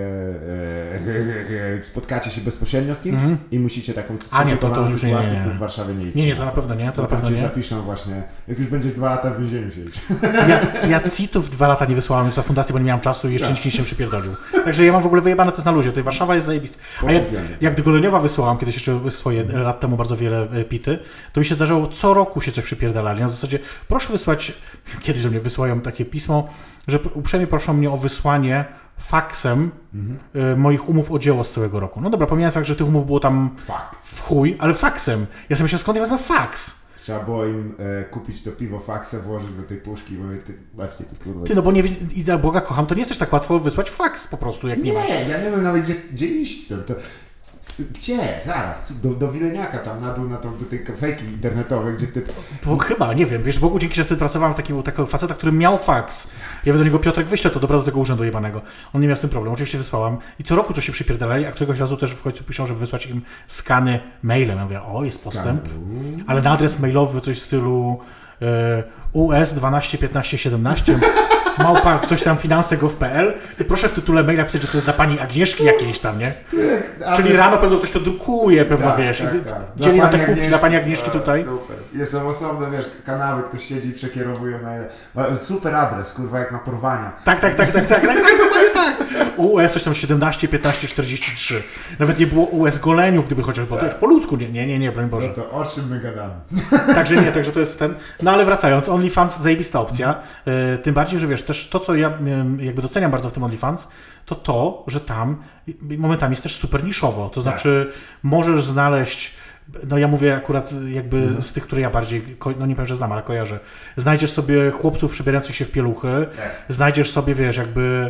e, spotkacie się bezpośrednio z kimś mm-hmm. i musicie taką A nie, to, to już nie, nie, nie. to w Warszawie nie idźcie. Nie, nie, to na pewno nie, to, to na pewno nie. zapiszą właśnie, jak już będziesz dwa lata w więzieniu siedzieć. Ja, ja C I T-ów dwa lata nie wysłałem za fundację, bo nie miałem czasu i jeszcze nikt się przypierdolił. Także ja mam w ogóle wyjebane to jest na luzie. Tutaj Warszawa jest zajebista. A jak, jak do Goleniowa wysyłałam kiedyś jeszcze swoje lat temu bardzo wiele pity, to mi się zdarzało co roku się coś przypierdalali. Na zasadzie proszę wysłać, kiedyś do mnie wysyłają takie pismo, że uprzejmie proszą mnie o wysłanie faksem mhm. y, moich umów o dzieło z całego roku. No dobra, pomijając fakt, że tych umów było tam Faks. w chuj, ale faksem. Ja sobie myślę, skąd ja wezmę faks? Trzeba było im e, kupić to piwo faksa, włożyć do tej puszki i mówię, ty, patrzcie, to kurwa. Ty, no bo nie, i za Boga kocham, to nie jest też tak łatwo wysłać faks po prostu, jak nie, nie masz. Nie, ja nie wiem nawet gdzie, gdzie iść z tym. To, gdzie? Zaraz, do, do Wileniaka tam na dół, na tą, do tej kafejki internetowej, gdzie ty... Bo chyba, nie wiem, wiesz, Bogu dzięki, że wtedy pracowałem w takiego, takiego faceta, który miał faks. Ja do niego Piotrek wyślę to dobra do tego urzędu jebanego. On nie miał z tym problemu, oczywiście wysłałam i co roku coś się przypierdalali, a któregoś razu też w końcu piszą, żeby wysłać im skany mailem. Ja mówię, o, jest postęp, Skan. ale na adres mailowy coś w stylu e, U S dwanaście piętnaście siedemnaście małpa, coś tam finanse kropka gov kropka p l i proszę w tytule maila pisać, że to jest dla pani Agnieszki jakiejś tam, nie? Tak, czyli rano jest... pewno ktoś to drukuje, pewno tak, wiesz, tak, i tak. dzieli na te kubki dla pani Agnieszki tutaj. Super. Jest osobne, wiesz, kanały, ktoś siedzi i przekierowuje maile. Super adres, kurwa, jak na porwania. Tak, tak, tak, tak, tak, tak, tak, dokładnie tak. U S coś tam siedemnaście piętnaście czterdzieści trzy. Nawet nie było U S Goleniów, gdyby chociaż było, tak. to już po ludzku, nie, nie, nie, nie, broń Boże. No to o czym my gadamy? Także nie, także to jest ten, no ale wracając, OnlyFans zajebista opcja, yy, tym bardziej, że wiesz, też to, co ja yy, jakby doceniam bardzo w tym OnlyFans, to to, że tam momentami jest też super niszowo, to znaczy tak. możesz znaleźć, no ja mówię akurat jakby mhm. z tych, które ja bardziej, no nie powiem, że znam, ale kojarzę. Znajdziesz sobie chłopców przybierających się w pieluchy, tak. znajdziesz sobie, wiesz, jakby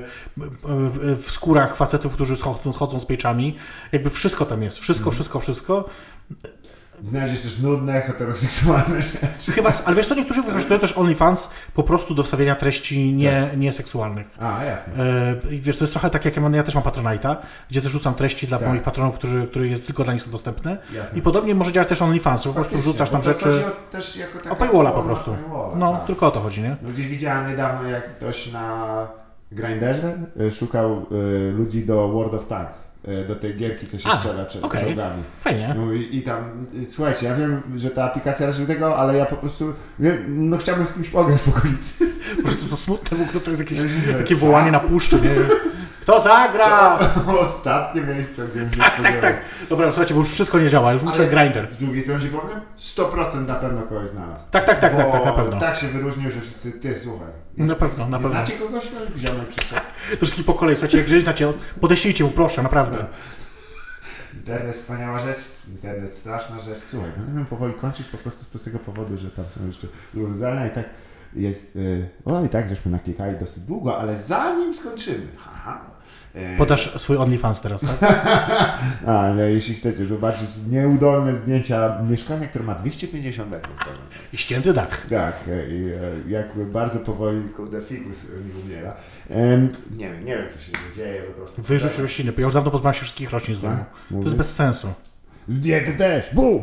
w skórach facetów, którzy schodzą, schodzą z pejczami, jakby wszystko tam jest, wszystko, mhm. wszystko, wszystko. znajdziesz też nudne, heteroseksualne rzeczy. Chyba, ale wiesz co, niektórzy wykorzystują też OnlyFans po prostu do wstawiania treści nie, tak. nieseksualnych. A, jasne. E, wiesz, to jest trochę tak jak ja, mam, ja też mam Patronite'a, gdzie też rzucam treści dla tak. moich patronów, którzy, które jest tylko dla nich są dostępne. Jasne. I podobnie może działać też OnlyFans, że po prostu wrzucasz tam rzeczy... O, też jako taka o paywalla po prostu. Paywalla, no, tak. tylko o to chodzi, nie? No, gdzieś widziałem niedawno, jak ktoś na Grindrze szukał y, ludzi do World of Tanks. Do tej gierki, co się A, strzela czy okay. czołgami. Fajnie. No i, i tam, słuchajcie, ja wiem, że ta aplikacja raczej tego, ale ja po prostu, no chciałbym z kimś pograć w okolicy. Po prostu to smutne, bo to jest jakieś takie wołanie na puszczy, nie? Kto zagra? To ostatnie miejsce, gdzie mnie Tak, tak, tak. Dobra, słuchajcie, bo już wszystko nie działa, już muszę Grindr. Z drugiej strony ci powiem, sto procent na pewno kogoś znalazł. Tak, tak, tak, tak, tak, na pewno. Tak się wyróżnił, że wszyscy, ty, słuchaj. Jest, na pewno, na pewno. Znacie kogoś, no ziomek przyszedł. To wszystkich po kolei, słuchajcie, jak gdzieś znacie, podeślijcie mu, proszę, naprawdę. Internet wspaniała rzecz, internet straszna rzecz. Słuchaj, no będziemy powoli kończyć po prostu z prostego powodu, że tam są jeszcze rozwiązania i tak jest, yy, o i tak żeśmy naklikali dosyć długo, ale zanim skończymy, haha. Yy, Podasz swój OnlyFans teraz, tak? A, no, jeśli chcecie zobaczyć nieudolne zdjęcia mieszkania, które ma dwieście pięćdziesiąt metrów. I ścięty dach. Tak, i jak bardzo powoli kurde fikus mi umiera. Um, nie wiem, nie wiem co się dzieje po prostu. Wyrzuć rośliny, bo ja już dawno pozbałem się wszystkich roślin z domu. To jest bez sensu. Zdjęty też, bum!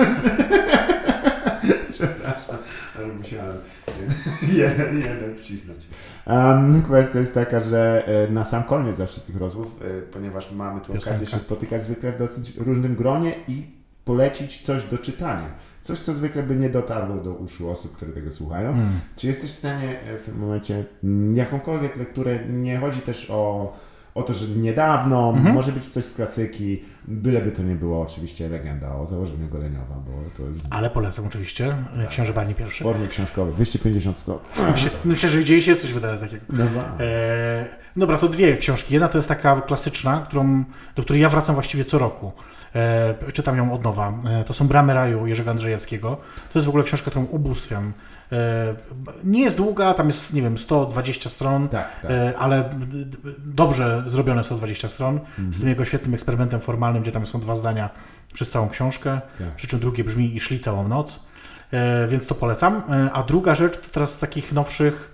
Przepraszam, ale musiałem jeden, jeden wcisnąć. Um, kwestia jest taka, że na sam koniec zawsze tych rozmów, ponieważ mamy tu Piosenka. okazję się spotykać zwykle w dosyć różnym gronie i polecić coś do czytania. Coś, co zwykle by nie dotarło do uszu osób, które tego słuchają. Hmm. Czy jesteś w stanie w tym momencie jakąkolwiek lekturę, nie chodzi też o, o to, że niedawno, mhm. może być coś z klasyki, byleby to nie było oczywiście legenda o założeniu Goleniowa, bo to już... Ale polecam oczywiście, tak. Książę Bani pierwszy. W formie książkowej, dwieście pięćdziesiąt stron. Myślę, myślę, że gdzieś jest coś wydane takiego. No e, dobra, to dwie książki. Jedna to jest taka klasyczna, którą, do której ja wracam właściwie co roku. E, czytam ją od nowa. E, to są Bramy Raju Jerzego Andrzejewskiego. To jest w ogóle książka, którą ubóstwiam. E, nie jest długa, tam jest, nie wiem, sto dwadzieścia stron, tak, tak. E, ale dobrze zrobione sto dwadzieścia stron, mhm. z tym jego świetnym eksperymentem formalnym, gdzie tam są dwa zdania przez całą książkę, tak. Przy czym drugie brzmi i szli całą noc, e, więc to polecam. E, a druga rzecz to teraz z takich nowszych,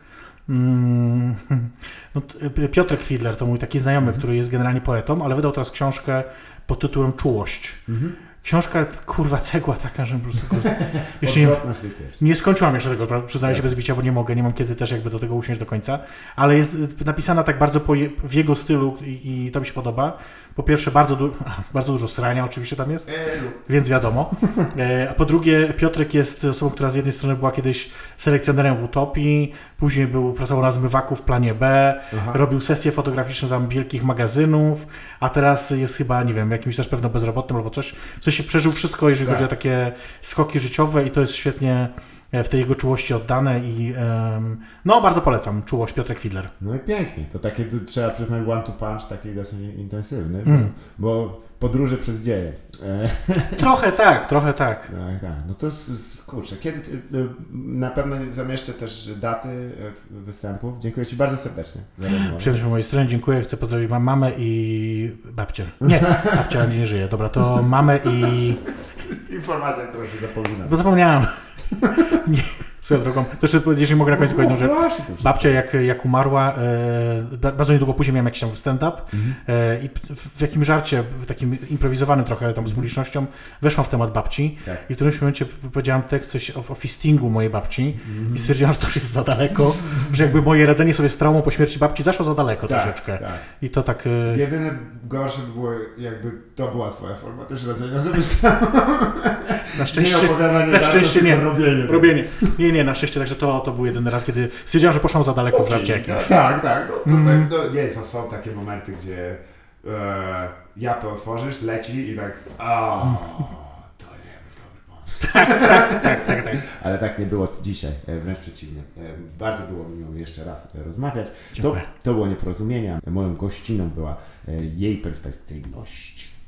mm, no, Piotrek Fidler, to mój taki znajomy, mhm. który jest generalnie poetą, ale wydał teraz książkę pod tytułem Czułość. Mhm. Książka, kurwa, cegła taka, że po prostu... Jeszcze nie, nie skończyłam jeszcze tego, przyznaję się bez bicia, bo nie mogę, nie mam kiedy też jakby do tego usiąść do końca, ale jest napisana tak bardzo po je, w jego stylu i, i to mi się podoba. Po pierwsze, bardzo, du- bardzo dużo srania oczywiście tam jest, więc wiadomo. A po drugie, Piotrek jest osobą, która z jednej strony była kiedyś selekcjonerem w Utopii, później był, pracował na zmywaku w Planie B, Aha. robił sesje fotograficzne tam wielkich magazynów, a teraz jest chyba, nie wiem, jakimś też pewno bezrobotnym albo coś. W sensie przeżył wszystko, jeżeli tak. chodzi o takie skoki życiowe i to jest świetnie w tej jego czułości oddane i um, no bardzo polecam. Czułość, Piotrek Fidler. No i pięknie. To takie, trzeba przyznać, one to punch, taki dosyć intensywny, mm. bo, bo podróże przez dzieje. Trochę tak, trochę tak. Tak, tak. No to jest, kurczę, kiedy na pewno zamieszczę też daty występów. Dziękuję Ci bardzo serdecznie. Przyjemność po mojej stronie, dziękuję. Chcę pozdrowić mam mamę i babcię. Nie, babcia nie żyje. Dobra, to mamę i... To jest informacja, którą się zapomina. Bo zapomniałem. Nie. Swoją drogą, to jeszcze, jeżeli mogę na końcu jedną rzecz. Babcia jak, jak umarła, e, bardzo niedługo później miałem jakiś tam stand-up mhm. e, i w, w jakimś żarcie, w takim improwizowanym trochę tam z publicznością, weszłam w temat babci tak. i w którymś momencie powiedziałam tekst coś o, o fistingu mojej babci mhm. i stwierdziłam, że to już jest za daleko, że jakby moje radzenie sobie z traumą po śmierci babci zaszło za daleko tak, troszeczkę. Tak. I to tak... E... Jedyne gorsze by było, jakby to była twoja forma też radzenia, żeby sam... Na szczęście nie. Na szczęście nie. Robienie. robienie. Nie, nie, na szczęście, także to, to był jedyny raz, kiedy stwierdziłam, że poszłam za daleko okay, w żarcie jakimś. Tak, tak. No, to, mm. no, nie, są, są takie momenty, gdzie e, japę otworzysz, leci i tak o, to nie był dobry pomysł. Tak, tak, tak, tak, tak. Ale tak nie było dzisiaj, wręcz przeciwnie. Bardzo było mi miło jeszcze raz rozmawiać. To, to było nieporozumienia. Moją gościną była jej perfekcyjność.